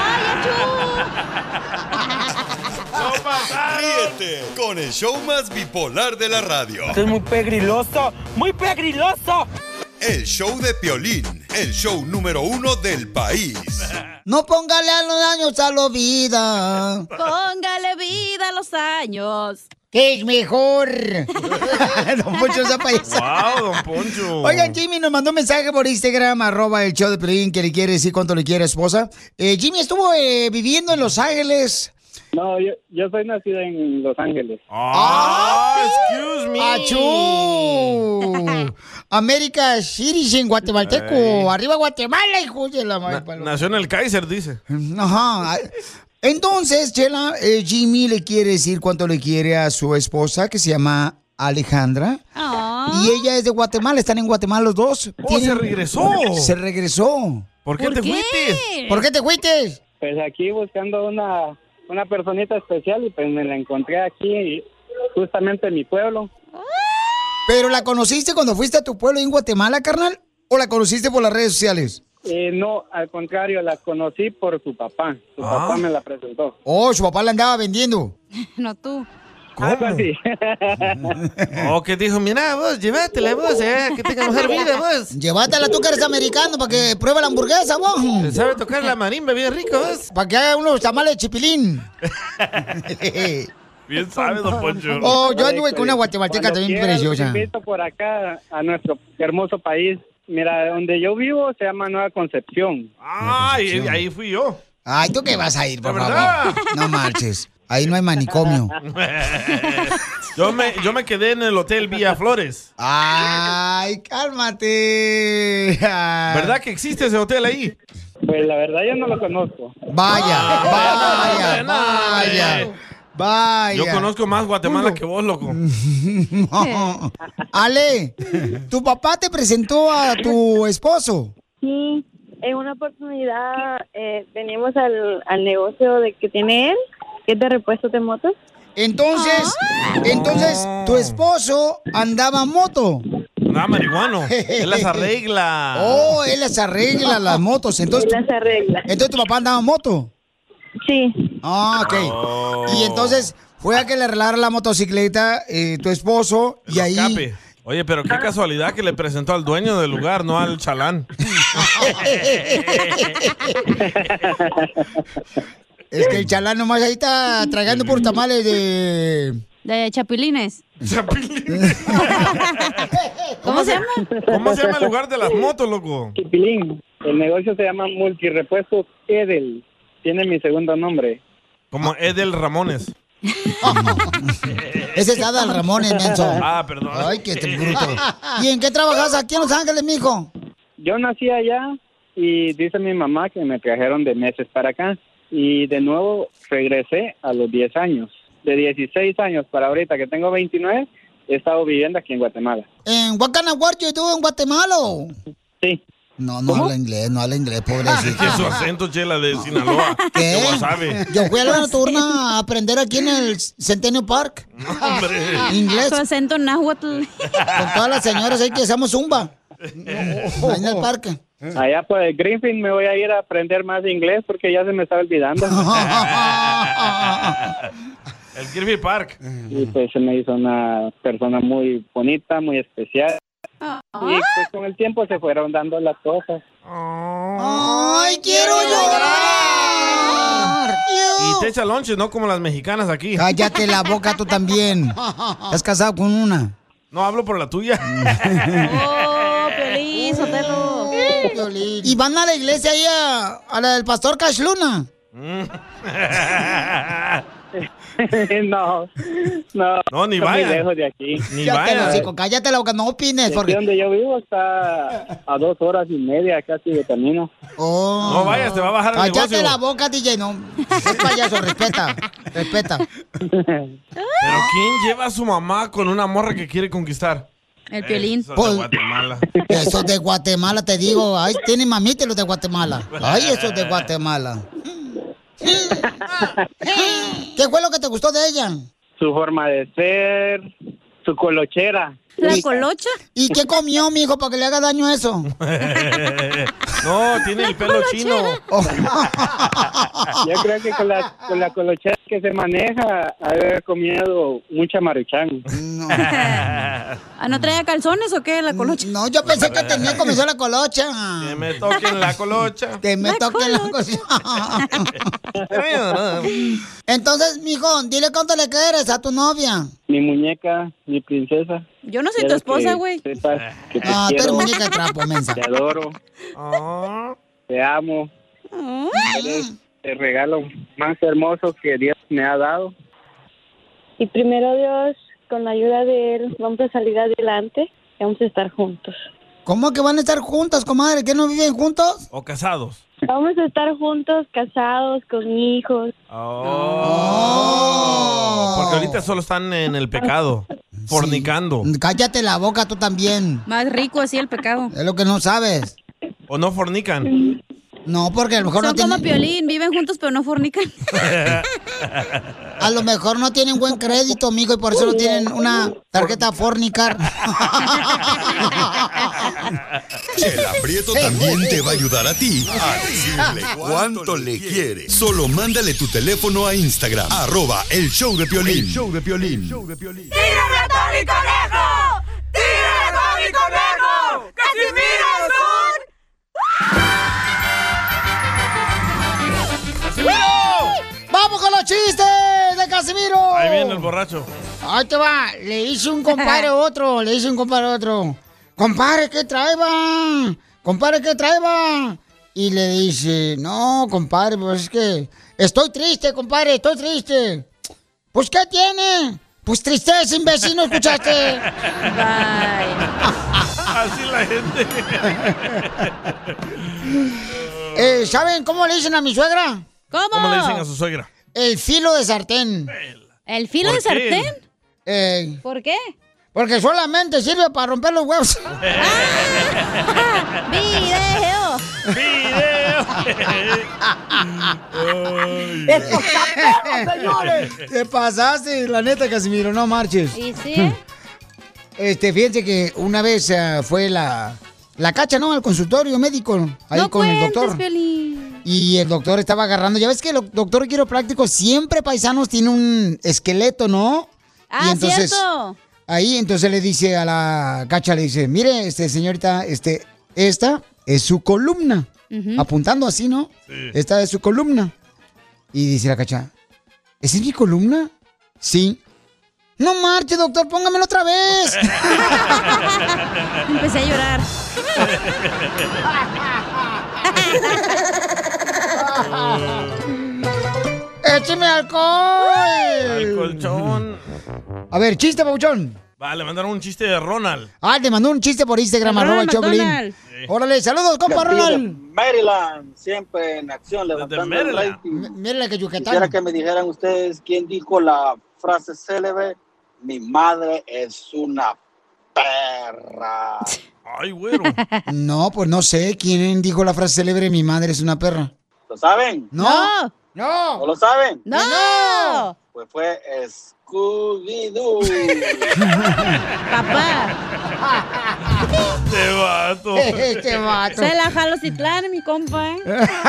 Speaker 7: Ríete con el show más bipolar de la radio.
Speaker 24: Esto es muy pegriloso, muy pegriloso.
Speaker 7: El show de Piolín, el show número uno del país.
Speaker 3: No póngale a los años a la vida.
Speaker 4: Póngale vida a los años.
Speaker 3: ¿Qué es mejor? Don Poncho Zapayasa.
Speaker 5: Wow, Don Poncho.
Speaker 3: Oigan, Jimmy nos mandó un mensaje por Instagram, arroba el show de Piolín, que le quiere decir cuánto le quiere a su esposa. Eh, Jimmy estuvo eh, viviendo en Los Ángeles.
Speaker 10: No, yo, yo soy nacido en Los Ángeles.
Speaker 5: Ah, excuse me.
Speaker 3: ¡Achú! América Citizen, guatemalteco.
Speaker 5: Ey.
Speaker 3: Arriba Guatemala, hijo de la madre.
Speaker 5: Na- nació en el Kaiser, dice.
Speaker 3: Ajá. Entonces, Chela, eh, Jimmy le quiere decir cuánto le quiere a su esposa, que se llama Alejandra. Y ella es de Guatemala, están en Guatemala los dos.
Speaker 5: Oh, se regresó.
Speaker 3: Se regresó.
Speaker 5: ¿Por qué
Speaker 3: ¿Por
Speaker 5: te
Speaker 3: qué?
Speaker 5: fuiste?
Speaker 3: ¿Por qué te fuiste?
Speaker 10: Pues aquí buscando una, una personita especial y pues me la encontré aquí, justamente en mi pueblo.
Speaker 3: ¿Pero la conociste cuando fuiste a tu pueblo en Guatemala, carnal? ¿O la conociste por las redes sociales?
Speaker 10: Eh, no, al contrario, la conocí por su papá. Su
Speaker 3: Ah.
Speaker 10: papá me la presentó.
Speaker 3: Oh, su papá la andaba vendiendo.
Speaker 4: No tú.
Speaker 5: ¿Cómo? O que dijo, mira vos, llévatela vos, eh, que tenga mejor vida vos.
Speaker 3: Llévatela tú que eres americano para que pruebe la hamburguesa vos.
Speaker 5: Sabe tocar la marimba bien rico vos.
Speaker 3: Para que haga unos tamales de chipilín.
Speaker 5: Bien sabe, don Poncho.
Speaker 3: Oh, yo anduve con una guatemalteca
Speaker 10: Cuando
Speaker 3: también
Speaker 10: quieras,
Speaker 3: preciosa.
Speaker 10: Te invito por acá a nuestro hermoso país. Mira, donde yo vivo se llama Nueva Concepción.
Speaker 5: Ay, ahí fui yo.
Speaker 3: Ay, ¿tú qué vas a ir, por
Speaker 5: ¿De
Speaker 3: favor?
Speaker 5: verdad?
Speaker 3: No marches. Ahí no hay manicomio.
Speaker 5: yo, me, yo me quedé en el Hotel Villa Flores.
Speaker 3: Ay, cálmate.
Speaker 5: ¿Verdad que existe ese hotel ahí?
Speaker 10: Pues la verdad yo no lo conozco.
Speaker 3: Vaya, vaya,
Speaker 5: no,
Speaker 3: vaya. Vaya.
Speaker 5: Yo conozco más Guatemala que vos, loco.
Speaker 3: No. Ale, ¿tu papá te presentó a tu esposo?
Speaker 16: Sí, en una oportunidad eh, venimos al, al negocio de que tiene él, que es de repuestos de motos.
Speaker 3: Entonces, entonces, tu esposo andaba en moto.
Speaker 5: Andaba marihuano. Él las arregla.
Speaker 3: Oh, él las arregla las motos. Entonces,
Speaker 16: Él las arregla.
Speaker 3: Entonces, ¿tu papá andaba en moto?
Speaker 16: Sí.
Speaker 3: Ah, ok.
Speaker 5: Oh.
Speaker 3: Y entonces, fue a que le arreglara la motocicleta eh, tu esposo y ahí...
Speaker 5: Escape. Oye, pero qué casualidad que le presentó al dueño del lugar, no al chalán.
Speaker 3: Es que el chalán nomás ahí está tragando por tamales de...
Speaker 4: De chapilines.
Speaker 5: Chapilines.
Speaker 4: ¿Cómo se llama?
Speaker 5: ¿Cómo se llama el lugar de las motos, loco?
Speaker 10: Chipilín. El negocio se llama Multirepuestos Edel. Tiene mi segundo nombre.
Speaker 5: Como Edel Ramones.
Speaker 3: Ese es Adal Ramones, menso.
Speaker 5: Ah, perdón.
Speaker 3: Ay, qué te bruto. ¿Y en qué trabajas aquí en Los Ángeles, mijo?
Speaker 10: Yo nací allá y dice mi mamá que me trajeron de meses para acá. Y de nuevo regresé a los diez años. De dieciséis años para ahorita que tengo veintinueve, he estado viviendo aquí en Guatemala.
Speaker 3: ¿En What Can I Work You Do en Guatemala?
Speaker 10: Sí.
Speaker 3: No, no habla inglés, no habla inglés, pobrecito.
Speaker 5: ¿Qué es su acento, Chela, de Sinaloa?
Speaker 3: ¿Qué?
Speaker 5: ¿Cómo sabe?
Speaker 3: Yo fui a la nocturna a aprender aquí en el Centennial Park.
Speaker 5: Hombre.
Speaker 3: Inglés.
Speaker 4: Su acento náhuatl.
Speaker 3: Con todas las señoras ahí que hacemos zumba. Ahí en el parque.
Speaker 10: Allá por el Greenfield me voy a ir a aprender más de inglés porque ya se me está olvidando.
Speaker 5: El Kirby Park.
Speaker 10: Y pues se me hizo una persona muy bonita, muy especial. Y pues con el tiempo se fueron dando las cosas.
Speaker 3: ¡Ay, quiero llorar!
Speaker 5: Y te echa lonches, no como las mexicanas aquí.
Speaker 3: Cállate la boca tú también. ¿Estás casado con una?
Speaker 5: No, hablo por la tuya.
Speaker 4: Oh, Piolín, Sotelo.
Speaker 3: ¿Y van a la iglesia ahí a, a la del pastor Cash Luna?
Speaker 10: no, no.
Speaker 5: No, ni
Speaker 10: está
Speaker 5: vaya.
Speaker 10: muy lejos de aquí.
Speaker 5: Ni
Speaker 3: Cállate
Speaker 5: vaya.
Speaker 3: los hocico, cállate la boca, no opines.
Speaker 10: De
Speaker 3: Porque...
Speaker 10: aquí donde yo vivo está a dos horas y media casi de camino.
Speaker 3: Oh.
Speaker 5: No vayas, te va a bajar el
Speaker 3: Cállate
Speaker 5: negocio.
Speaker 3: la boca, D J, no. Es payaso, respeta, respeta.
Speaker 5: Pero ¿quién lleva a su mamá con una morra que quiere conquistar?
Speaker 4: El Piolín.
Speaker 5: Eso es
Speaker 3: Pues-
Speaker 5: de Guatemala.
Speaker 3: Esos de Guatemala, te digo. Ay, tienen mamita los de Guatemala. Ay, esos de Guatemala. ¿Qué fue lo que te gustó de ella?
Speaker 10: Su forma de ser, su colochera.
Speaker 4: ¿La colocha?
Speaker 3: ¿Y qué comió, mijo, para que le haga daño eso?
Speaker 5: No, tiene el pelo chino.
Speaker 10: Yo creo que con la, con la colochera que se maneja, haber comido mucha maruchan.
Speaker 3: No.
Speaker 4: ¿Ah, no traía calzones o qué, la colocha?
Speaker 3: No, yo pensé que tenía comenzó la colocha.
Speaker 5: Que me toquen la colocha.
Speaker 3: Que me toquen la colocha. Entonces, mijo, dile cuánto le quieres a tu novia.
Speaker 10: Mi muñeca, mi princesa.
Speaker 4: Yo no soy tu
Speaker 10: Quiero
Speaker 4: esposa,
Speaker 10: que
Speaker 4: güey.
Speaker 10: sepas que te
Speaker 3: Ah, tú eres
Speaker 10: quiero,
Speaker 3: muñeca de trapo, mensa.
Speaker 10: te adoro,
Speaker 5: Oh.
Speaker 10: te amo. Eres el regalo más hermoso que Dios me ha dado.
Speaker 16: Y primero Dios, con la ayuda de Él, vamos a salir adelante y vamos a estar juntos.
Speaker 3: ¿Cómo que van a estar juntas, comadre? ¿Que no viven juntos?
Speaker 5: O casados.
Speaker 16: Vamos a estar juntos, casados, con hijos.
Speaker 5: Oh. Porque ahorita solo están en el pecado, fornicando.
Speaker 3: Cállate la boca tú también.
Speaker 4: Más rico así el pecado.
Speaker 3: Es lo que no sabes.
Speaker 5: O no fornican.
Speaker 3: No, porque a lo mejor
Speaker 4: Son
Speaker 3: no
Speaker 4: como
Speaker 3: tiene...
Speaker 4: Piolín, viven juntos pero no fornican.
Speaker 3: A lo mejor no tienen buen crédito, amigo, y por eso no tienen una tarjeta Fornicar.
Speaker 7: Chela Prieto también te va a ayudar a ti a decirle cuánto le quiere. Solo mándale tu teléfono a Instagram, arroba el show de Piolín. El show de Piolín.
Speaker 11: ¡Tírame a Tony Conejo! ¡Tírame a Tony Conejo! ¡Casimiro es un...
Speaker 3: ¡Vamos con los chistes de Casimiro!
Speaker 5: Ahí viene el borracho.
Speaker 3: Ahí te va. Le hice un compadre a otro. Le hice un compadre a otro. Compadre, ¿qué traeba? Compadre, ¿qué traeba? Y le dice, no, compadre, pues es que estoy triste, compadre, estoy triste. Pues, ¿qué tiene? Pues tristeza, imbécil, ¿no escuchaste?
Speaker 11: Bye.
Speaker 5: Así la gente.
Speaker 3: eh, ¿Saben cómo le dicen a mi suegra?
Speaker 4: ¿Cómo?
Speaker 5: ¿Cómo le dicen a su suegra?
Speaker 3: El filo de sartén.
Speaker 4: ¿El filo de
Speaker 5: ¿Por qué?
Speaker 4: sartén?
Speaker 3: Eh,
Speaker 4: ¿Por qué?
Speaker 3: Porque solamente sirve para romper los huevos.
Speaker 4: ¡Video!
Speaker 5: ¡Video!
Speaker 3: ¡Esto está perro, señores! Te pasaste, la neta, Casimiro, no marches.
Speaker 4: ¿Y sí?
Speaker 3: Este, fíjense que una vez uh, fue la, la cacha, ¿no? Al consultorio médico, ahí
Speaker 4: no
Speaker 3: con
Speaker 4: cuentes,
Speaker 3: el doctor.
Speaker 4: Piolín.
Speaker 3: Y el doctor estaba agarrando. Ya ves que el doctor quiropráctico siempre, paisanos, tiene un esqueleto, ¿no?
Speaker 4: Ah,
Speaker 3: y entonces,
Speaker 4: cierto.
Speaker 3: ahí, entonces le dice a la cacha, le dice, mire, este, señorita, este, esta es su columna.
Speaker 4: Ujú.
Speaker 3: Apuntando así, ¿no?
Speaker 4: Sí.
Speaker 3: Esta es su columna. Y dice la cacha, ¿esa es mi columna? Sí. No marche, doctor, póngamelo otra vez.
Speaker 4: Empecé a llorar.
Speaker 3: ¡Écheme alcohol!
Speaker 5: El colchón.
Speaker 3: A ver, chiste, Pauchón.
Speaker 5: Va, le mandaron un chiste de Ronald.
Speaker 3: Ah, te mandó un chiste por Instagram,
Speaker 5: El
Speaker 3: arroba
Speaker 5: Ronald
Speaker 3: Choplin.
Speaker 5: McDonald.
Speaker 3: Órale, saludos, compa
Speaker 17: Castillo de
Speaker 3: Ronald.
Speaker 17: Maryland, siempre en acción, levantando el
Speaker 5: Maryland.
Speaker 17: rating.
Speaker 3: Mira que Yucatán.
Speaker 17: Quisiera que me dijeran ustedes quién dijo la frase célebre, mi madre es una perra.
Speaker 5: Ay, güero.
Speaker 3: No, pues no sé quién dijo la frase célebre, mi madre es una perra.
Speaker 17: ¿Lo saben?
Speaker 3: No. No.
Speaker 17: ¿No lo saben?
Speaker 3: No.
Speaker 17: Pues fue Scooby-Doo.
Speaker 4: Papá.
Speaker 5: Este vato.
Speaker 3: Este vato.
Speaker 4: Se la jalo Citlán, mi compa, ¿eh?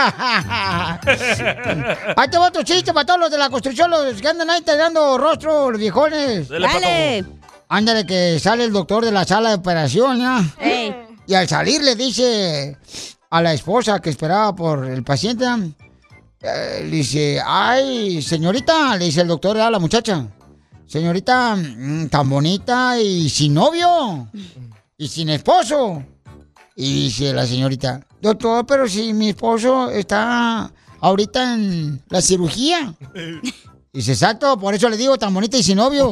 Speaker 3: Ahí te va otro chiste para todos los de la construcción, los que andan ahí te dando rostro, los viejones.
Speaker 4: Dale, Dale.
Speaker 3: Ándale, que sale el doctor de la sala de operación, ¿ya?
Speaker 4: Ey.
Speaker 3: Y al salir le dice a la esposa que esperaba por el paciente, eh, le dice, ay, señorita, le dice el doctor a la muchacha, señorita, mm, tan bonita y sin novio, y sin esposo. Y dice la señorita, doctor, pero si mi esposo está ahorita en la cirugía. Dice, exacto, por eso le digo tan bonita y sin novio.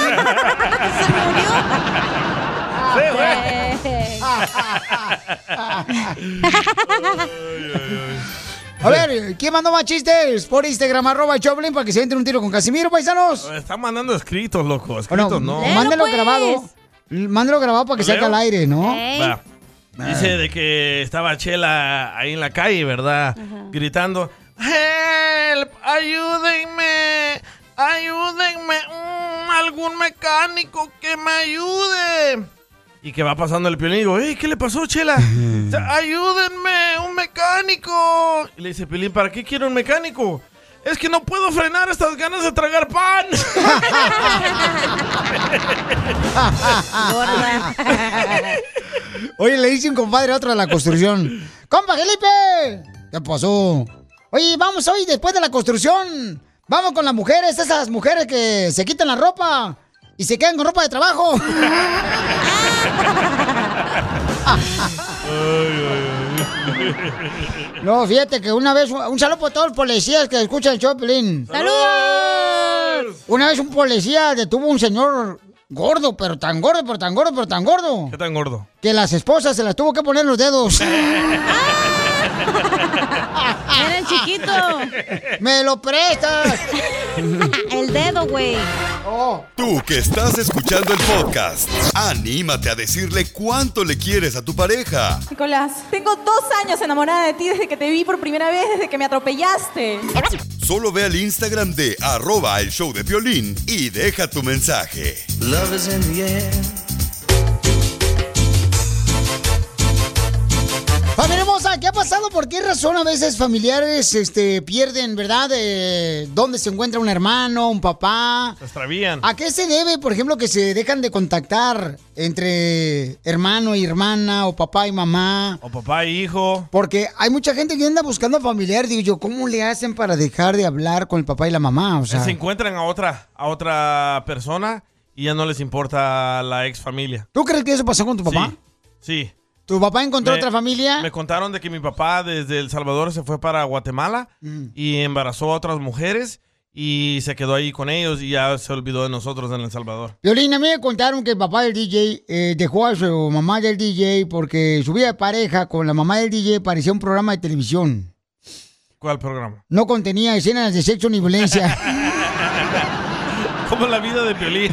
Speaker 3: A ver, ¿quién mandó más chistes? Por Instagram, arroba Choplin, para que se entre un tiro con Casimiro, paisanos.
Speaker 5: Están mandando escritos, loco. Escritos, no.
Speaker 3: Mándelo pues. grabado. Mándelo grabado para que salga al aire, ¿no?
Speaker 5: Va. Dice de que estaba Chela ahí en la calle, ¿verdad?
Speaker 4: Ajá.
Speaker 5: Gritando, ¡help! ¡Ayúdenme! ¡Ayúdenme! Mm, ¡algún mecánico que me ayude! Y que va pasando el Piolín y digo, ¡ey! ¿Qué le pasó, Chela? ¡Ayúdenme! ¡Un mecánico! Y le dice Piolín, ¿para qué quiero un mecánico? Es que no puedo frenar estas ganas de tragar pan.
Speaker 3: Oye, le dice un compadre a otro de la construcción. ¡Compa Felipe! ¿Qué pasó? Oye, vamos hoy después de la construcción. Vamos con las mujeres, esas mujeres que se quitan la ropa y se quedan con ropa de trabajo. No, fíjate que una vez, un saludo para todos los policías que escuchan el Choplin.
Speaker 4: ¡Saludos!
Speaker 3: Una vez un policía detuvo a un señor gordo, pero tan gordo, pero tan gordo, pero tan gordo.
Speaker 5: ¿Qué tan gordo?
Speaker 3: Que las esposas se las tuvo que poner en los dedos.
Speaker 4: Era el chiquito.
Speaker 3: ¡Me lo prestas!
Speaker 4: El dedo, güey.
Speaker 7: Tú que estás escuchando el podcast, anímate a decirle cuánto le quieres a tu pareja.
Speaker 1: Nicolás, tengo dos años enamorada de ti desde que te vi por primera vez, desde que me atropellaste.
Speaker 7: Solo ve al Instagram de arroba el show de Piolín y deja tu mensaje.
Speaker 11: Love is in the air.
Speaker 3: Familia hermosa, ¿qué ha pasado? ¿Por qué razón a veces familiares este, pierden, verdad? Eh, ¿Dónde se encuentra un hermano, un papá?
Speaker 5: Se extravían.
Speaker 3: ¿A qué se debe, por ejemplo, que se dejan de contactar entre hermano y hermana o papá y mamá?
Speaker 5: O papá y hijo.
Speaker 3: Porque hay mucha gente que anda buscando familiar. Digo yo, ¿cómo le hacen para dejar de hablar con el papá y la mamá? O sea,
Speaker 5: Se encuentran a otra, a otra persona y ya no les importa la ex familia.
Speaker 3: ¿Tú crees que eso pasó con tu papá?
Speaker 5: Sí. sí.
Speaker 3: ¿Tu papá encontró
Speaker 5: Me-
Speaker 3: otra familia?
Speaker 5: Me contaron de que mi papá desde El Salvador se fue para Guatemala
Speaker 3: Mm.
Speaker 5: y embarazó a otras mujeres y se quedó ahí con ellos y ya se olvidó de nosotros en El Salvador.
Speaker 3: Violín, a mí me contaron que el papá del D J eh, dejó a su mamá del D J porque su vida de pareja con la mamá del D J parecía un programa de televisión.
Speaker 5: ¿Cuál programa?
Speaker 3: No contenía escenas de sexo ni violencia.
Speaker 5: Como la vida de Piolín.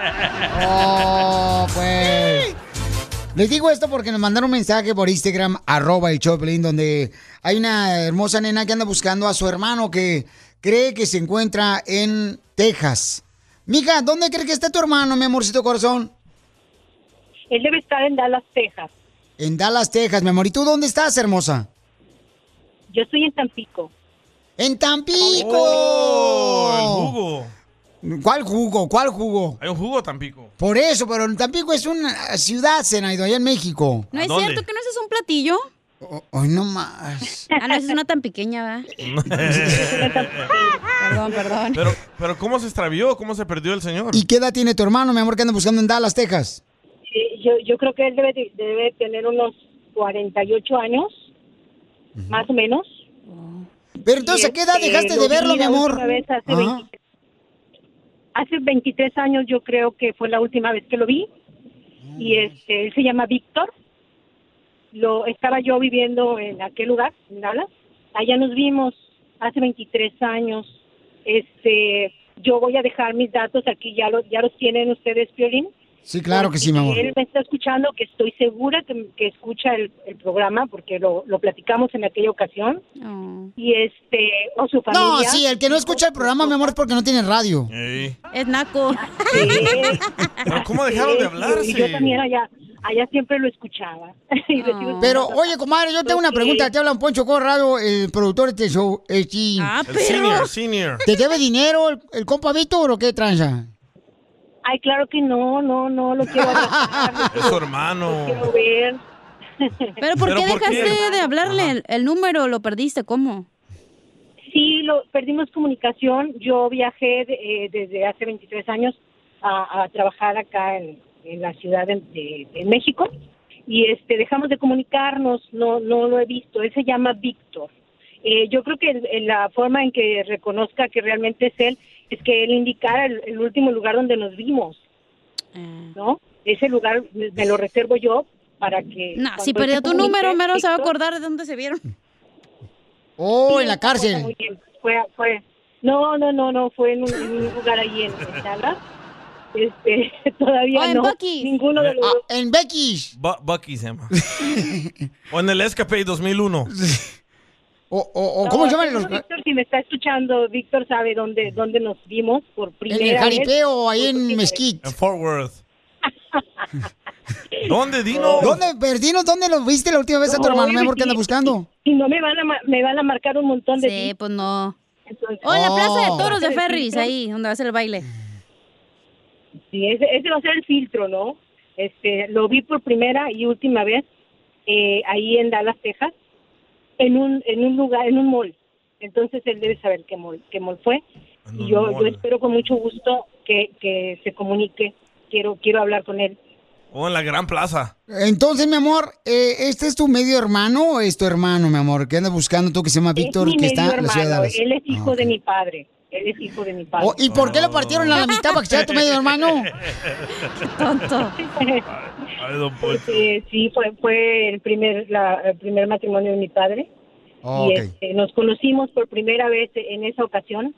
Speaker 3: Oh, pues. Les digo esto porque nos mandaron un mensaje por Instagram, arroba el Choplin, donde hay una hermosa nena que anda buscando a su hermano que cree que se encuentra en Texas. Mija, ¿dónde cree que está tu hermano, mi amorcito corazón?
Speaker 20: Él debe estar en Dallas, Texas.
Speaker 3: En Dallas, Texas, mi amor. ¿Y tú dónde estás, hermosa?
Speaker 20: Yo estoy en Tampico.
Speaker 3: ¡En Tampico!
Speaker 5: ¡Oh! El jugo.
Speaker 3: ¿Cuál jugo? ¿Cuál jugo?
Speaker 5: Hay un jugo Tampico.
Speaker 3: Por eso, pero en Tampico es una ciudad, Zenaido, allá en México.
Speaker 4: ¿No es cierto que no ese es un platillo?
Speaker 3: Hoy no más.
Speaker 4: Ah, no, esa es una tan pequeña, ¿verdad? Perdón, perdón.
Speaker 5: Pero, pero ¿cómo se extravió? ¿Cómo se perdió el señor?
Speaker 3: ¿Y qué edad tiene tu hermano, mi amor, que anda buscando en Dallas, Texas?
Speaker 20: Sí, yo, yo creo que él debe, de- debe tener unos cuarenta y ocho años, más o menos.
Speaker 3: Pero entonces, ¿a qué edad
Speaker 20: este,
Speaker 3: dejaste
Speaker 20: lo
Speaker 3: de
Speaker 20: vi
Speaker 3: verlo, mi
Speaker 20: la
Speaker 3: amor?
Speaker 20: última vez hace,
Speaker 3: Ajá.
Speaker 20: veinte hace veintitrés años yo creo que fue la última vez que lo vi. Y este, él se llama Víctor. Lo estaba yo viviendo en aquel lugar, en Dallas. Allá nos vimos hace veintitrés años. Este, yo voy a dejar mis datos aquí, ya los, ya los tienen ustedes, Piolín.
Speaker 3: Sí, claro que sí, mi amor.
Speaker 20: Él me está escuchando, que estoy segura que, que escucha el, el programa, porque lo, lo platicamos en aquella ocasión. Y este, o su familia.
Speaker 3: No, sí, el que no escucha el programa, mi amor, es porque no tiene radio.
Speaker 4: Es naco.
Speaker 5: ¿Pero cómo dejaron de hablarse?
Speaker 20: Y yo también allá, allá siempre lo escuchaba. Y le sigo
Speaker 3: Pero,
Speaker 20: escuchando.
Speaker 3: oye, comadre, yo tengo una pregunta. Te habla un Poncho Corrado, el productor de este show. Eh, sí.
Speaker 20: Ah, El pero- senior,
Speaker 5: senior.
Speaker 3: ¿Te debe dinero el, el compa Víctor o qué tranza?
Speaker 20: Ay, claro que no, no, no, lo quiero abrazar, lo
Speaker 5: Es su hermano.
Speaker 20: quiero ver.
Speaker 4: ¿Pero por
Speaker 5: ¿Pero
Speaker 4: qué
Speaker 5: por qué?
Speaker 4: dejaste de hablarle? El, el número lo perdiste, ¿cómo?
Speaker 20: Sí, lo, perdimos comunicación. Yo viajé de- eh, desde hace veintitrés años a, a trabajar acá en, en la ciudad de, de- de México y este dejamos de comunicarnos. No, no lo he visto. Él se llama Víctor. Eh, yo creo que el- el- la forma en que reconozca que realmente es él es que él indicara el, el último lugar donde nos vimos, ¿no? Ese lugar me, me lo reservo yo para que...
Speaker 4: No,
Speaker 20: cuando
Speaker 4: si
Speaker 20: él
Speaker 4: perdió
Speaker 20: se
Speaker 4: tu
Speaker 20: comunique,
Speaker 4: número, mero se va a
Speaker 20: Víctor-
Speaker 4: acordar de dónde se vieron.
Speaker 3: Oh,
Speaker 20: Sí,
Speaker 3: en la
Speaker 20: una cosa
Speaker 3: cárcel.
Speaker 20: muy bien. Fue, fue, no, no, no, no, fue en un, en un lugar ahí en, en Dallas. Este, todavía
Speaker 4: Oh, en
Speaker 20: no.
Speaker 4: Buc-ee's.
Speaker 20: Ninguno de los dos.
Speaker 3: Ah, en Becky's.
Speaker 5: Bu- Bucky se llama. O en el Escape dos mil uno.
Speaker 3: O, o, o
Speaker 20: No,
Speaker 3: ¿cómo se llaman
Speaker 20: seguro,
Speaker 3: los...?
Speaker 20: Víctor, si me está escuchando, Víctor sabe dónde, dónde nos vimos por
Speaker 3: En
Speaker 20: primera
Speaker 3: el
Speaker 20: vez.
Speaker 3: jaripeo, ahí en Mesquite.
Speaker 5: En Fort Worth. ¿Dónde, Dino?
Speaker 3: ¿Dónde, Perdino, dónde lo viste la última vez a tu
Speaker 20: No,
Speaker 3: hermano, mi amor,
Speaker 20: sí,
Speaker 3: que anda buscando?
Speaker 20: Si no me van a, ma- me van a marcar un montón de...
Speaker 4: Sí, pues no.
Speaker 20: Entonces,
Speaker 4: O en la plaza de
Speaker 3: Oh.
Speaker 4: toros de
Speaker 20: Ese
Speaker 4: Ferris,
Speaker 20: filtro-
Speaker 4: ahí, donde va a ser el baile.
Speaker 20: Sí, ese, ese va a ser el filtro, ¿no? Este, lo vi por primera y última vez eh, ahí en Dallas, Texas, en un en un lugar, en un mall. Entonces él debe saber qué mall, qué mall fue. Y yo, yo espero con mucho gusto que, que se comunique. Quiero quiero hablar con él.
Speaker 5: O en la Gran Plaza.
Speaker 3: Entonces, mi amor, eh, ¿este es tu medio hermano o es tu hermano, mi amor? Que anda buscando tú que se llama Víctor,
Speaker 20: es mi
Speaker 3: que
Speaker 20: medio
Speaker 3: está en la ciudad de
Speaker 20: hermano.
Speaker 3: Dallas.
Speaker 20: Él es hijo de mi padre. Él es hijo de mi padre.
Speaker 3: Oh, ¿y por qué lo partieron a la mitad para que sea tu medio hermano?
Speaker 4: Tonto.
Speaker 5: Ay, don Poncho.
Speaker 20: Eh, sí, fue fue el primer la, el primer matrimonio de mi padre.
Speaker 3: Oh,
Speaker 20: y
Speaker 3: ok.
Speaker 20: este, nos conocimos por primera vez en esa ocasión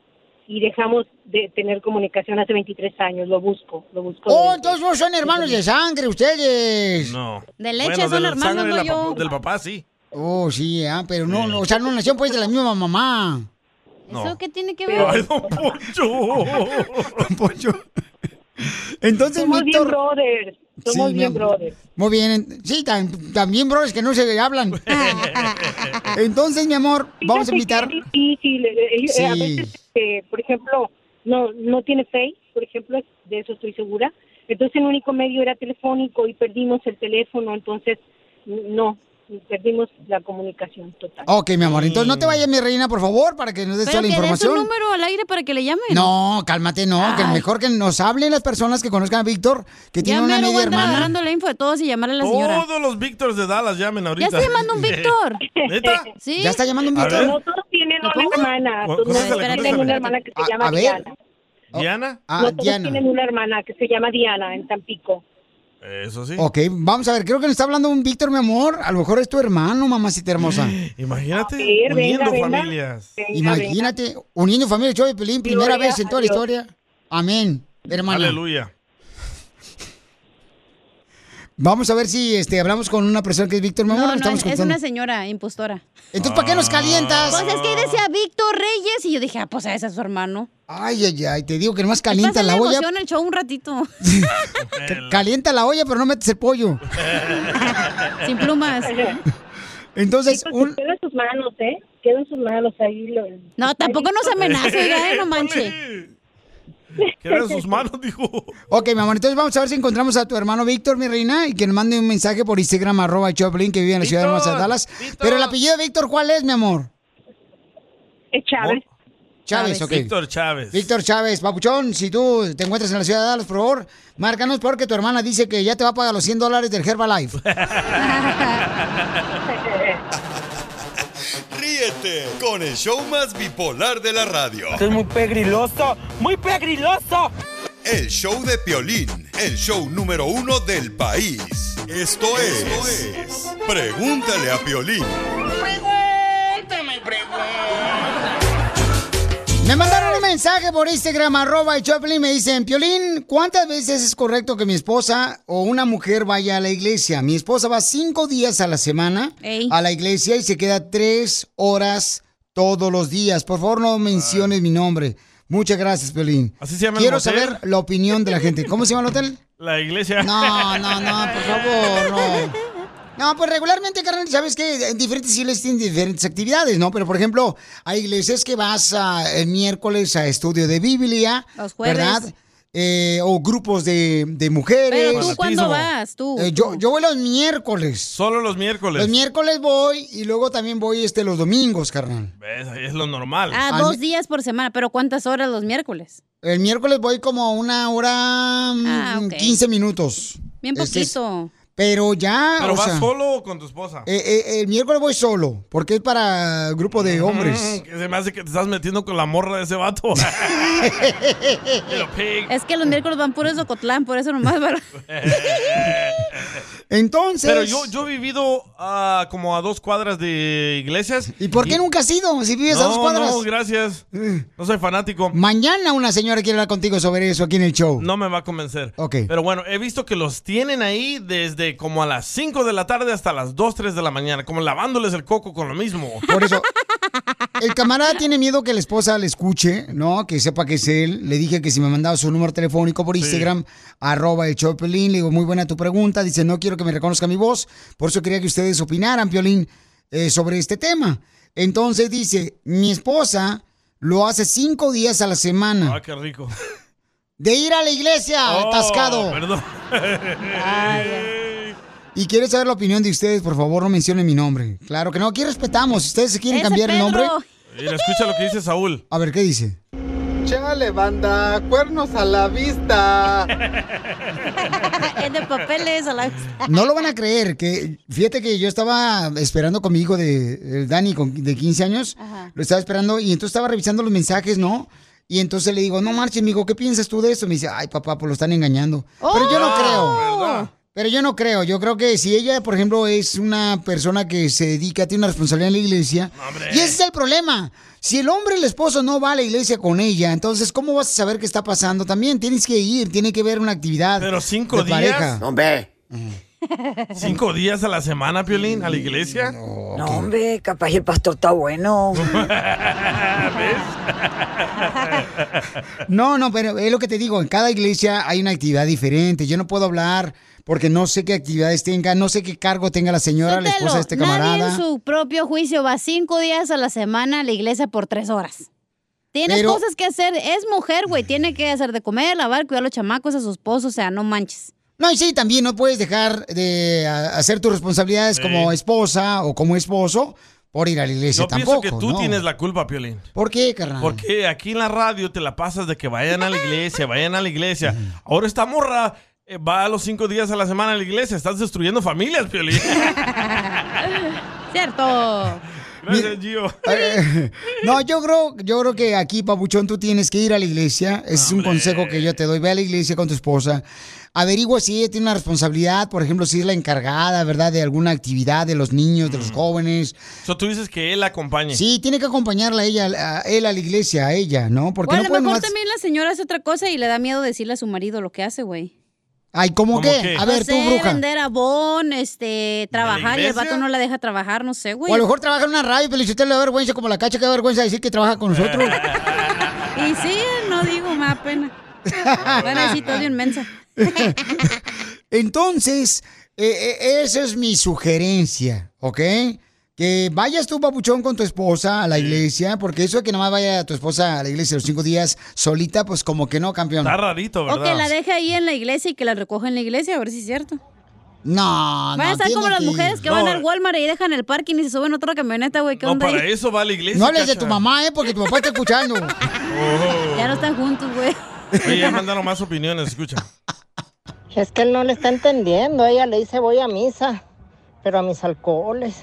Speaker 20: y dejamos de tener comunicación hace veintitrés años. Lo busco, lo busco.
Speaker 3: Oh,
Speaker 20: desde-
Speaker 3: entonces no son hermanos de sangre ustedes.
Speaker 5: No.
Speaker 4: De leche
Speaker 5: Bueno,
Speaker 4: son
Speaker 5: de la
Speaker 4: hermanos,
Speaker 5: sangre
Speaker 4: no
Speaker 5: de la
Speaker 4: yo.
Speaker 5: pap- del papá, sí.
Speaker 3: Oh, sí, ah, pero no, no, o sea, no nacieron pues de la misma mamá.
Speaker 4: ¿Eso qué tiene que ver?
Speaker 5: Ay, don Poncho.
Speaker 3: Don Poncho. Entonces,
Speaker 20: Somos
Speaker 3: Víctor...
Speaker 20: bien brothers. Somos
Speaker 3: Sí, mi
Speaker 20: bien
Speaker 3: amor.
Speaker 20: brothers.
Speaker 3: Muy bien, en- sí, tam- también brothers que no se hablan. Entonces, mi amor, vamos a
Speaker 20: Fíjate
Speaker 3: invitar...
Speaker 20: que es difícil. eh, eh,
Speaker 3: Sí.
Speaker 20: A veces, eh, por ejemplo, no no tiene Face, por ejemplo, de eso estoy segura. Entonces el único medio era telefónico y perdimos el teléfono, entonces no, perdimos la comunicación total.
Speaker 3: Ok, mi amor, entonces no te vayas, mi reina, por favor, para que nos des
Speaker 4: Pero
Speaker 3: toda la
Speaker 4: que des
Speaker 3: información.
Speaker 4: un número al aire para que le llamen.
Speaker 3: No, cálmate, no, que
Speaker 4: Ay.
Speaker 3: mejor que nos hablen las personas que conozcan a Víctor, que
Speaker 4: Ya
Speaker 3: tiene una
Speaker 4: mero voy
Speaker 3: media
Speaker 4: a andar
Speaker 3: hermana.
Speaker 4: agarrando la info de todos y llamarle a la señora.
Speaker 5: Todos los Víctors de Dallas llamen
Speaker 4: Ya
Speaker 5: ahorita.
Speaker 4: está llamando un Víctor.
Speaker 5: ¿Neta?
Speaker 4: Sí.
Speaker 3: Ya está llamando un
Speaker 5: A
Speaker 3: Víctor.
Speaker 5: ver.
Speaker 20: No todos tienen
Speaker 4: ¿Lo
Speaker 20: una
Speaker 4: pongo?
Speaker 20: hermana,
Speaker 5: Cu-
Speaker 20: todos
Speaker 5: contéstale,
Speaker 20: tienen
Speaker 5: contéstale.
Speaker 20: una hermana que se
Speaker 3: A-
Speaker 20: llama
Speaker 3: a ver.
Speaker 20: Diana.
Speaker 5: ¿Diana?
Speaker 3: Ah,
Speaker 20: No todos
Speaker 3: Diana.
Speaker 20: tienen una hermana que se llama Diana en Tampico.
Speaker 5: Eso sí.
Speaker 3: Ok, vamos a ver, creo que nos está hablando un Víctor, mi amor. A lo mejor es tu hermano, mamacita hermosa.
Speaker 5: Imagínate,
Speaker 20: A ver,
Speaker 5: uniendo
Speaker 20: venga, venga.
Speaker 5: familias.
Speaker 20: Venga,
Speaker 3: Imagínate, uniendo familia de Show de Pelín, primera
Speaker 20: Gloria
Speaker 3: vez en toda
Speaker 20: a
Speaker 3: la
Speaker 20: Dios.
Speaker 3: historia. Amén, hermana.
Speaker 5: Aleluya.
Speaker 3: Vamos a ver si este, hablamos con una persona que es Víctor, mi amor.
Speaker 4: No, no,
Speaker 3: Estamos
Speaker 4: es, es
Speaker 3: contando.
Speaker 4: una señora impostora.
Speaker 3: Entonces, ¿para qué nos calientas?
Speaker 4: Pues es que ahí decía Víctor Reyes y yo dije, ah, pues ese es su hermano.
Speaker 3: Ay, ay, ay, te digo que nomás calienta
Speaker 4: Pásale
Speaker 3: la olla.
Speaker 4: emoción el show un ratito.
Speaker 3: C- Calienta la olla, pero no metes el pollo.
Speaker 4: Sin plumas.
Speaker 3: Entonces,
Speaker 20: Sí, pues,
Speaker 3: un...
Speaker 20: queda en sus manos, ¿eh? Queda en sus manos ahí. Lo...
Speaker 4: No, tampoco nos amenaza, oiga, eh, no manche.
Speaker 5: Queda en sus manos, dijo.
Speaker 3: Ok, mi amor, entonces vamos a ver si encontramos a tu hermano Víctor, mi reina, y que nos mande un mensaje por Instagram, arroba Choplin, que vive en la ciudad de
Speaker 5: Víctor,
Speaker 3: Hermosa, Dallas.
Speaker 5: Víctor.
Speaker 3: Pero el apellido de Víctor, ¿cuál es, mi amor?
Speaker 20: Es Chávez.
Speaker 3: Chávez, ok.
Speaker 5: Víctor Chávez.
Speaker 3: Víctor Chávez, papuchón, si tú te encuentras en la ciudad de Dallas, por favor, márcanos porque tu hermana dice que ya te va a pagar los cien dólares del Herbalife.
Speaker 7: Ríete con el show más bipolar de la radio.
Speaker 24: Esto es muy pegriloso, muy pegriloso.
Speaker 7: El show de Piolín, el show número uno del país. Esto es, Pregúntale a Piolín.
Speaker 14: Pregúntame, pregúntame.
Speaker 3: Me mandaron un mensaje por Instagram, arroba el Choplin, me dicen, Piolín, ¿cuántas veces es correcto que mi esposa o una mujer vaya a la iglesia? Mi esposa va cinco días a la semana
Speaker 4: Ey.
Speaker 3: a la iglesia y se queda tres horas todos los días. Por favor, no menciones mi nombre. Muchas gracias, Piolín.
Speaker 5: ¿Así se llama el
Speaker 3: Quiero
Speaker 5: motel?
Speaker 3: saber la opinión de la gente. ¿Cómo se llama el hotel?
Speaker 5: La iglesia.
Speaker 3: No, no, no, por favor, no. No, pues regularmente, carnal, sabes que en diferentes iglesias tienen diferentes actividades, ¿no? Pero, por ejemplo, hay iglesias que vas a, el miércoles a estudio de Biblia,
Speaker 4: Los jueves.
Speaker 3: ¿verdad? Eh, o grupos de, de mujeres.
Speaker 4: Pero tú, ¿cuándo vas? Tú.
Speaker 3: Eh, yo, yo voy los miércoles.
Speaker 5: Solo los miércoles.
Speaker 3: Los miércoles voy y luego también voy este, los domingos, carnal.
Speaker 5: ¿Ves? Ahí es lo normal.
Speaker 4: Ah,
Speaker 3: Al
Speaker 4: dos
Speaker 3: mi-
Speaker 4: días por semana, pero ¿cuántas horas los miércoles?
Speaker 3: El miércoles voy como una hora, mm,
Speaker 4: Ah, ok.
Speaker 3: quince minutos.
Speaker 4: Bien
Speaker 3: Este es-
Speaker 4: poquito.
Speaker 3: pero ya,
Speaker 5: ¿Pero
Speaker 3: o
Speaker 5: vas
Speaker 3: sea,
Speaker 5: solo o con tu esposa?
Speaker 3: eh, eh, el miércoles voy solo, porque es para grupo de hombres.
Speaker 5: Mm, que se me hace que te estás metiendo con la morra de ese vato. Pero pig.
Speaker 4: Es que los miércoles van puros de Ocotlán, por eso nomás. ¿verdad?
Speaker 3: Entonces...
Speaker 5: Pero yo, yo he vivido ah, como a dos cuadras de iglesias.
Speaker 3: ¿Y por qué nunca has ido si vives
Speaker 5: no,
Speaker 3: a dos cuadras?
Speaker 5: No, gracias. No soy fanático.
Speaker 3: Mañana una señora quiere hablar contigo sobre eso aquí en el show.
Speaker 5: No me va a convencer.
Speaker 3: Ok.
Speaker 5: Pero bueno, he visto que los tienen ahí desde como a las cinco de la tarde hasta las dos, tres de la mañana, como lavándoles el coco con lo mismo.
Speaker 3: Por eso, el camarada tiene miedo que la esposa le escuche, ¿no? Que sepa que es él. Le dije que si me mandaba su número telefónico por Instagram, arroba el show de Piolín, le digo, muy buena tu pregunta. Dice, no quiero que me reconozca mi voz. Por eso quería que ustedes opinaran, Piolín, eh, sobre este tema. Entonces dice, mi esposa lo hace cinco días a la semana.
Speaker 5: Ah, qué rico.
Speaker 3: De ir a la iglesia,
Speaker 5: Oh,
Speaker 3: atascado.
Speaker 5: Perdón.
Speaker 3: Y quiero saber la opinión de ustedes, por favor, no mencionen mi nombre. Claro que no, aquí respetamos. Si ustedes se quieren
Speaker 4: Ese
Speaker 3: cambiar el
Speaker 4: Pedro.
Speaker 3: nombre.
Speaker 5: Mira, escucha lo que dice Saúl.
Speaker 3: A ver, ¿qué dice?
Speaker 2: Chale, banda, cuernos a la vista.
Speaker 4: Es de papeles a la
Speaker 3: No lo van a creer, que fíjate que yo estaba esperando con mi hijo de el Dani con, de quince años,
Speaker 4: Ajá.
Speaker 3: lo estaba esperando y entonces estaba revisando los mensajes, ¿no? Y entonces le digo, no marches, mijo, ¿qué piensas tú de eso? Me dice, ay, papá, pues lo están engañando. Pero yo no
Speaker 4: Oh.
Speaker 3: creo.
Speaker 5: ¿Verdad?
Speaker 3: Pero yo no creo, yo creo que si ella, por ejemplo, es una persona que se dedica, tiene una responsabilidad en la iglesia, y ese es el problema. Si el hombre, el esposo, no va a la iglesia con ella, entonces, ¿cómo vas a saber qué está pasando? También tienes que ir, tiene que ver una actividad.
Speaker 5: Pero cinco
Speaker 3: de
Speaker 5: días.
Speaker 3: pareja.
Speaker 6: Hombre.
Speaker 5: ¿Cinco días a la semana, Piolín, a la iglesia?
Speaker 6: No, no hombre, capaz el pastor está bueno.
Speaker 3: No, no, pero es lo que te digo, en cada iglesia hay una actividad diferente. Yo no puedo hablar porque no sé qué actividades tenga, no sé qué cargo tenga la señora, la esposa de este camarada.
Speaker 4: Nadie en su propio juicio va cinco días a la semana a la iglesia por tres horas. Tienes
Speaker 3: Pero-
Speaker 4: cosas que hacer. Es mujer, güey. Tiene que hacer de comer, lavar, cuidar a los chamacos, a su esposo. O sea, no manches.
Speaker 3: No, y sí, también no puedes dejar de a- hacer tus responsabilidades
Speaker 5: Sí.
Speaker 3: como esposa o como esposo por ir a la iglesia
Speaker 5: Yo
Speaker 3: tampoco.
Speaker 5: pienso que tú
Speaker 3: ¿no?
Speaker 5: tienes la culpa, Piolín.
Speaker 3: ¿Por qué, carnal?
Speaker 5: Porque aquí en la radio te la pasas de que vayan a la iglesia, vayan a la iglesia. Ahora esta morra eh, va a los cinco días a la semana a la iglesia. Estás destruyendo familias, Piolín.
Speaker 4: Cierto.
Speaker 5: Gracias, Gio.
Speaker 3: Eh, no, yo creo, yo creo que aquí, Papuchón, tú tienes que ir a la iglesia. Ese es un consejo que yo te doy. Ve a la iglesia con tu esposa. Averigua si ella tiene una responsabilidad, por ejemplo, si es la encargada, ¿verdad?, de alguna actividad de los niños, de los jóvenes.
Speaker 5: So, tú dices que él la acompañe.
Speaker 3: Sí, tiene que acompañarla a ella, a él a la iglesia, a ella, ¿no? Porque
Speaker 4: O a
Speaker 3: no
Speaker 4: lo
Speaker 3: puede
Speaker 4: mejor
Speaker 3: nomás-
Speaker 4: también la señora hace otra cosa y le da miedo decirle a su marido lo que hace, güey.
Speaker 3: Ay, ¿cómo,
Speaker 5: ¿Cómo
Speaker 3: qué?
Speaker 5: qué?
Speaker 3: A ver,
Speaker 4: no
Speaker 3: tú,
Speaker 4: sé,
Speaker 3: bruja.
Speaker 4: vender abón, este, trabajar y el
Speaker 5: iglesia?
Speaker 4: vato no la deja trabajar, no sé, güey.
Speaker 3: O a lo mejor trabaja en una radio, pero si usted le da vergüenza, como la Cacha que da vergüenza decir que trabaja con nosotros.
Speaker 4: Y sí, no digo, me da pena. Van a decir, todo bien mensa.
Speaker 3: Entonces, eh, eh, esa es mi sugerencia, ¿ok? Que vayas tú, papuchón, con tu esposa a la iglesia, porque eso de que nomás vaya tu esposa a la iglesia los cinco días solita, pues como que no, campeón.
Speaker 5: Está rarito,
Speaker 4: O
Speaker 5: ¿verdad?
Speaker 4: que la deje ahí en la iglesia y que la recoja en la iglesia, a ver si es cierto.
Speaker 3: No,
Speaker 4: Van a
Speaker 3: no,
Speaker 4: estar
Speaker 3: tiene
Speaker 4: como las
Speaker 3: que-
Speaker 4: mujeres que
Speaker 5: No,
Speaker 4: van al Walmart y dejan el parking y se suben a otra camioneta, güey. ¿Qué
Speaker 5: No,
Speaker 4: onda
Speaker 5: para
Speaker 4: ahí?
Speaker 5: eso va a la iglesia.
Speaker 3: No hables de
Speaker 5: Cacha.
Speaker 3: tu mamá, ¿eh? Porque tu papá está escuchando.
Speaker 5: Oh.
Speaker 4: Ya no están juntos, güey.
Speaker 5: Oye, ya mandaron más opiniones, escucha.
Speaker 19: Es que él no le está entendiendo. Ella le dice voy a misa, pero a mis alcoholes.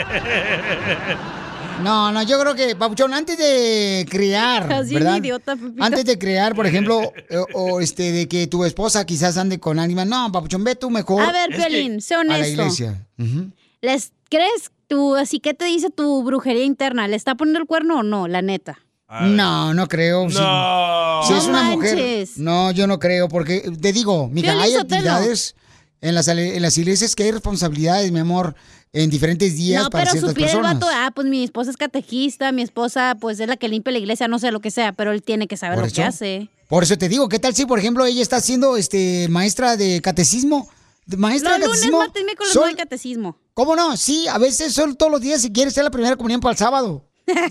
Speaker 3: No, no, yo creo que, papuchón, antes de crear,
Speaker 4: Así
Speaker 3: ¿verdad?
Speaker 4: un idiota, Pepito.
Speaker 3: Antes de crear, por ejemplo, eh, o este, de que tu esposa quizás ande con alguien, no, papuchón, ve tú mejor.
Speaker 4: A ver,
Speaker 5: Es que-
Speaker 4: Piolín, sé
Speaker 3: A la
Speaker 4: honesto.
Speaker 3: iglesia. Ujú.
Speaker 4: ¿Les crees tú, así que te dice tu brujería interna? ¿Le está poniendo el cuerno o no, la neta?
Speaker 3: No, no creo. Si-
Speaker 5: No.
Speaker 3: Si, es
Speaker 4: No
Speaker 3: una mujer.
Speaker 4: manches.
Speaker 3: No, yo no creo, porque te digo, mija,
Speaker 4: Piolín
Speaker 3: hay
Speaker 4: Sotelo.
Speaker 3: actividades en las, en las iglesias que hay responsabilidades, mi amor, en diferentes días
Speaker 4: No,
Speaker 3: para
Speaker 4: pero
Speaker 3: ciertas
Speaker 4: supiera el
Speaker 3: personas.
Speaker 4: vato, ah, pues mi esposa es catejista, mi esposa pues es la que limpia la iglesia, no sé lo que sea, pero él tiene que saber
Speaker 3: Por
Speaker 4: lo que
Speaker 3: eso.
Speaker 4: hace.
Speaker 3: Por eso te digo, ¿qué tal si, por ejemplo, ella está siendo este, maestra de catecismo? De- Maestra
Speaker 4: Los
Speaker 3: de
Speaker 4: lunes,
Speaker 3: catecismo.
Speaker 4: martes, miércoles
Speaker 3: Son-
Speaker 4: no hay catecismo.
Speaker 3: ¿Cómo no? Sí, a veces son todos los días si quieres ser la primera comunión para el sábado.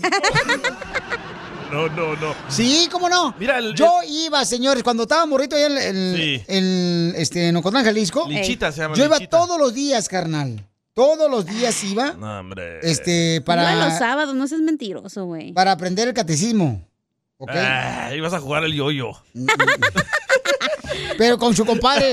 Speaker 5: No, no, no.
Speaker 3: Sí, ¿cómo no?
Speaker 5: Mira, el-
Speaker 3: Yo iba, señores, cuando estaba morrito allá en, en-
Speaker 5: Sí.
Speaker 3: en, este, en Ocotlán, Jalisco.
Speaker 5: Lichita se llama,
Speaker 3: Yo iba
Speaker 5: Lichita.
Speaker 3: todos los días, carnal. Todos los días iba,
Speaker 5: No, hombre.
Speaker 3: este,
Speaker 4: Para... los
Speaker 3: para,
Speaker 4: sábados, no seas mentiroso, güey.
Speaker 3: para aprender el catecismo. ¿Ok?
Speaker 5: Ah, ibas a jugar el yo-yo.
Speaker 3: Pero con su compadre.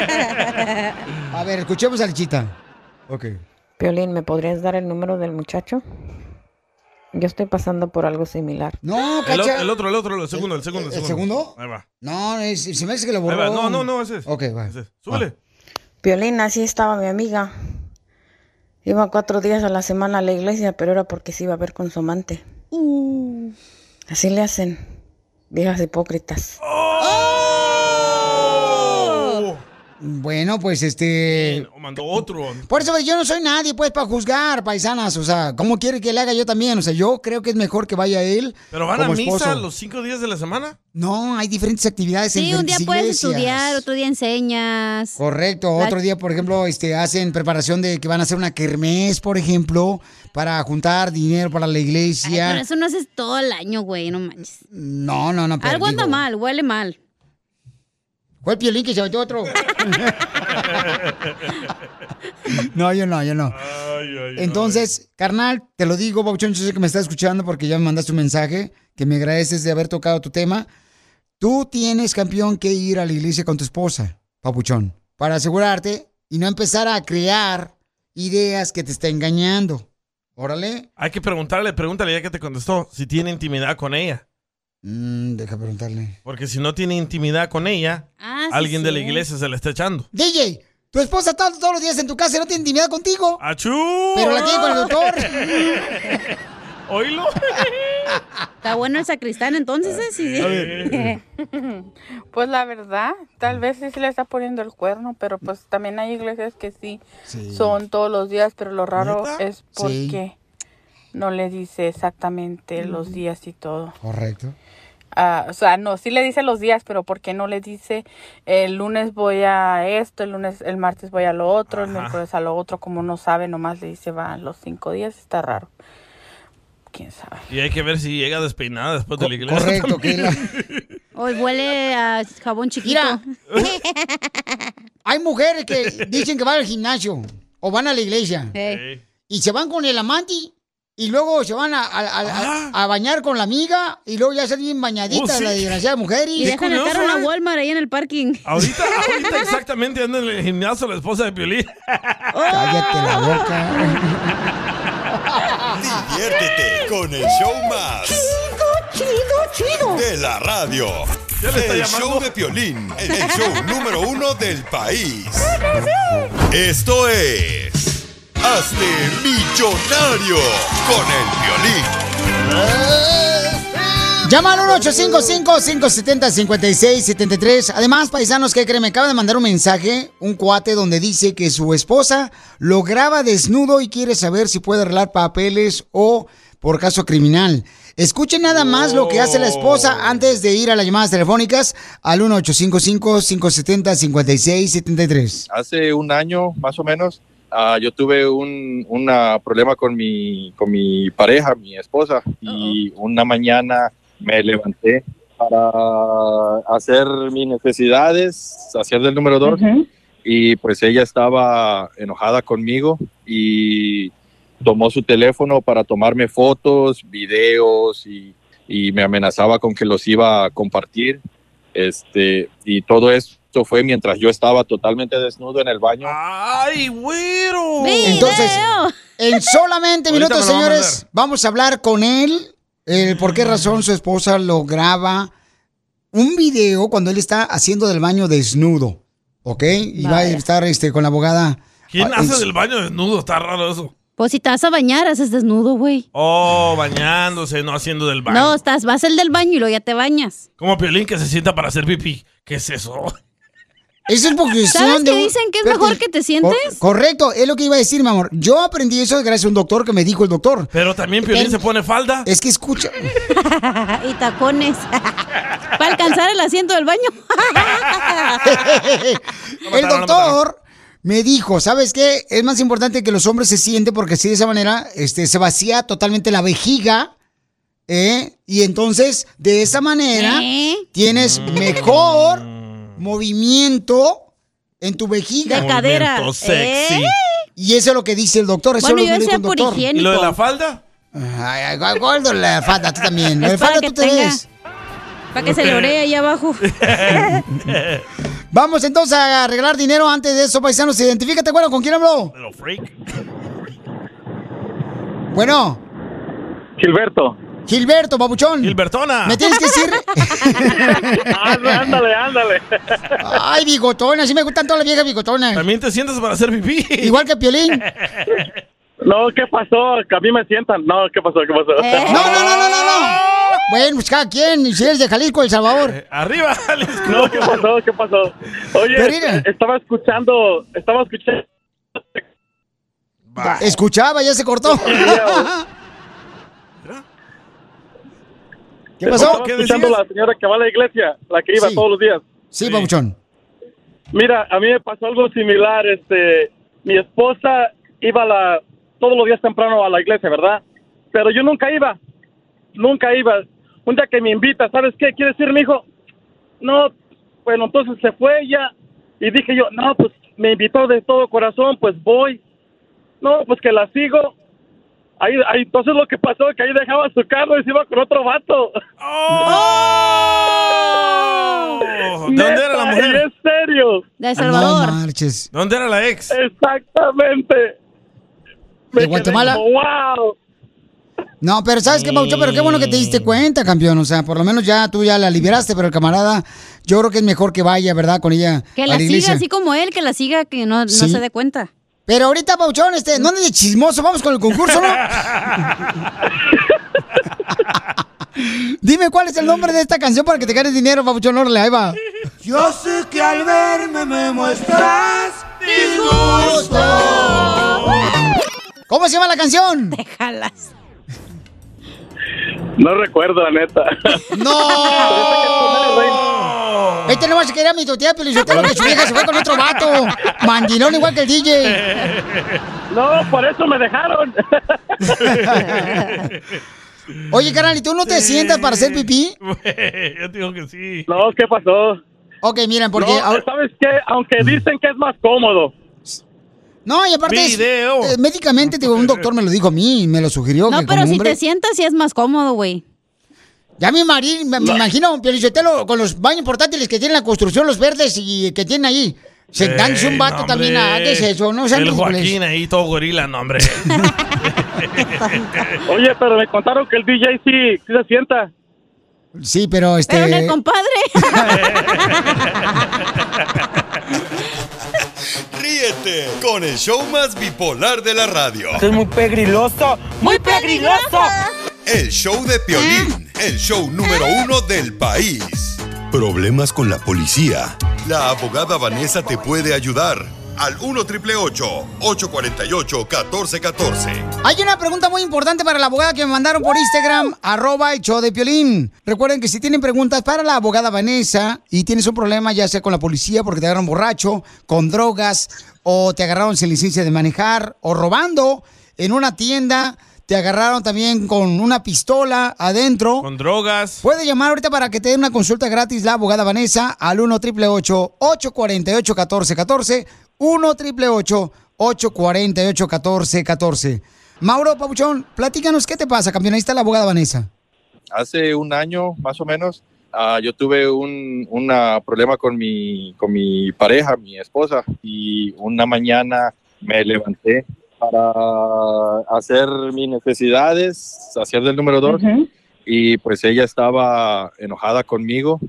Speaker 3: A ver, escuchemos a Lichita. Ok.
Speaker 19: Piolín, ¿me podrías dar el número del muchacho? Yo estoy pasando por algo similar.
Speaker 3: No,
Speaker 5: El, o-
Speaker 3: cacha.
Speaker 5: el otro, el otro, el segundo, el segundo.
Speaker 3: ¿El segundo?
Speaker 5: Ahí va.
Speaker 3: No, es- se me hace que lo
Speaker 5: Ahí
Speaker 3: borró.
Speaker 5: va. No, no, no, ese es.
Speaker 3: Ok, va.
Speaker 5: Ese es. Súbele.
Speaker 19: Piolín, así estaba mi amiga. Iba cuatro días a la semana a la iglesia, pero era porque se iba a ver con su amante.
Speaker 4: Uh.
Speaker 19: Así le hacen, viejas hipócritas.
Speaker 3: Bueno, pues este.
Speaker 5: O mandó otro.
Speaker 3: Por eso yo no soy nadie, pues, para juzgar, paisanas. O sea, ¿cómo quiere que le haga yo también? O sea, yo creo que es mejor que vaya él.
Speaker 5: ¿Pero van a
Speaker 3: como
Speaker 5: misa
Speaker 3: esposo.
Speaker 5: los cinco días de la semana?
Speaker 3: No, hay diferentes actividades en
Speaker 4: Sí, un día
Speaker 3: diferentes
Speaker 4: puedes
Speaker 3: iglesias.
Speaker 4: estudiar, otro día enseñas.
Speaker 3: Correcto,
Speaker 4: La-
Speaker 3: otro día, por ejemplo, este, hacen preparación de que van a hacer una kermés, por ejemplo, para juntar dinero para la
Speaker 4: Ay,
Speaker 3: iglesia.
Speaker 4: pero eso no haces todo el año, güey, no manches.
Speaker 3: No, no, no. pero
Speaker 4: Algo anda
Speaker 3: digo,
Speaker 4: mal, huele mal.
Speaker 3: Fue el Piolín que se metió otro. No, yo no, yo no. Entonces, carnal, te lo digo, Papuchón, yo sé que me estás escuchando porque ya me mandaste un mensaje que me agradeces de haber tocado tu tema. Tú tienes, campeón, que ir a la iglesia con tu esposa, Papuchón, para asegurarte y no empezar a crear ideas que te está engañando. Órale.
Speaker 5: Hay que preguntarle, pregúntale ya que te contestó, si tiene intimidad con ella.
Speaker 3: Mm, deja preguntarle.
Speaker 5: Porque si no tiene intimidad con ella,
Speaker 4: Ah, sí,
Speaker 5: alguien de la
Speaker 4: sí.
Speaker 5: iglesia se la está echando.
Speaker 3: D J, Tu esposa está todos los días en tu casa y no tiene intimidad contigo.
Speaker 5: ¡Achú!
Speaker 3: Pero la tiene con el doctor.
Speaker 5: ¿Oílo?
Speaker 4: Está bueno el sacristán entonces, ¿eh? Sí.
Speaker 5: A ver.
Speaker 8: Pues la verdad, tal vez sí se le está poniendo el cuerno, pero pues también hay iglesias que sí,
Speaker 3: Sí.
Speaker 8: son todos los días, pero lo raro
Speaker 3: ¿Neta?
Speaker 8: es porque no le dice exactamente los días y todo.
Speaker 3: Correcto.
Speaker 8: Ah, o sea, no, sí le dice los días, pero ¿por qué no le dice el lunes voy a esto, el lunes, el martes voy a lo otro, el miércoles a lo otro? Como no sabe, nomás le dice va los cinco días, está raro. ¿Quién sabe?
Speaker 5: Y hay que ver si llega despeinada después de la iglesia.
Speaker 3: Correcto, que la...
Speaker 4: Hoy huele a jabón chiquito.
Speaker 3: Mira, hay mujeres que dicen que van al gimnasio o van a la iglesia
Speaker 4: Hey.
Speaker 3: y se van con el amante y luego se van a, a- a- a- a bañar con la amiga y luego ya salen bien bañaditas
Speaker 5: Oh, sí.
Speaker 3: la desgraciada mujer.
Speaker 4: Y dejan el carro en la Walmart ahí en el parking.
Speaker 5: Ahorita, ahorita exactamente anda en el gimnasio la esposa de Piolín.
Speaker 3: Cállate la boca.
Speaker 7: Diviértete con el show más
Speaker 11: Chido, chido, chido.
Speaker 7: de la radio.
Speaker 5: ¿Ya le está
Speaker 7: El
Speaker 5: llamando?
Speaker 7: show de Piolín, el show número uno del país. Esto es Hazte Millonario con el Piolín.
Speaker 3: Llama al uno ocho cinco cinco, cinco siete cero, cinco seis siete tres. Además, paisanos, ¿qué creen? Me acaba de mandar un mensaje, un cuate, donde dice que su esposa lo graba desnudo y quiere saber si puede arreglar papeles o por caso criminal. Escuchen nada más lo que hace la esposa antes de ir a las llamadas telefónicas al uno ocho cinco cinco, cinco siete cero, cinco seis siete tres.
Speaker 9: Hace un año, más o menos, ah, yo tuve un una problema con mi, con mi pareja, mi esposa, y una mañana me levanté para hacer mis necesidades, hacer del número dos, y pues ella estaba enojada conmigo y tomó su teléfono para tomarme fotos, videos y, y me amenazaba con que los iba a compartir. Este, y todo esto fue mientras yo estaba totalmente desnudo en el baño.
Speaker 5: ¡Ay, güero!
Speaker 3: Entonces, en solamente
Speaker 9: Ahorita
Speaker 3: minutos,
Speaker 9: me lo va a
Speaker 3: señores, vamos a hablar con él. Eh, ¿Por qué razón su esposa lo graba un video cuando él está haciendo del baño desnudo? ¿Ok? Y va a
Speaker 4: Vaya.
Speaker 3: estar este, con la abogada.
Speaker 5: ¿Quién
Speaker 3: Ah,
Speaker 5: hace
Speaker 3: es-
Speaker 5: del baño desnudo? Está raro eso.
Speaker 4: Pues si te vas a bañar, haces desnudo, güey.
Speaker 5: Oh, bañándose, no haciendo del baño.
Speaker 4: No, estás, vas al del baño y luego ya te bañas.
Speaker 5: Como Piolín que se sienta para hacer pipí. ¿Qué es eso?
Speaker 3: Eso es porque
Speaker 4: ¿Sabes qué dicen que es mejor que te sientes?
Speaker 3: correcto, es lo que iba a decir, mi amor. Yo aprendí eso gracias a un doctor que me dijo el doctor.
Speaker 5: Pero también Piolín
Speaker 3: Pen-
Speaker 5: se pone falda.
Speaker 3: Es que escucha.
Speaker 4: Y tacones. Para alcanzar el asiento del baño.
Speaker 3: El doctor me dijo, ¿sabes qué? Es más importante que los hombres se sienten porque así de esa manera este, se vacía totalmente la vejiga. ¿eh? Y entonces, de esa manera,
Speaker 4: ¿Eh?
Speaker 3: tienes mejor movimiento en tu vejiga.
Speaker 4: De cadera.
Speaker 5: Movimiento sexy.
Speaker 4: ¿Eh?
Speaker 3: Y eso es lo que dice el doctor. Eso
Speaker 4: Bueno,
Speaker 3: es lo
Speaker 4: yo
Speaker 3: que me dijo
Speaker 4: decía
Speaker 3: el
Speaker 4: por
Speaker 3: doctor.
Speaker 4: higiénico.
Speaker 5: ¿Y lo de la falda?
Speaker 3: Ay, ay, ay, gordo, la falda, tú también.
Speaker 4: Es
Speaker 3: La
Speaker 4: para
Speaker 3: falda
Speaker 4: que
Speaker 3: tú te
Speaker 4: tenga-
Speaker 3: ves.
Speaker 4: Para que se le oree ahí abajo.
Speaker 3: Vamos entonces a arreglar dinero. Antes de eso, paisanos, identifícate, bueno, ¿con quién habló?
Speaker 5: Pero freak.
Speaker 3: Bueno.
Speaker 10: Gilberto.
Speaker 3: Gilberto, babuchón.
Speaker 5: Gilbertona.
Speaker 3: Me tienes que decir.
Speaker 10: ándale, ándale.
Speaker 3: Ay, bigotona, sí me gustan todas las viejas bigotonas.
Speaker 5: También te sientas para hacer pipí.
Speaker 3: Igual que Piolín.
Speaker 10: No, ¿qué pasó? Que a mí me sientan. No, ¿qué pasó? ¿Qué pasó?
Speaker 3: No, no, no, no, no, no. Bueno, pues cada quien, si eres de Jalisco, El Salvador.
Speaker 5: Arriba, Jalisco.
Speaker 10: No, ¿qué pasó? ¿Qué pasó? Oye,
Speaker 3: Pero mira.
Speaker 10: estaba escuchando, estaba escuchando.
Speaker 3: Escuchaba, ya se cortó. ¿Qué pasó?
Speaker 10: Estaba
Speaker 3: ¿Qué
Speaker 10: escuchando a
Speaker 3: decías?
Speaker 10: la señora que va a la iglesia, la que iba
Speaker 3: Sí.
Speaker 10: todos los días.
Speaker 3: Sí, babuchón.
Speaker 10: Mira, a mí me pasó algo similar. Este, mi esposa iba a la, todos los días temprano a la iglesia, ¿verdad? Pero yo nunca iba, nunca iba. Un día que me invita, ¿sabes qué? ¿Quieres ir, mijo? No, bueno, entonces se fue ella y dije yo, no, pues me invitó de todo corazón, pues voy. No, pues que la sigo. Ahí, ahí, entonces lo que pasó es que ahí dejaba su carro y se iba con otro vato.
Speaker 5: ¡Oh! ¿De dónde era la
Speaker 10: Neta,
Speaker 5: mujer?
Speaker 10: y es serio.
Speaker 4: De El Salvador.
Speaker 3: No marches.
Speaker 5: ¿Dónde era la ex?
Speaker 10: Exactamente.
Speaker 3: ¿De Guatemala?
Speaker 10: ¡Wow!
Speaker 3: No, pero ¿sabes qué, Paucho? Pero qué bueno que te diste cuenta, campeón. O sea, por lo menos ya tú ya la liberaste, pero el camarada, yo creo que es mejor que vaya, ¿verdad? Con ella
Speaker 4: Que
Speaker 3: a
Speaker 4: la
Speaker 3: la iglesia.
Speaker 4: siga así como él, que la siga, que no, no
Speaker 3: Sí.
Speaker 4: se dé cuenta.
Speaker 3: Pero ahorita, Pauchón, este, no andes de chismoso, vamos con el concurso, ¿no? Dime cuál es el nombre de esta canción para que te ganes dinero, Pauchón. Órale, ahí va.
Speaker 11: Yo sé que al verme me muestras disgusto.
Speaker 3: ¿Cómo se llama la canción?
Speaker 4: Te jalas.
Speaker 12: No recuerdo, la neta.
Speaker 3: ¡No! Este no se quería mi tía, pero yo tengo que su vieja se fue con otro vato. Mandilón igual que el D J.
Speaker 12: No, por eso me dejaron.
Speaker 3: Oye, carnal, ¿y tú no te sientas para hacer pipí?
Speaker 5: Yo digo que sí.
Speaker 12: No, ¿qué pasó?
Speaker 3: Ok, miren, porque...
Speaker 12: No, ¿sabes qué? Aunque dicen que es más cómodo.
Speaker 3: No, y aparte, es,
Speaker 5: Video.
Speaker 3: eh, médicamente, digo, un doctor me lo dijo a mí, me lo sugirió.
Speaker 4: No,
Speaker 3: que
Speaker 4: pero
Speaker 3: como
Speaker 4: si
Speaker 3: hombre-
Speaker 4: te sientas, sí es más cómodo, güey.
Speaker 3: Ya mi marido, me, me imagino, Piolichotelo, con los baños portátiles que tiene la construcción, los verdes y que tienen ahí. Sentándose un
Speaker 5: Ey,
Speaker 3: vato
Speaker 5: no,
Speaker 3: también,
Speaker 5: hombre.
Speaker 3: ah, ¿qué es eso? No sean
Speaker 5: El
Speaker 3: ridículos.
Speaker 5: Joaquín ahí todo gorila, no, hombre.
Speaker 12: Oye, pero me contaron que el D J sí, sí se sienta.
Speaker 3: Sí, pero este...
Speaker 4: Pero no el compadre.
Speaker 7: Ríete con el show más bipolar de la radio.
Speaker 24: Es muy pegriloso, muy pegriloso.
Speaker 7: El show de Piolín, el show número uno del país. ¿Problemas con la policía? La abogada Vanessa te puede ayudar. Al uno triple ocho, ocho cuatro ocho, uno cuatro uno cuatro.
Speaker 3: Hay una pregunta muy importante para la abogada que me mandaron por Instagram, arroba el show de Piolín. Recuerden que si tienen preguntas para la abogada Vanessa y tienes un problema ya sea con la policía porque te agarraron borracho, con drogas, o te agarraron sin licencia de manejar, o robando en una tienda, te agarraron también con una pistola adentro.
Speaker 5: Con drogas.
Speaker 3: Puede llamar ahorita para que te den una consulta gratis la abogada Vanessa al uno triple ocho, ocho cuatro ocho, uno cuatro uno cuatro. uno triple ocho, ocho cuatro ocho, uno cuatro uno cuatro. Mauro, Papuchón, platícanos qué te pasa, campeón. Ahí está la abogada Vanessa.
Speaker 9: Hace un año, más o menos, ah, yo tuve un una problema con mi, con mi pareja, mi esposa, y una mañana me levanté para hacer mis necesidades, hacer del número dos, y pues ella estaba enojada conmigo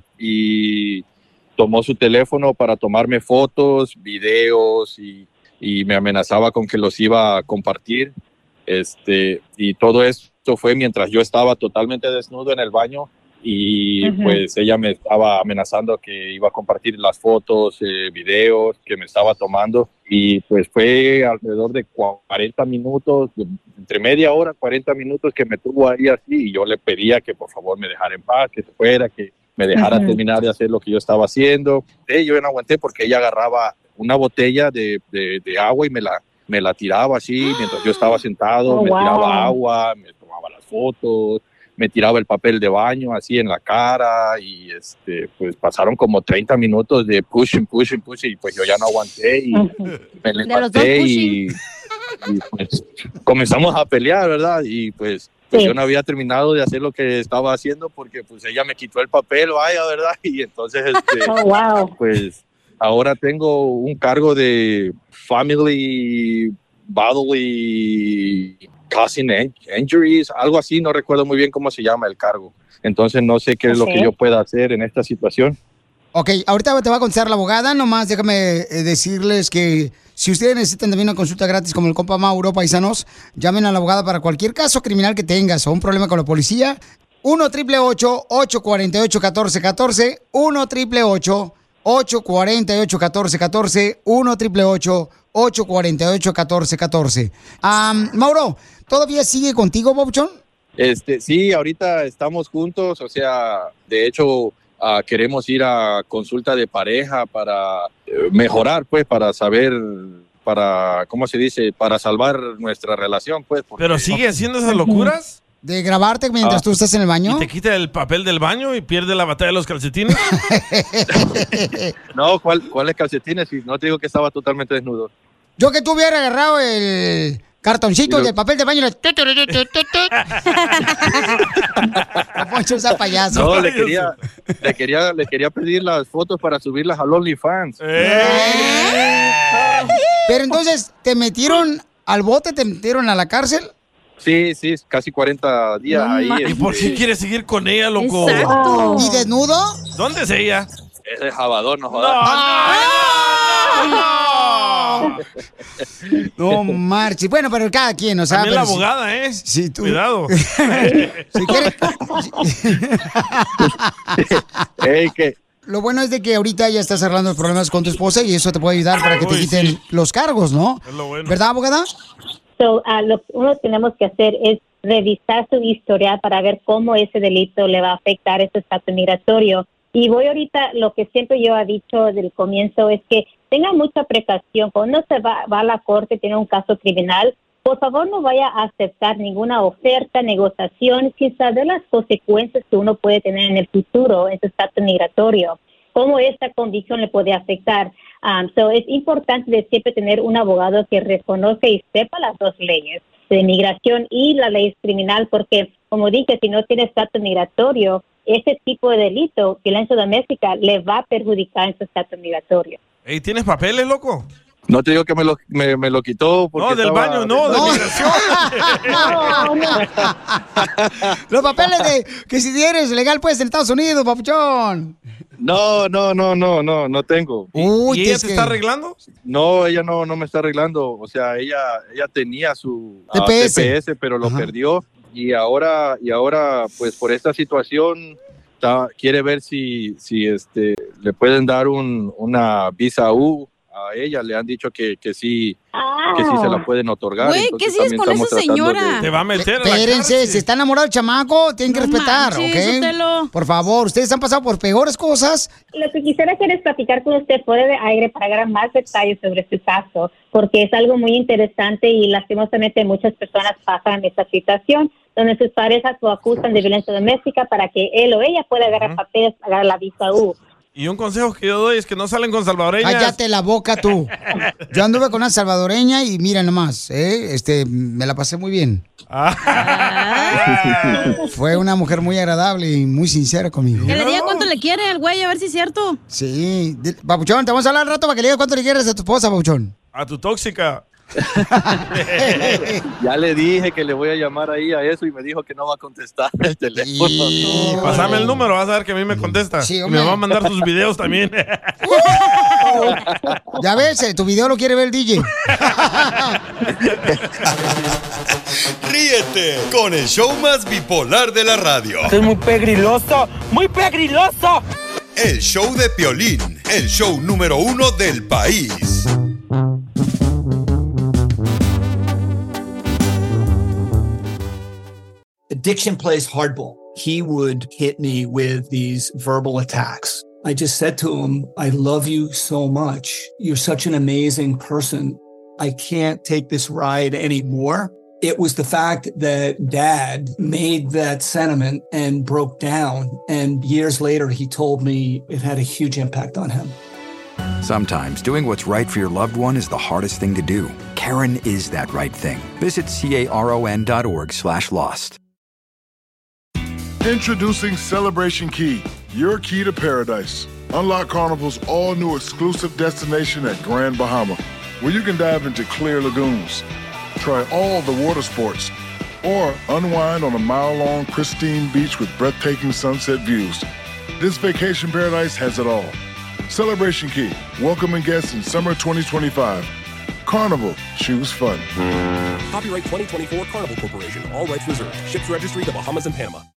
Speaker 9: y tomó su teléfono para tomarme fotos, videos y, y me amenazaba con que los iba a compartir. Este, y todo esto fue mientras yo estaba totalmente desnudo en el baño y
Speaker 12: Ujú.
Speaker 9: pues ella me estaba amenazando que iba a compartir las fotos, eh, videos que me estaba tomando, y pues fue alrededor de cuarenta minutos, entre media hora, cuarenta minutos que me tuvo ahí así, y yo le pedía que por favor me dejara en paz, que se fuera, que me dejara
Speaker 12: Ujú.
Speaker 9: terminar de hacer lo que yo estaba haciendo. Eh, yo no aguanté porque ella agarraba una botella de, de, de agua y me la, me la tiraba así mientras yo estaba sentado,
Speaker 12: Oh,
Speaker 9: me
Speaker 12: wow.
Speaker 9: tiraba agua, me tomaba las fotos, me tiraba el papel de baño así en la cara, y este, pues pasaron como treinta minutos de pushing, pushing, pushing, y pues yo ya no aguanté y me
Speaker 4: los dos
Speaker 9: levanté y, y, pues comenzamos a pelear, ¿verdad? Y pues, pues
Speaker 12: Sí.
Speaker 9: yo no había terminado de hacer lo que estaba haciendo porque pues ella me quitó el papel, vaya, ¿verdad? Y entonces, este,
Speaker 12: Oh, wow.
Speaker 9: pues ahora tengo un cargo de family bodily causing in- injuries, algo así, no recuerdo muy bien cómo se llama el cargo. Entonces no sé qué es lo
Speaker 3: Ok.
Speaker 9: que yo pueda hacer en esta situación.
Speaker 3: Ok, ahorita te va a contestar la abogada, nomás déjame eh, decirles que si ustedes necesitan también una consulta gratis como el compa Mauro, paisanos, llamen a la abogada para cualquier caso criminal que tengas o un problema con la policía. uno triple ocho, ocho cuatro ocho, uno cuatro uno cuatro, uno triple ocho, ocho cuatro ocho, uno cuatro uno cuatro, uno triple ocho, ocho cuatro ocho, uno cuatro uno cuatro. Am, Mauro, ¿todavía sigue contigo, Papuchón?
Speaker 9: Este, sí, ahorita estamos juntos, o sea, de hecho, ah, queremos ir a consulta de pareja para eh, mejorar, pues, para saber, para, ¿cómo se dice? Para salvar nuestra relación, pues. porque-
Speaker 5: ¿Pero sigue haciendo esas locuras?
Speaker 3: ¿De grabarte mientras
Speaker 9: Ah.
Speaker 3: tú estás en el baño?
Speaker 5: ¿Y te quita el papel del baño y pierde la batalla de los calcetines?
Speaker 9: No, ¿cuál, ¿cuáles calcetines? Si no te digo que estaba totalmente desnudo.
Speaker 3: Yo que tú hubiera agarrado el cartoncito
Speaker 9: Y lo-
Speaker 3: del papel de baño y le... Poncho, esa payaso.
Speaker 9: No, le quería, le quería, le quería pedir las fotos para subirlas al OnlyFans.
Speaker 3: Pero entonces, ¿te metieron al bote? ¿Te metieron a la cárcel?
Speaker 9: Sí, sí, casi cuarenta días
Speaker 5: No,
Speaker 9: ahí.
Speaker 5: ma- ¿Y por qué quieres seguir con ella, loco?
Speaker 4: Exacto.
Speaker 3: ¿Y desnudo?
Speaker 5: ¿Dónde es ella?
Speaker 9: Es de Jabador, no jodas.
Speaker 3: No marches. Bueno, pero cada quien, o sea.
Speaker 5: También la
Speaker 3: pero si-
Speaker 5: abogada, ¿eh?
Speaker 3: Si tú...
Speaker 5: Cuidado.
Speaker 3: Si quieres-
Speaker 9: Ey, que
Speaker 3: Lo bueno es de que ahorita ya estás arreglando los problemas con tu esposa y eso te puede ayudar para que te
Speaker 8: Uy,
Speaker 3: quiten
Speaker 8: sí.
Speaker 3: los cargos, ¿no?
Speaker 5: Es lo bueno.
Speaker 3: ¿Verdad, abogada?
Speaker 8: So, ah, lo que uno tenemos que hacer es revisar su historial para ver cómo ese delito le va a afectar ese estatus migratorio. Y voy ahorita, lo que siempre yo he dicho desde el comienzo es que tenga mucha precaución. Cuando uno se va, va a la corte, tiene un caso criminal, por favor no vaya a aceptar ninguna oferta, negociación, sin saber las consecuencias que uno puede tener en el futuro en su estatus migratorio. Cómo esta condición le puede afectar. Um, so es importante de siempre tener un abogado que reconozca y sepa las dos leyes de inmigración y la ley criminal, porque, como dije, si no tiene estatus migratorio, ese tipo de delito, violencia doméstica, le va a perjudicar en su estatus migratorio.
Speaker 5: Ey, ¿tienes papeles, loco?
Speaker 9: no te digo que me lo, me, me lo quitó. Porque
Speaker 5: No, del
Speaker 9: estaba-
Speaker 5: baño, no, de migración.
Speaker 8: No, no.
Speaker 3: Los papeles de que si eres legal, pues, en Estados Unidos, papuchón.
Speaker 9: No, no, no, no, no, no tengo.
Speaker 3: Uy,
Speaker 5: ¿Y ella
Speaker 3: tienes
Speaker 5: te
Speaker 3: que-
Speaker 5: está arreglando?
Speaker 9: No, ella no, no me está arreglando. O sea, ella, ella tenía su ah,
Speaker 3: T P S.
Speaker 9: T P S, pero lo
Speaker 3: Ajá.
Speaker 9: perdió. Y ahora, y ahora, pues por esta situación, ta- quiere ver si, si este, le pueden dar un, una visa U a ella. Le han dicho que, que sí, que sí se la pueden otorgar.
Speaker 4: Güey,
Speaker 9: Entonces,
Speaker 4: ¿qué sigues
Speaker 9: también
Speaker 4: con
Speaker 9: estamos
Speaker 4: esa
Speaker 9: tratando
Speaker 4: señora?
Speaker 9: de-
Speaker 5: Te va a meter a la
Speaker 3: Espérense,
Speaker 5: cárcel.
Speaker 3: si está enamorado el chamaco, tienen que
Speaker 4: No
Speaker 3: respetar,
Speaker 4: manches,
Speaker 3: ¿ok?
Speaker 4: Sotelo.
Speaker 3: Por favor, ustedes han pasado por peores cosas.
Speaker 8: Lo que quisiera hacer es platicar con usted fuera de aire para dar más detalles sobre su caso, porque es algo muy interesante y lastimosamente muchas personas pasan esta situación donde sus parejas lo acusan de violencia doméstica para que él o ella pueda agarrar papeles, agarrar la visa U.
Speaker 5: Y un consejo que yo doy es que no salen con salvadoreñas.
Speaker 3: Cállate la boca tú. Yo anduve con una salvadoreña y mira nomás, ¿eh? Este, me la pasé muy bien. Fue una mujer muy agradable y muy sincera conmigo.
Speaker 4: Que le diga cuánto le quiere al güey, a ver si es cierto.
Speaker 3: Sí. Di- Papuchón, te vamos a hablar al rato para que le digas cuánto le quieres a tu esposa, Papuchón.
Speaker 5: A tu tóxica.
Speaker 9: Ya le dije que le voy a llamar ahí a eso y me dijo que no va a contestar el teléfono.
Speaker 5: Y pasame el número, vas a ver que a mí me contesta.
Speaker 3: Sí,
Speaker 5: y
Speaker 3: hombre.
Speaker 5: me va a mandar sus videos también.
Speaker 3: Ya ves, eh, tu video lo quiere ver el D J.
Speaker 7: Ríete con el show más bipolar de la radio.
Speaker 24: Esto es muy pegriloso, muy pegriloso.
Speaker 7: El show de Piolín, el show número uno del país.
Speaker 13: Addiction plays hardball. He would hit me with these verbal attacks. I just said to him, I love you so much. You're such an amazing person. I can't take this ride anymore. It was the fact that dad made that sentiment and broke down. And years later, he told me it had a huge impact on him.
Speaker 15: Sometimes doing what's right for your loved one is the hardest thing to do. Karen is that right thing. Visit caron dot org slash lost.
Speaker 21: Introducing Celebration Key, your key to paradise. Unlock Carnival's all-new exclusive destination at Grand Bahama, where you can dive into clear lagoons, try all the water sports, or unwind on a mile-long pristine beach with breathtaking sunset views. This vacation paradise has it all. Celebration Key, welcoming guests in summer twenty twenty-five. Carnival, choose fun.
Speaker 22: Copyright twenty twenty-four Carnival Corporation. All rights reserved. Ships registry: the Bahamas and Panama.